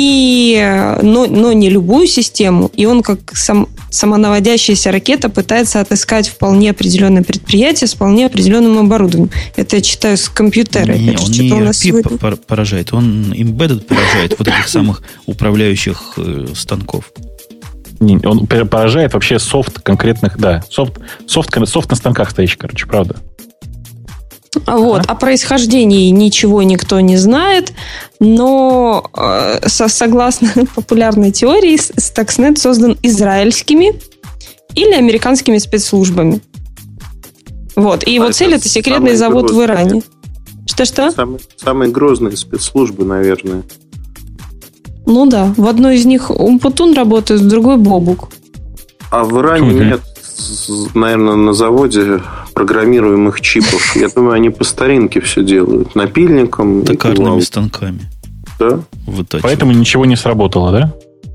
Но не любую систему. И он, как самонаводящаяся ракета, пытается отыскать вполне определенное предприятие с вполне определенным оборудованием. Это я читаю с компьютера. Он не ERP поражает, он embedded поражает вот этих самых управляющих станков. Он поражает вообще софт конкретных, да. Софт на станках стоящий, короче, правда. Вот. О происхождении ничего никто не знает, но согласно популярной теории, Stuxnet создан израильскими или американскими спецслужбами. Вот. И его цель — это секретный завод в Иране. Что-что? Самые грозные спецслужбы, наверное. Ну да. В одной из них Умпутун работает, в другой Бобук. А в Иране нет, наверное, на заводе программируемых чипов. Я думаю, они по старинке все делают. Напильником. Токарными станками. Да? Поэтому ничего не сработало, да?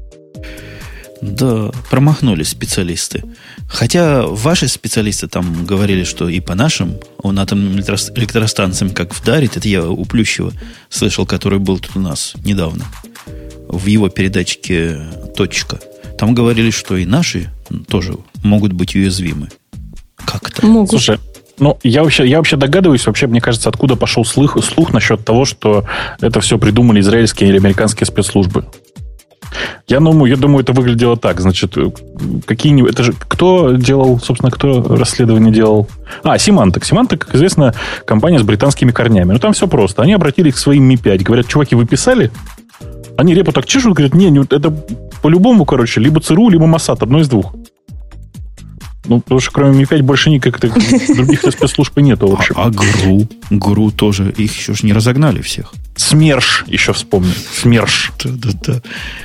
Да, промахнулись специалисты. Хотя ваши специалисты там говорили, что и по нашим он атомным электростанциям как вдарит. Это я у Плющева слышал, который был тут у нас недавно. В его передатчике «Точка». Там говорили, что и наши тоже могут быть уязвимы. Как-то. Могут. Слушай, я вообще догадываюсь, мне кажется, откуда пошел слух насчет того, что это все придумали израильские или американские спецслужбы. Я думаю, это выглядело так. Значит, это же кто расследование делал? Symantec. Symantec, как известно, компания с британскими корнями. Но там все просто. Они обратились к своим Mi-5. Говорят, чуваки, вы писали? Они репу так чешут, говорят, это по-любому, либо ЦРУ, либо Моссад, одно из двух. Потому что кроме Mi-5 больше никаких других спецслужб и нету, в общем. А ГРУ тоже, их еще ж не разогнали всех. СМЕРШ еще вспомнил. СМЕРШ. Да.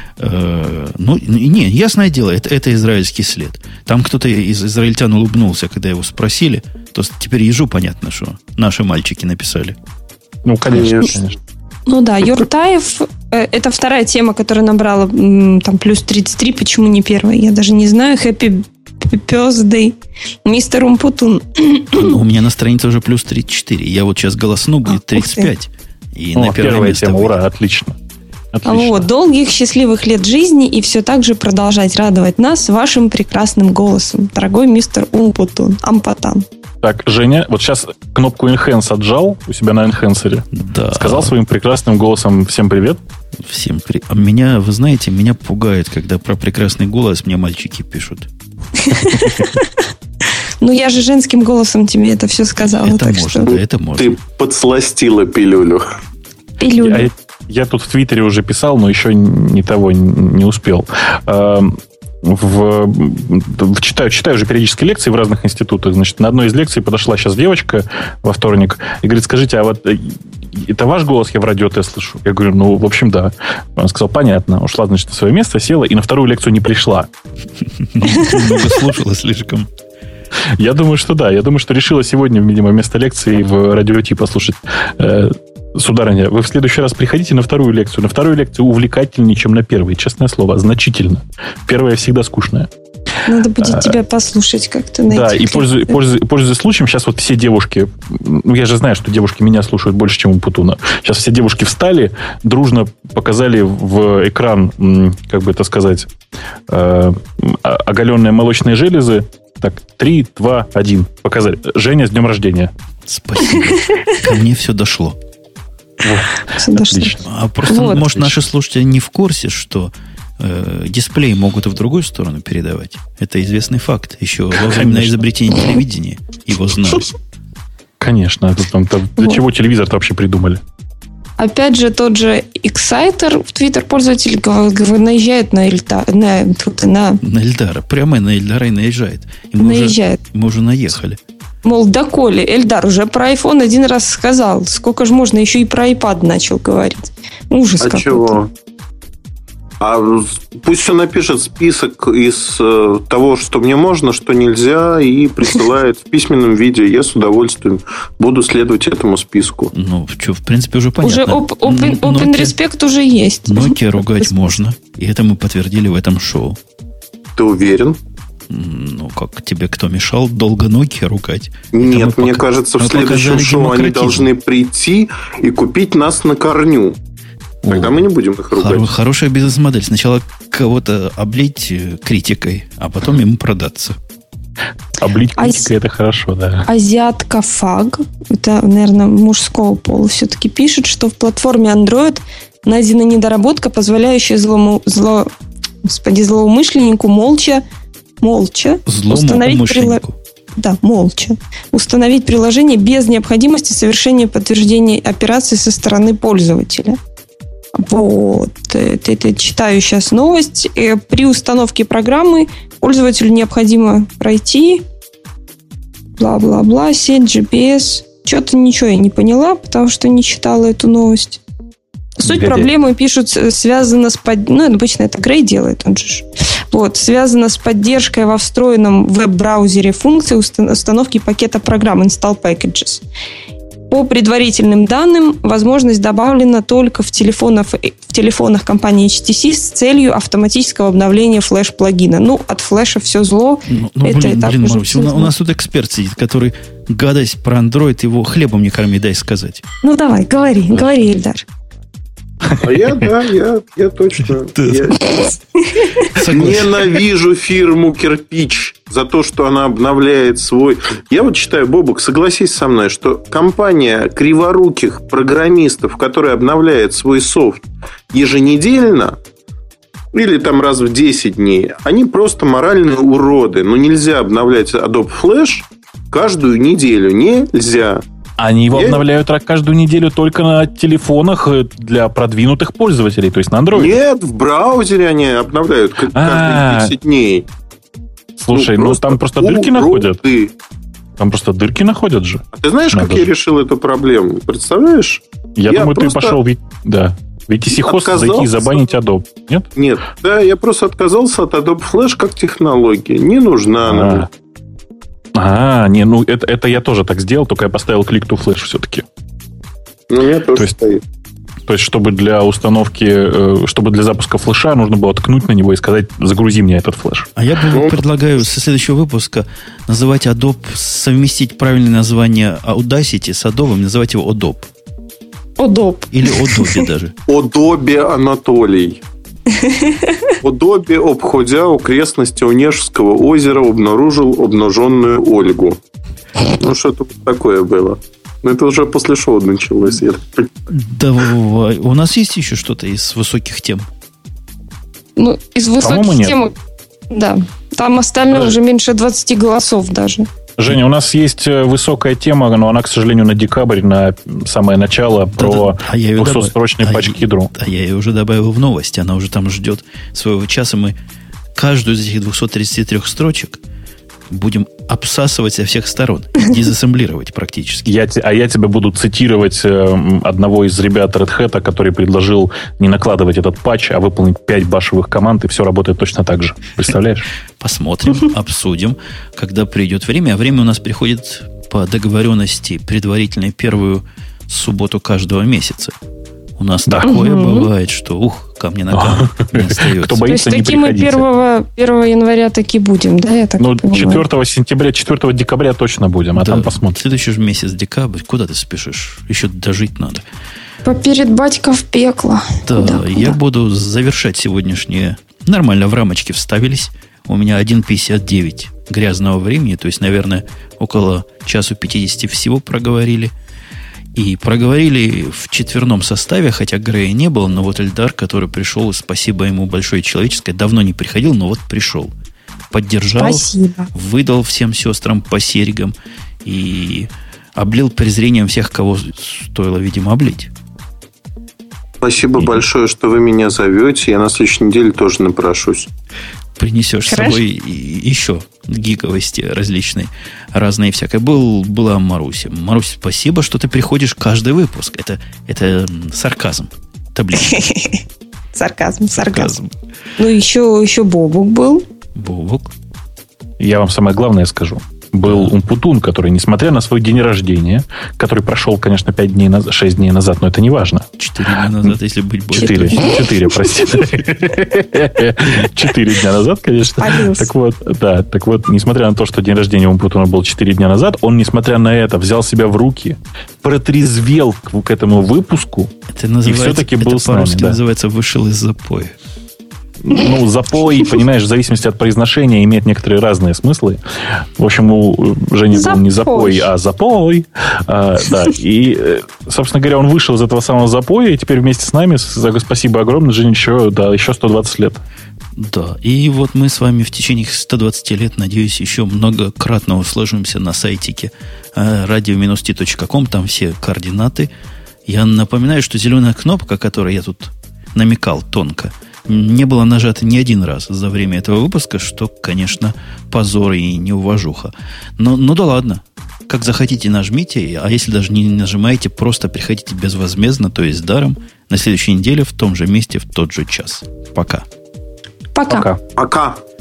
Ясное дело, это израильский след. Там кто-то из израильтян улыбнулся, когда его спросили. То теперь ежу понятно, что наши мальчики написали. Конечно. Ну да, Юртаев – это вторая тема, которая набрала там плюс 33. Почему не первая? Я даже не знаю. Happy Birthday, мистер Умпутун. У меня на странице уже плюс 34. Я вот сейчас голосну, будет 35. И на первое место тема, ура, отлично. Вот, долгих счастливых лет жизни и все так же продолжать радовать нас вашим прекрасным голосом, дорогой мистер Умпутун, Ампатан. Так, Женя, вот сейчас кнопку Enhance отжал у себя на Enhancer. Да. Сказал своим прекрасным голосом всем привет. Всем привет. А меня, вы знаете, меня пугает, когда про прекрасный голос мне мальчики пишут. Ну, я же женским голосом тебе это все сказала. Это можно. Ты подсластила пилюлю. Я тут в Твиттере уже писал, но еще не успел. Читаю уже периодически лекции в разных институтах. Значит, на одной из лекций подошла сейчас девочка во вторник и говорит, скажите, а вот это ваш голос я в радио Т слышу? Я говорю, в общем, да. Она сказала, понятно. Ушла, значит, на свое место, села и на вторую лекцию не пришла. Много слушала слишком. Я думаю, что да. Я думаю, что решила сегодня, видимо, вместо лекции в радио Т послушать Сударыня, вы в следующий раз приходите на вторую лекцию. На вторую лекцию увлекательнее, чем на первой. Честное слово, значительно. Первая всегда скучная. Надо будет тебя послушать как-то. Да, и пользуясь случаем, сейчас вот все девушки, ну, я же знаю, что девушки меня слушают больше, чем у Путуна. Сейчас все девушки встали, дружно показали в экран, как бы это сказать, оголенные молочные железы. Так, 3, 2, 1. Показали. Женя, с днем рождения. Спасибо. Ко мне все дошло. Вот. Отлично. А просто, вот, может, наши слушатели не в курсе, что дисплей могут и в другую сторону передавать. Это известный факт. Еще во времена изобретения телевидения его знали. Конечно. Для чего телевизор-то вообще придумали? Опять же, тот же Exciter, Twitter-пользователь, наезжает на Эльдара. Прямо на Эльдара и наезжает. И мы уже наехали. Мол, доколе, Эльдар уже про iPhone один раз сказал. Сколько же можно, еще и про iPad начал говорить. Ужас какой-то. Чего? А пусть он напишет список из того, что мне можно, что нельзя, и присылает в письменном виде. Я с удовольствием буду следовать этому списку. Ну, что, в принципе, уже понятно. Уже Open Respect уже есть. Nokia ругать можно. И это мы подтвердили в этом шоу. Ты уверен? Ну, как тебе кто мешал долго Nokia ругать? Нет, мне кажется, в следующем шоу они должны прийти и купить нас на корню. Тогда мы не будем их ругать. Хорошая бизнес-модель. Сначала кого-то облить критикой, а потом ему продаться. Облить критикой это хорошо, да. Азиатка Фаг, это, наверное, мужского пола, все-таки пишет, что в платформе Android найдена недоработка, позволяющая злоумышленнику молча установить установить приложение без необходимости совершения подтверждения операции со стороны пользователя. Вот. Это читаю сейчас новость. При установке программы пользователю необходимо пройти бла-бла-бла, сеть, GPS. Что-то ничего я не поняла, потому что не читала эту новость. Суть проблемы, пишут, связана с... Ну, обычно это Грей делает, он же... Вот, связана с поддержкой во встроенном веб-браузере функции установки пакета программ Install Packages. По предварительным данным, возможность добавлена только в телефонах компании HTC с целью автоматического обновления флеш-плагина. Ну, от флеша все зло. Марусь, у нас тут эксперт сидит, который гадость про Android, его хлебом не корми, дай сказать. Ну, давай, говори, Эльдар. А я точно. Ненавижу фирму «Кирпич» за то, что она обновляет свой... Я вот считаю, Бобок, согласись со мной, что компания криворуких программистов, которая обновляет свой софт еженедельно, или там раз в 10 дней, они просто моральные уроды. Но нельзя обновлять Adobe Flash каждую неделю. Нельзя. Они его обновляют каждую неделю только на телефонах для продвинутых пользователей, то есть на Android. Нет, в браузере они обновляют каждые 10 дней. Слушай, там просто дырки находят. Там просто дырки находят же. А ты знаешь, как я решил эту проблему? Представляешь? Я думаю, ты пошел... Да. VTC-хост зайти и забанить Adobe. Нет? Нет. Да, я просто отказался от Adobe Flash как технологии. Не нужна она. Это я тоже так сделал, только я поставил Click to Flash все-таки. Ну, у меня тоже стоит. То есть, чтобы для запуска флеша нужно было ткнуть на него и сказать, загрузи мне этот флеш. А я предлагаю со следующего выпуска называть Adobe, совместить правильное название Audacity с Adobe, называть его Adobe. Adobe. Или Adobe даже. Adobe Анатолий. Adobe, обходя окрестности Онежского озера, обнаружил обнаженную Ольгу. Ну, что-то такое было. Но это уже после шоу началось. Давай. У нас есть еще что-то из высоких тем? Ну, из высоких тем... Да. Там остальное уже меньше 20 голосов даже. Женя, у нас есть высокая тема, но она, к сожалению, на декабрь, на самое начало, про 200-строчный патч Кедру. А я ее уже добавил в новости. Она уже там ждет своего часа. Мы каждую из этих 233 строчек будем обсасывать со всех сторон. Дезассемблировать практически. Я тебе буду цитировать одного из ребят Red Hat, который предложил не накладывать этот патч, а выполнить 5 башевых команд, и все работает точно так же. Представляешь? Посмотрим, обсудим, когда придет время. А время у нас приходит по договоренности предварительной первую субботу каждого месяца. У нас такое бывает, что камни на камни не остается. Кто боится, то есть такие мы 1 января таки будем, да? Я так понимаю. 4 сентября, 4 декабря точно будем, а там посмотрим. Следующий же месяц декабрь. Куда ты спешишь? Еще дожить надо. Поперед батька в пекло. Да, я буду завершать сегодняшнее. Нормально в рамочки вставились. У меня 1:59 грязного времени, то есть, наверное, около 1:50 всего проговорили. И проговорили в четверном составе, хотя Грея не было, но вот Эльдар, который пришел, спасибо ему большое человеческое, давно не приходил, но вот пришел. Поддержал, выдал всем сестрам по серьгам и облил презрением всех, кого стоило, видимо, облить. Спасибо большое, что вы меня зовете. Я на следующей неделе тоже напрошусь. Принесешь с собой еще гиковости различные, разные всякое. Была Маруся. Маруся, спасибо, что ты приходишь каждый выпуск. Это сарказм. Сарказм. Ну, еще Бобук был. Бобук. Я вам самое главное скажу. Был Умпутун, который, несмотря на свой день рождения, который прошел, конечно, 6 дней назад, но это не важно. 4 дня назад, если быть более 4, простите. 4 дня назад, конечно. Так вот, несмотря на то, что день рождения Умпутуна был 4 дня назад, он, несмотря на это, взял себя в руки, протрезвел к этому выпуску и все-таки был с нами. Это по-русски называется «вышел из запоя». Ну, запой, понимаешь, в зависимости от произношения имеет некоторые разные смыслы. В общем, у Жени был не запой, а запой. Да. И, собственно говоря, он вышел из этого самого запоя, и теперь вместе с нами, спасибо огромное, Женя, еще 120 лет. Да, и вот мы с вами в течение 120 лет, надеюсь, еще многократно услышимся на сайтике radio-t.com, там все координаты. Я напоминаю, что зеленая кнопка, которой я тут намекал тонко, не было нажато ни один раз за время этого выпуска, что, конечно, позор и неуважуха. Но да ладно. Как захотите, нажмите, а если даже не нажимаете, просто приходите безвозмездно, то есть даром, на следующей неделе в том же месте, в тот же час. Пока. Пока. Пока.